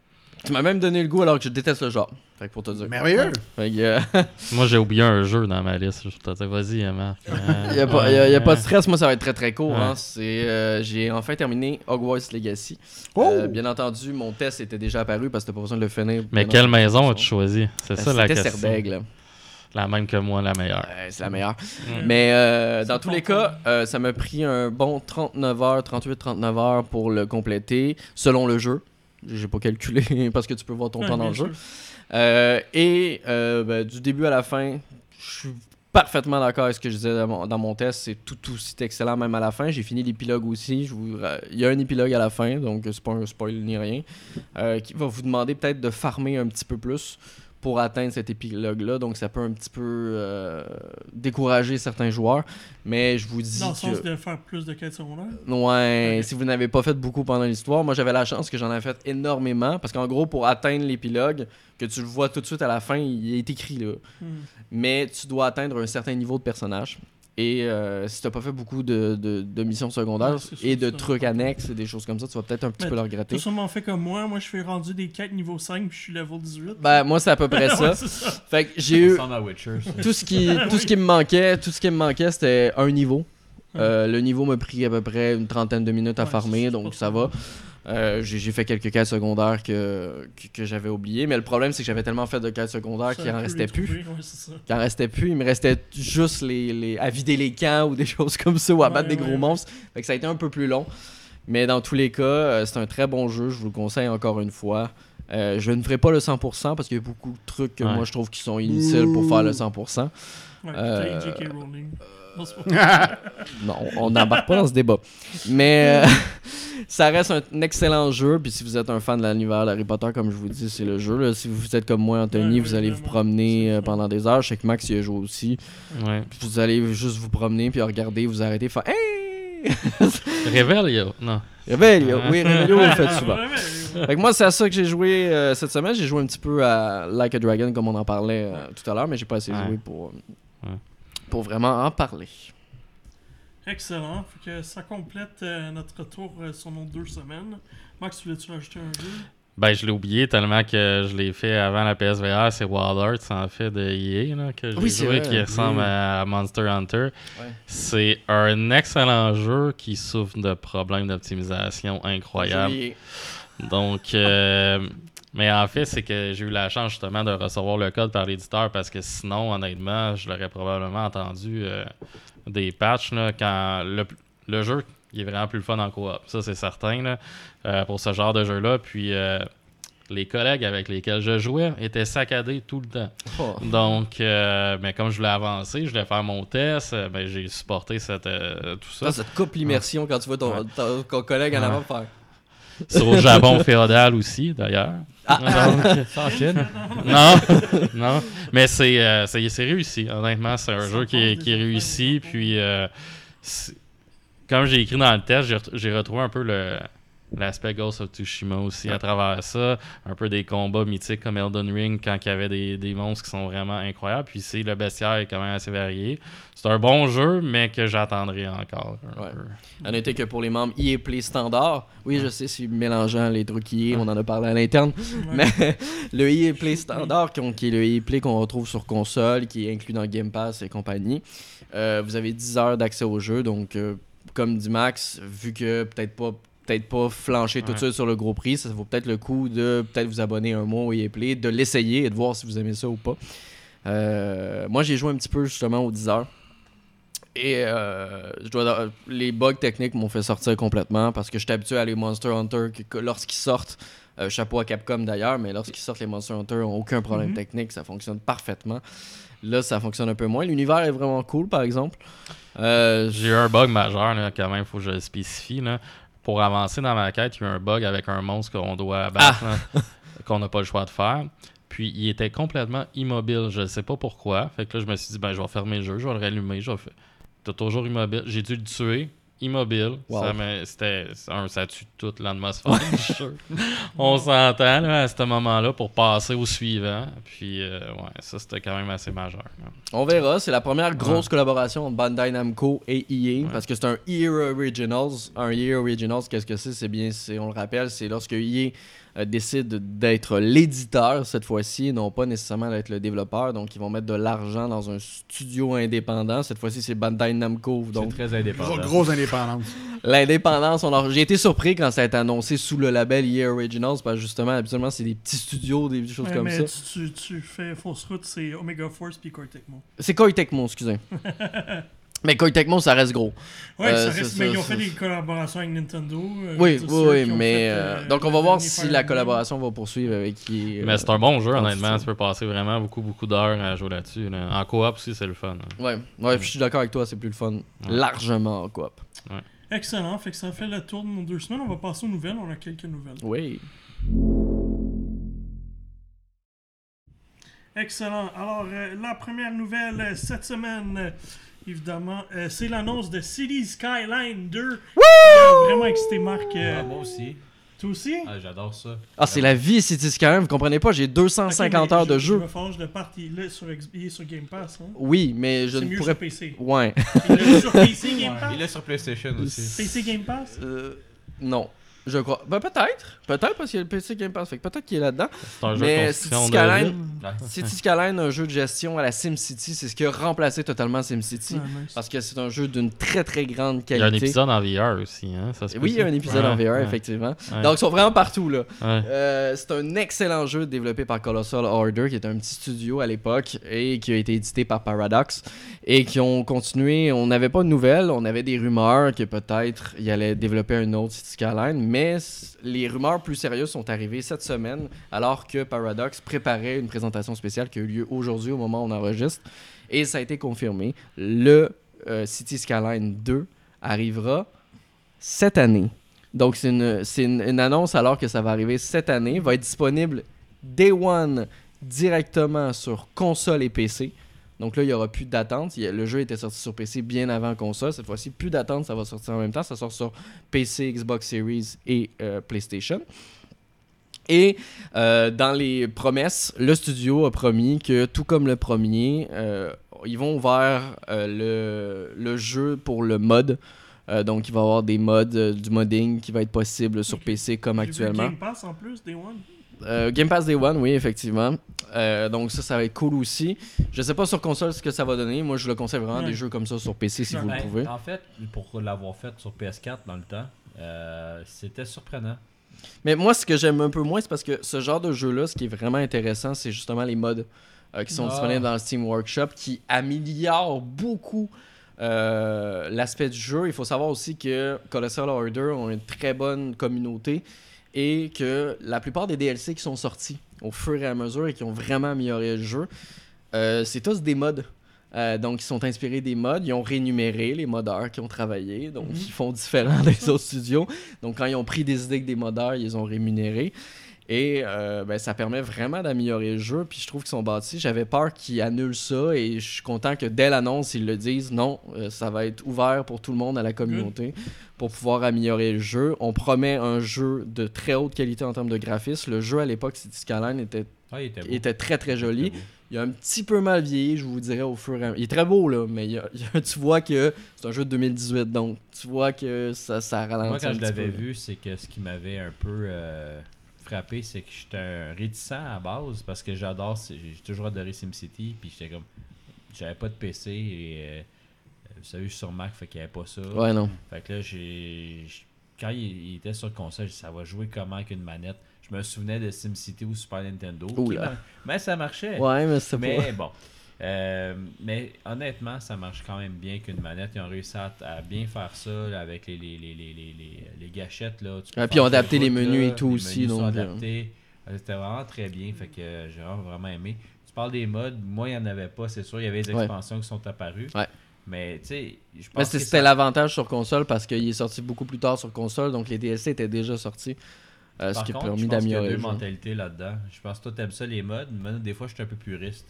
Tu m'as même donné le goût alors que je déteste le genre. Fait que pour te dire. Merveilleux! Fait que, euh, Moi, j'ai oublié un jeu dans ma liste. Je te dire, vas-y, hein, Marc. y a pas, y a, y a pas de stress, moi ça va être très très court. Ouais. Hein. C'est, euh, j'ai enfin terminé Hogwarts Legacy. Oh! Euh, bien entendu, mon test était déjà apparu parce que t'as pas besoin de le finir. Mais bien quelle entendu. maison as-tu choisi? C'est ça la C'était question. Serdaigle. La même que moi, la meilleure. Ouais, c'est la meilleure. Mm. Mais euh, C'est dans tous pas les cas, euh, ça m'a pris un bon trente-neuf heures, trente-huit trente-neuf heures pour le compléter, selon le jeu. J'ai pas calculé parce que tu peux voir ton Ouais, temps dans bien le jeu. sûr. Euh, et euh, ben, du début à la fin, je suis parfaitement d'accord avec ce que je disais dans mon, dans mon test. C'est tout aussi excellent, même à la fin. J'ai fini l'épilogue aussi. Je vous, euh, il y a un épilogue à la fin, donc c'est pas un spoil ni rien, euh, qui va vous demander peut-être de farmer un petit peu plus pour atteindre cet épilogue-là. Donc ça peut un petit peu euh, décourager certains joueurs. Mais je vous dis Dans le que... sens de faire plus de quêtes secondaires. Ouais, Ok. si vous n'avez pas fait beaucoup pendant l'histoire, moi j'avais la chance que j'en ai fait énormément parce qu'en gros pour atteindre l'épilogue, que tu le vois tout de suite à la fin, il est écrit là. Hmm. Mais tu dois atteindre un certain niveau de personnage. Et euh, si t'as pas fait beaucoup de, de, de missions secondaires Ouais, c'est sûr, et de ça. trucs annexes et des choses comme ça, tu vas peut-être un petit Mais peu le regretter. T'as sûrement fait comme moi. Moi, je fais rendu des quêtes niveau cinq puis je suis level dix-huit. Ben moi c'est à peu près ça. Ouais, c'est ça. Fait que j'ai Ça eu ressemble à Witcher, ça. tout ce qui tout ce Oui. qui me manquait, tout ce qui me manquait c'était un niveau. Ouais. Euh, le niveau m'a pris à peu près une trentaine de minutes à Ouais, farmer, c'est donc pas ça ça. va. Euh, j'ai j'ai fait quelques quêtes secondaires que, que, que j'avais oubliées, mais le problème c'est que j'avais tellement fait de quêtes secondaires qu'il Ça en peut restait les plus. trouver, ouais, c'est ça. Qu'il en restait plus, il me restait juste les, les à vider les camps ou des choses comme ça ou à Ouais, battre des ouais, gros ouais. monstres. Fait que ça a été un peu plus long. Mais dans tous les cas, euh, c'est un très bon jeu, je vous le conseille encore une fois. Euh, je ne ferai pas le cent pour cent parce qu'il y a beaucoup de trucs que Ouais. moi je trouve qui sont inutiles pour faire le cent pour cent. Ouais, Euh, J K Rowling. Non, c'est pas- Non, on n'embarque pas dans ce débat. Mais, euh, ça reste un excellent jeu. Puis si vous êtes un fan de l'univers d'Harry Potter, comme je vous dis, c'est le jeu. Là. Si vous êtes comme moi, Anthony, Ouais, vous ouais, allez vous vraiment. promener euh, C'est pendant des heures. Je sais que Max y a joué aussi. Ouais. Puis vous allez juste vous promener, puis regarder, vous arrêter, faire Hey! Réveille, non. Réveillon. Oui, Réveillon, vous le faites Ah, souvent. ouais, ouais, ouais. Fait que moi, c'est à ça que j'ai joué euh, cette semaine. J'ai joué un petit peu à Like a Dragon, comme on en parlait euh, tout à l'heure, mais j'ai pas assez Ouais. joué pour, euh, Ouais. pour vraiment en parler. Excellent. Fait que ça complète euh, notre retour euh, sur nos deux semaines. Max, tu voulais-tu rajouter un jeu? Ben, je l'ai oublié tellement que je l'ai fait avant la P S V R. C'est Wild Hearts, en fait, de E A, là, que j'ai Oui, c'est joué, vrai. qui ressemble Oui. à Monster Hunter. Ouais. C'est un excellent jeu qui souffre de problèmes d'optimisation incroyables. J'ai- Donc, euh, mais en fait, c'est que j'ai eu la chance justement de recevoir le code par l'éditeur parce que sinon, honnêtement, je l'aurais probablement entendu euh, des patchs là, quand le, le jeu il est vraiment plus le fun en coop. Ça, c'est certain là, euh, pour ce genre de jeu-là. Puis, euh, les collègues avec lesquels je jouais étaient saccadés tout le temps. Oh. Donc, euh, mais comme je voulais avancer, je voulais faire mon test, euh, ben, j'ai supporté cette, euh, tout ça. Ça, ça te coupe l'immersion quand tu vois ton, Ouais. ton- ton collègue en Ouais. avant faire. Sur au Japon féodal aussi, d'ailleurs. Donc, Ça enchaîne. non, non. Mais c'est, euh, c'est, c'est réussi. Honnêtement, c'est un jeu qui est, qui est réussi. Puis, euh, c'est- comme j'ai écrit dans le test, j'ai, ret- j'ai retrouvé un peu le, l'aspect Ghost of Tsushima aussi à travers ça. Un peu des combats mythiques comme Elden Ring quand il y avait des, des monstres qui sont vraiment incroyables. Puis, c'est, le bestiaire est quand même assez varié. C'est un bon jeu, mais que j'attendrai encore. Un Ouais. peu. À noter que pour les membres E A Play standard, oui, je sais, c'est mélangeant les trucs E A, on en a parlé à l'interne, mais le E A Play standard, qui ont- qui est le E A Play qu'on retrouve sur console, qui est inclus dans Game Pass et compagnie, euh, vous avez dix heures d'accès au jeu, donc euh, comme dit Max, vu que peut-être pas peut-être pas flancher tout de Ouais. suite sur le gros prix, ça vaut peut-être le coup de peut-être vous abonner un mois au E A Play, de l'essayer et de voir si vous aimez ça ou pas. Euh, moi, j'ai joué un petit peu justement aux dix heures. Et euh, je dois, les bugs techniques m'ont fait sortir complètement parce que j'étais habitué à les Monster Hunter que, que lorsqu'ils sortent, euh, chapeau à Capcom d'ailleurs, mais lorsqu'ils sortent les Monster Hunter n'ont aucun problème Mhm. technique, ça fonctionne parfaitement. Là, ça fonctionne un peu moins. L'univers est vraiment cool par exemple. Euh, J'ai eu un bug majeur, là, quand même, il faut que je le spécifie. Là. Pour avancer dans ma quête, il y a eu un bug avec un monstre qu'on doit abattre, là, qu'on n'a pas le choix de faire. Puis il était complètement immobile, je ne sais pas pourquoi. Fait que là, je me suis dit, ben, je vais fermer le jeu, je vais le rallumer. Je vais faire... T'es toujours immobile. J'ai dû le tuer, immobile. Wow. Ça, me... C'était... Un, ça tue toute l'atmosphère du jeu. On s'entend là, à ce moment-là pour passer au suivant. Puis, euh, ouais, ça, c'était quand même assez majeur. Là. On verra, c'est la première grosse Ouais. collaboration entre Bandai Namco et E A Ouais. parce que c'est un E A Originals. Un E A Originals, qu'est-ce que c'est? C'est bien, c'est, on le rappelle, c'est lorsque E A euh, décide d'être l'éditeur cette fois-ci, et non pas nécessairement d'être le développeur. Donc ils vont mettre de l'argent dans un studio indépendant. Cette fois-ci, c'est Bandai Namco. Donc C'est très indépendant. Gros, grosse indépendance. l'indépendance, on a... j'ai été surpris quand ça a été annoncé sous le label E A Originals parce que justement, habituellement, c'est des petits studios, des choses Ouais, comme mais ça. Tu, tu, tu fais fausse route, c'est Omega Force puis Koei Tecmo. C'est Koei Tecmo, excusez. Mais Koei Tecmo, ça reste gros. Ouais, Euh, ça c'est reste, ça, mais ils ont c'est- fait des collaborations avec Nintendo. euh, Oui, c'est oui, ceux oui, qui ont mais fait, euh, euh, donc on le va voir dernier si Fire la Emblem. collaboration va poursuivre avec qui. euh, Mais c'est un bon jeu, dans le honnêtement. style. Tu peux passer vraiment beaucoup, beaucoup d'heures à jouer là-dessus. Là. En coop aussi, c'est le fun. hein. Ouais, ouais, puis je suis d'accord avec toi, c'est plus le fun, largement en coop. Excellent, fait que ça fait le tour de nos deux semaines. On va passer aux nouvelles. On a quelques nouvelles. Oui. Excellent. Alors, euh, la première nouvelle euh, cette semaine, euh, évidemment, euh, c'est l'annonce de Cities Skyline deux. Qui a vraiment excité Marc. euh, Ah, moi aussi. toi aussi? Ah, j'adore ça. Ah, c'est la vie, City Skyline, vous comprenez pas, j'ai deux cent cinquante Ok, mais heures de je- jeu. Je vais falloir que je le parte. Il est sur, X- il est sur Game Pass. Hein? Oui, mais je C'est ne mieux pourrais sur P C. Ouais. Il est sur P C Game Pass? Il est sur PlayStation aussi. P C Game Pass? Euh, non. Je crois. Ben peut-être. Peut-être parce qu'il y a le P C Game Pass. Fait que peut-être qu'il est là-dedans. C'est un jeu Mais de construction City de Skyline- ville. City Skyline, un jeu de gestion à la SimCity, c'est ce qui a remplacé totalement SimCity. Ah, nice. Parce que c'est un jeu d'une très très grande Il y a un qualité. épisode en V R aussi. Hein? Ça se Oui, il y a un épisode Ouais, en V R, ouais, effectivement. ouais. Donc, ils sont vraiment partout, là. Ouais. Euh, c'est un excellent jeu développé par Colossal Order, qui est un petit studio à l'époque, et qui a été édité par Paradox, et qui ont continué. On n'avait pas de nouvelles, on avait des rumeurs que peut-être il allait développer un autre City Skyline, mais c- les rumeurs plus sérieuses sont arrivées cette semaine, alors que Paradox préparait une présentation spéciale qui a eu lieu aujourd'hui au moment où on enregistre, et ça a été confirmé. Le euh, City Skyline deux arrivera cette année. Donc, c'est, une, c'est une, une annonce alors que ça va arriver cette année. Va être disponible Day One directement sur console et P C. Donc là, il n'y aura plus d'attente. Il y a- Le jeu était sorti sur P C bien avant console. Cette fois-ci, plus d'attente, ça va sortir en même temps. Ça sort sur P C, Xbox Series et euh, PlayStation. Et euh, dans les promesses, le studio a promis que, tout comme le premier, euh, ils vont vers euh, le, le jeu pour le mode. Euh, donc, il va y avoir des mods, euh, du modding qui va être possible sur Ok. P C comme J'ai vu actuellement. Game Pass en plus, Day One. Euh, Game Pass Day One, oui, effectivement. Euh, donc ça, ça va être cool aussi. Je sais pas sur console ce que ça va donner. Moi, je le conseille vraiment Ouais. des jeux comme ça sur P C si Ouais. vous le Ben, pouvez. En fait, pour l'avoir fait sur P S quatre dans le temps, euh, c'était surprenant. Mais moi, ce que j'aime un peu moins, c'est parce que ce genre de jeu-là, ce qui est vraiment intéressant, c'est justement les mods euh, qui sont Ah. disponibles dans le Steam Workshop qui améliorent beaucoup euh, l'aspect du jeu. Il faut savoir aussi que Colossal Order ont une très bonne communauté et que la plupart des D L C qui sont sortis au fur et à mesure et qui ont vraiment amélioré le jeu, euh, c'est tous des mods. Euh, donc, ils sont inspirés des mods. Ils ont rénuméré les modeurs qui ont travaillé. Donc, Mhm. ils font différent des autres studios. Donc, quand ils ont pris des idées que des modeurs, ils les ont rémunérés. Et euh, ben, ça permet vraiment d'améliorer le jeu. Puis je trouve qu'ils sont bâtis. J'avais peur qu'ils annulent ça. Et je suis content que dès l'annonce, ils le disent. Non, euh, ça va être ouvert pour tout le monde à la communauté pour pouvoir améliorer le jeu. On promet un jeu de très haute qualité en termes de graphisme. Le jeu à l'époque, City Skyline, était, Ah, il était beau. était très très joli. Très beau. Il a un petit peu mal vieilli, je vous dirais, au fur et à mesure. Il est très beau, là, mais il y a- il y a- tu vois que c'est un jeu de deux mille dix-huit, donc tu vois que ça, ça ralentit Moi, quand un je petit l'avais peu. vu, c'est que ce qui m'avait un peu euh, frappé, c'est que j'étais un réticent à base parce que j'adore, c'est- j'ai toujours adoré SimCity, puis j'étais comme, j'avais pas de P C et euh, vous savez, je suis sur Mac, fait qu'il n'y avait pas ça. Ouais, non. Fait que là, j'ai, j'- quand il, il était sur console, j'ai dit, ça va jouer comment avec une manette. Je me souvenais de SimCity ou Super Nintendo. qui Oula. mar- Mais ça marchait. Ouais, mais c'est pas... Mais bon. Euh, mais honnêtement, ça marche quand même bien qu'une manette. Ils ont réussi à, à bien faire ça là, avec les, les, les, les, les, les, les gâchettes. Là. Tu peux Ah, puis faire ils ont tes adapté les routes, menus là, et tout les aussi, menus sont donc, euh. adaptés. Euh, C'était vraiment très bien. Fait que euh, j'ai vraiment, vraiment aimé. Tu parles des mods. Moi, il n'y en avait pas, c'est sûr. Il y avait des Ouais. expansions qui sont apparues. Ouais. Mais tu sais, je pense Mais que c'était ça- l'avantage sur console parce qu'il est sorti beaucoup plus tard sur console, donc les D L C étaient déjà sortis. Euh, ce Par qui a contre, permis je pense qu'il y a d'améliorer deux le jeu. mentalités là-dedans. Je pense que toi, t'aimes ça les mods. Moi, des fois, je suis un peu puriste.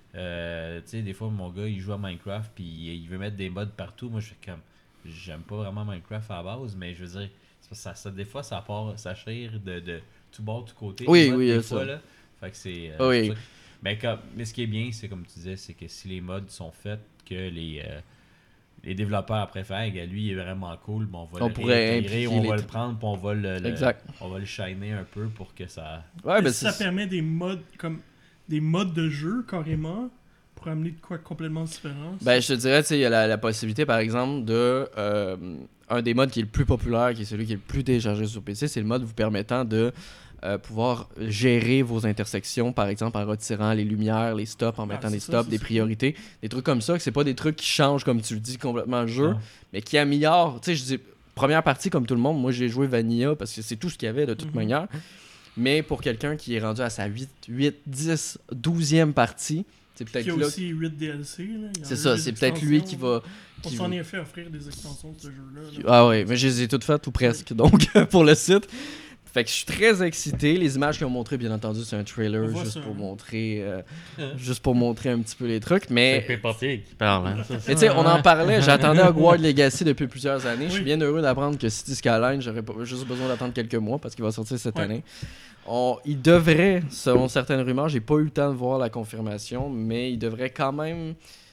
Euh, tu sais, des fois, mon gars, il joue à Minecraft puis il veut mettre des mods partout. Moi, je fais comme... J'aime pas vraiment Minecraft à la base, mais je veux dire, c'est parce que ça, ça- des fois, ça part, ça chire de, de tout bord, tout côté. Oui, les mods, oui, des ça. fois, là. Fait que c'est... euh, Ah oui. c'est pour ça que- Mais, comme, mais ce qui est bien, c'est comme tu disais, c'est que si les mods sont faits, que les... euh, les développeurs après faire, gars, lui il est vraiment cool, bon, on va On le pourrait réintégrer, impliquer on les va t- le prendre, puis on va le, le- Exact. on va le shiner un peu pour que ça. Ouais, ben Est-ce que ça c'est... permet des modes comme des modes de jeu carrément pour amener de quoi complètement différent. Ben, je te dirais, tu sais, il y a la, la possibilité, par exemple, de... euh, un des modes qui est le plus populaire, qui est celui qui est le plus téléchargé sur P C, c'est le mode vous permettant de euh, pouvoir gérer vos intersections, par exemple, en retirant les lumières, les stops, en Ah, mettant c'est des ça, stops, c'est des ça. priorités, des trucs comme ça, que c'est pas des trucs qui changent, comme tu le dis, complètement le jeu, Non. mais qui améliorent. Tu sais, je dis, première partie, comme tout le monde, moi, j'ai joué Vanilla, parce que c'est tout ce qu'il y avait, de toute Mhm. manière. Mais pour quelqu'un qui est rendu à sa huit, huit, dix, douzième partie, c'est Puis peut-être il y a là... aussi huit D L C. Là. Il y en C'est a ça, des c'est peut-être lui qui extensions. va... On qui s'en va- est fait offrir des extensions de ce jeu-là. là. Ah ouais, mais je les ai toutes faites ou presque, donc pour le site. Fait que je suis très excité. Les images qu'ils ont montrées, bien entendu, c'est un trailer On voit juste ça, pour hein. montrer, euh, juste pour montrer un petit peu les trucs. Mais, C'est Peppa Pig qui parle. Hein, ça, mais tu sais, on en parlait. J'attendais Hogwarts Legacy depuis plusieurs années. Je suis Oui. bien heureux d'apprendre que City Skyline, j'aurais pas- juste besoin d'attendre quelques mois parce qu'il va sortir cette Ouais. année. On, il devrait, selon certaines rumeurs, j'ai pas eu le temps de voir la confirmation, mais il devrait quand même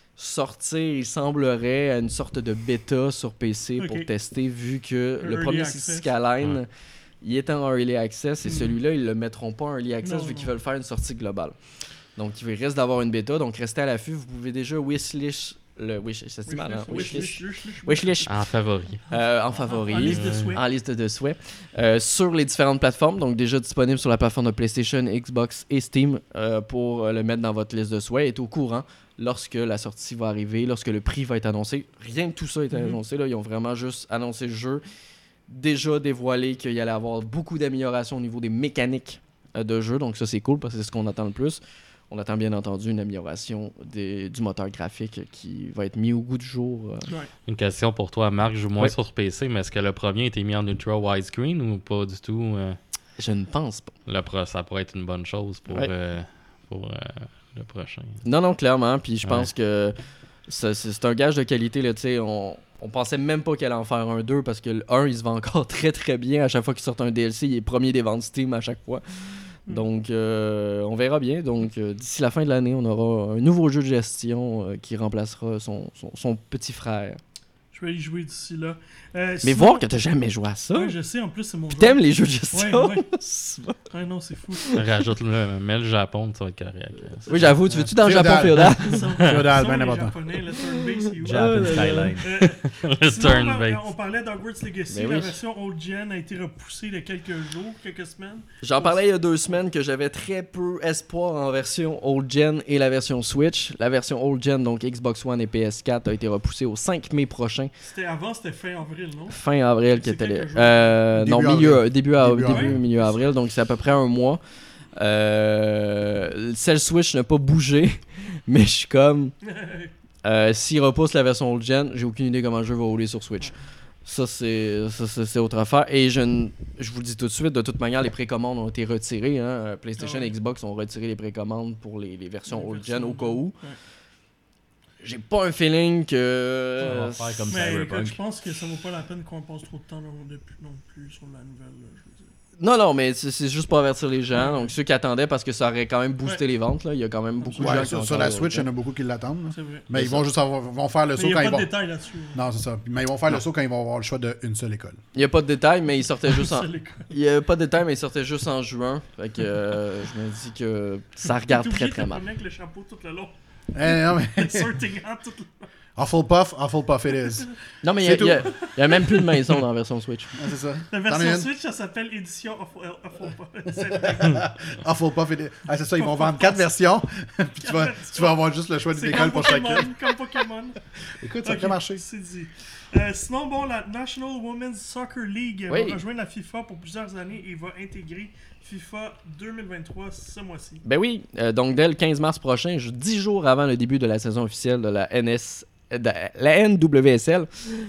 sortir, il semblerait, à une sorte de bêta sur P C pour Ok. tester, vu que le Early premier access. City Skyline, Ouais. il est en Early Access, et Mhm. celui-là, ils le mettront pas en Early Access, Non, vu non. qu'ils veulent faire une sortie globale. Donc, il risque d'avoir une bêta, donc restez à l'affût. Vous pouvez déjà wishlist, le wish, ça se dit mal, hein? Wishlist, Wishlist. wishlist, wishlist. Wishlist, En favori. euh, en favori. En liste de Euh, souhaits. En liste de souhaits. Euh, sur les différentes plateformes, donc déjà disponible sur la plateforme de PlayStation, Xbox et Steam euh, pour euh, le mettre dans votre liste de souhaits. Est au courant lorsque la sortie va arriver, lorsque le prix va être annoncé. Rien de tout ça est Mhm. annoncé. Là. Ils ont vraiment juste annoncé le jeu. Déjà dévoilé qu'il y allait avoir beaucoup d'améliorations au niveau des mécaniques euh, de jeu. Donc ça, c'est cool parce que c'est ce qu'on attend le plus. on attend bien entendu une amélioration des, du moteur graphique qui va être mis au goût du jour. Euh. Ouais. Une question pour toi, Marc. Je joue moins Ouais. sur P C, mais est-ce que le premier a été mis en ultra widescreen ou pas du tout? euh, Je ne pense pas. le pro- ça pourrait être une bonne chose pour, Ouais. euh, pour euh, le prochain. Non, non, clairement. Puis je Ouais. pense que c'est, c'est c'est un gage de qualité. Là, tu sais, on, on pensait même pas qu'elle allait en faire un deux parce que le un, il se vend encore très très bien. À chaque fois qu'il sort un D L C, il est premier des ventes Steam à chaque fois. Mm. Donc, euh, on verra bien. Donc, euh, d'ici la fin de l'année, on aura un nouveau jeu de gestion euh, qui remplacera son, son, son petit frère. Je vais y jouer d'ici là. Euh, Mais sinon- voir que t'as jamais joué à ça. Ouais, je sais, en plus, c'est mon Puis jeu. t'aimes les jeux de gestion. Ouais, ouais. C'est bon. Ouais, non, c'est fou. Rajoute-le, mets le Japon, ça va être correct. Oui, j'avoue. Tu veux-tu dans le Féodal. Japon féodal? Ils sont- Féodal, ils sont ben les important. Japonais, le turn-based, il est où? Japan Ouais, Skyline. Euh, Le sinon, on, turn-based. on parlait d'Hogwarts Legacy. Ben La oui. version old gen a été repoussée de quelques jours, quelques semaines. J'en parlais il y a deux semaines que j'avais très peu espoir en version old gen et la version Switch. La version old gen, donc Xbox One et P S quatre, a été repoussée au cinq mai prochain. C'était avant, c'était fin avril, non? Fin avril qui C'est était quelques les- jours. euh, non, Début milieu, avril. début, av- Début début, avril. milieu avril, donc c'est à peu près un mois. Euh, celle Switch n'a pas bougé, mais je suis comme. Euh, S'ils repoussent la version old gen, j'ai aucune idée comment le jeu va rouler sur Switch. Ça, c'est ça, c'est, c'est autre affaire. Et je, ne- je vous le dis tout de suite, de toute manière, les précommandes ont été retirées. Hein. PlayStation Ah ouais. et Xbox ont retiré les précommandes pour les, les versions Les old versions gen au old cas gen. où. Ouais. J'ai pas un feeling que. On va faire comme Mais écoute, Cyberpunk. je pense que ça vaut pas la peine qu'on passe trop de temps non, depuis, non plus sur la nouvelle. Là, je veux dire. Non, non, mais c'est, c'est juste pour avertir les gens. Donc, ceux qui attendaient, parce que ça aurait quand même boosté Ouais. les ventes. Là. Il y a quand même beaucoup de Ouais, gens qui sur, ont sur encore la Switch, il y en old a beaucoup qui l'attendent. là. C'est vrai. Mais C'est ils vont juste avoir- vont faire le Mais saut il n'y quand a ils pas vont. de détails là-dessus. Non, c'est ça. Mais ils vont faire le saut quand ils vont avoir le choix d'une seule école. Il n'y a pas de détails, mais il sortait juste en. C'est l'école. Il n'y a pas de détails, mais il sortait juste en juin. Fait que euh, je me dis que ça regarde T'as très oublié très de mal. te promener avec le chapeau tout le long. Eh, non, mais. Sorting out tout le long. Hufflepuff, Hufflepuff it is. Non, mais il y a- C'est il y, a- il y a même plus de maison dans la version Switch. Ah, c'est ça. La T'en as version une? Switch, ça s'appelle édition Hufflepuff. Hufflepuff it is. Ah, c'est ça, ils vont vendre quatre versions. Puis tu vas, tu vas avoir juste le choix d'une C'est école comme pour Pokémon, chacune. comme Pokémon. Écoute, ça Ok, peut marcher. C'est dit. Euh, sinon, bon, la National Women's Soccer League Oui. va rejoindre la FIFA pour plusieurs années et va intégrer FIFA deux mille vingt-trois ce mois-ci. Ben oui, euh, donc dès le quinze mars prochain, juste dix jours avant le début de la saison officielle de la N S, de la N W S L,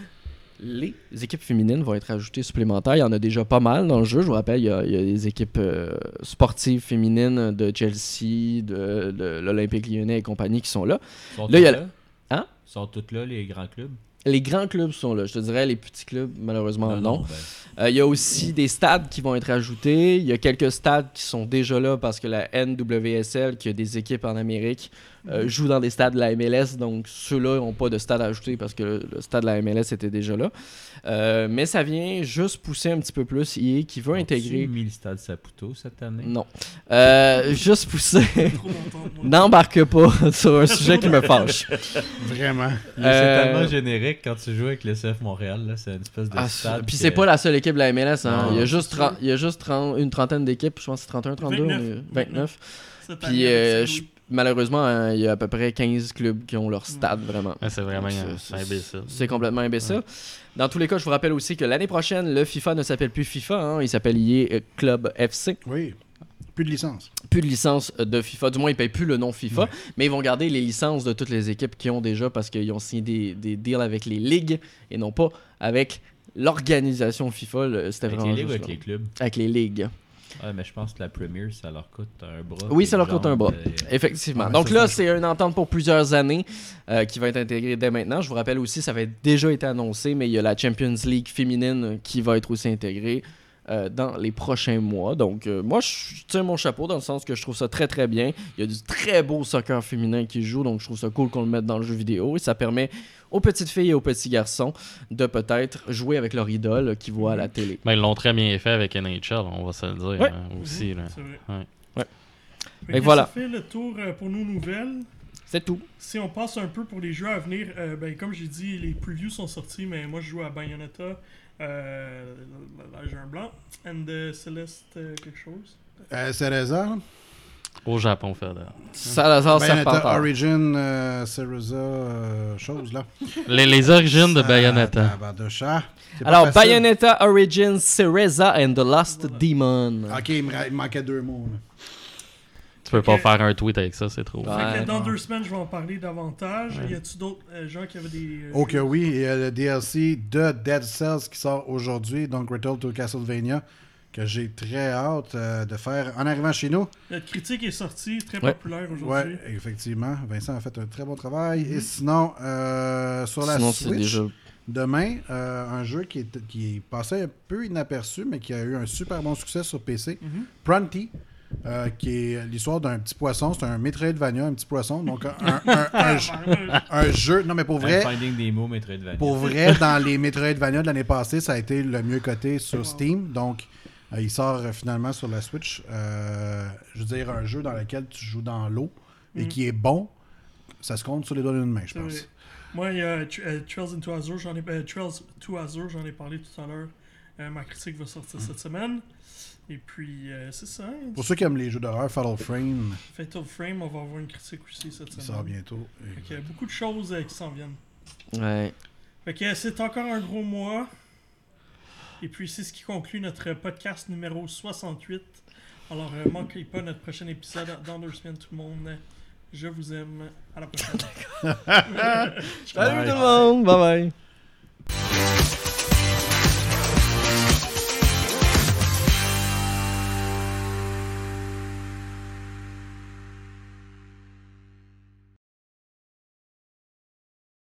les équipes féminines vont être ajoutées supplémentaires. Il y en a déjà pas mal dans le jeu. Je vous rappelle, il y a, il y a des équipes euh, sportives féminines de Chelsea, de, de l'Olympique Lyonnais et compagnie qui sont là. Ils sont Là, il y a tous la- là? Hein? Ils sont tous là, les grands clubs? Les grands clubs sont là. Je te dirais, les petits clubs, malheureusement, non. ben, Euh, Il y a aussi des stades qui vont être ajoutés. Il y a quelques stades qui sont déjà là parce que la N W S L, qui a des équipes en Amérique, euh, joue dans des stades de la M L S. Donc ceux-là n'ont pas de stade ajouté parce que le stade de la M L S était déjà là. Euh, mais ça vient juste pousser un petit peu plus E A qui veut intégrer. Ont-tu mis le stade Saputo cette année? Non. Euh, juste pousser. Trop longtemps. moi. N'embarque pas sur un sujet qui me fâche. Vraiment. Mais Euh, C'est tellement générique quand tu joues avec le C F Montréal. Là, c'est une espèce de Ah, stade. puis que- c'est pas la seule équipe de la M L S. Hein. Non, il y a c'est juste, sûr. trente il y a juste trente une trentaine d'équipes. Je pense que c'est trente et un, trente-deux. vingt-neuf. on est- vingt-neuf. Cette Puis année, euh, avec je- Saint-Louis. malheureusement, hein, il y a à peu près quinze clubs qui ont leur stade, vraiment. Ouais, c'est vraiment C'est- euh, c'est- imbécile. C'est complètement imbécile. Dans tous les cas, je vous rappelle aussi que l'année prochaine, le FIFA ne s'appelle plus FIFA, hein, il s'appelle I A Club F C. Oui. Plus de licence. Plus de licence de FIFA, du moins ils ne payent plus le nom FIFA, mais ils vont garder les licences de toutes les équipes qui ont déjà parce qu'ils ont signé des, des deals avec les ligues et non pas avec l'organisation FIFA. le- C'était Avec vraiment les ligues ou juste avec là. les clubs? Avec les ligues. Ouais, mais je pense que la Premier, ça leur coûte un bras. Oui, puis ça leur genre, coûte un bras. euh, Effectivement. Ouais, Donc ça, là, ça, c'est une entente pour plusieurs années euh, qui va être intégrée dès maintenant. Je vous rappelle aussi, ça avait déjà été annoncé, mais il y a la Champions League féminine qui va être aussi intégrée euh, dans les prochains mois. Donc euh, moi, je je tiens mon chapeau dans le sens que je trouve ça très très bien. Il y a du très beau soccer féminin qui joue, donc je trouve ça cool qu'on le mette dans le jeu vidéo et ça permet aux petites filles et aux petits garçons de peut-être jouer avec leur idole qu'ils voient à la télé. Ben, ils l'ont très bien fait avec N H L, on va se le dire Ouais. hein, aussi. Là. C'est vrai. Ouais. Ouais. Fait Fait que que voilà. Ça fait le tour euh, pour nos nouvelles. C'est tout. Si on passe un peu pour les jeux à venir, euh, ben, comme j'ai dit, les previews sont sortis, mais moi je joue à Bayonetta, euh, là j'ai un blanc, and euh, Céleste euh, quelque chose. Euh, Cereza. Au Japon fédéral. Salazar Bayonetta Serpentard. Origin, euh, Cereza, euh, chose là. Les, les origines de Ah, Bayonetta. tabarnouche. C'est pas Alors, facile. Bayonetta Origins, Cereza and the Lost Voilà. Demon. Ok, il me, ra- il me manquait deux mots. là. Tu peux pas Ok. faire un tweet avec ça, c'est trop. Ouais. Fait que dans Ouais. deux semaines, je vais en parler davantage. Ouais. Y a-tu d'autres euh, gens qui avaient des. euh, Ok, jeux? oui, il y a le D L C de Dead Cells qui sort aujourd'hui, donc Return to Castlevania, que j'ai très hâte euh, de faire en arrivant chez nous. Notre critique est sortie, très Ouais. populaire aujourd'hui. Ouais, effectivement. Vincent a fait un très bon travail. Et sinon, euh, sur la Sinon, c'est Switch, déjà. demain, euh, un jeu qui est, qui est passé un peu inaperçu, mais qui a eu un super bon succès sur P C. Mhm. Prunty, euh, qui est l'histoire d'un petit poisson. C'est un Metroidvania, un petit poisson. Donc, un, un, un, un jeu- un jeu. Non, mais pour vrai, Finding Nemo, Metroidvania. pour vrai, dans les Metroidvania de l'année passée, ça a été le mieux coté sur Wow. Steam. Donc, euh, il sort euh, finalement sur la Switch. Euh, je veux dire, un jeu dans lequel tu joues dans l'eau et Mm. qui est bon, ça se compte sur les doigts d'une main, je C'est pense. vrai. Moi, il y a Tr- euh, Trails into Azure, j'en ai, euh, Trails to Azure, j'en ai parlé tout à l'heure. Euh, ma critique va sortir cette semaine. Et puis, euh, c'est ça. hein. Pour ceux qui aiment les jeux d'horreur, Fatal Frame, Fatal Frame, on va avoir une critique aussi cette il semaine. sort bientôt. Et- Fait qu'il y a beaucoup de choses euh, qui s'en viennent. Ouais. Fait que euh, c'est encore un gros mois. Et puis, c'est ce qui conclut notre podcast numéro soixante-huit. Alors, euh, manquez pas notre prochain épisode dans deux semaines, tout le monde. Je vous aime. À la prochaine. Salut tout le monde! Bye bye!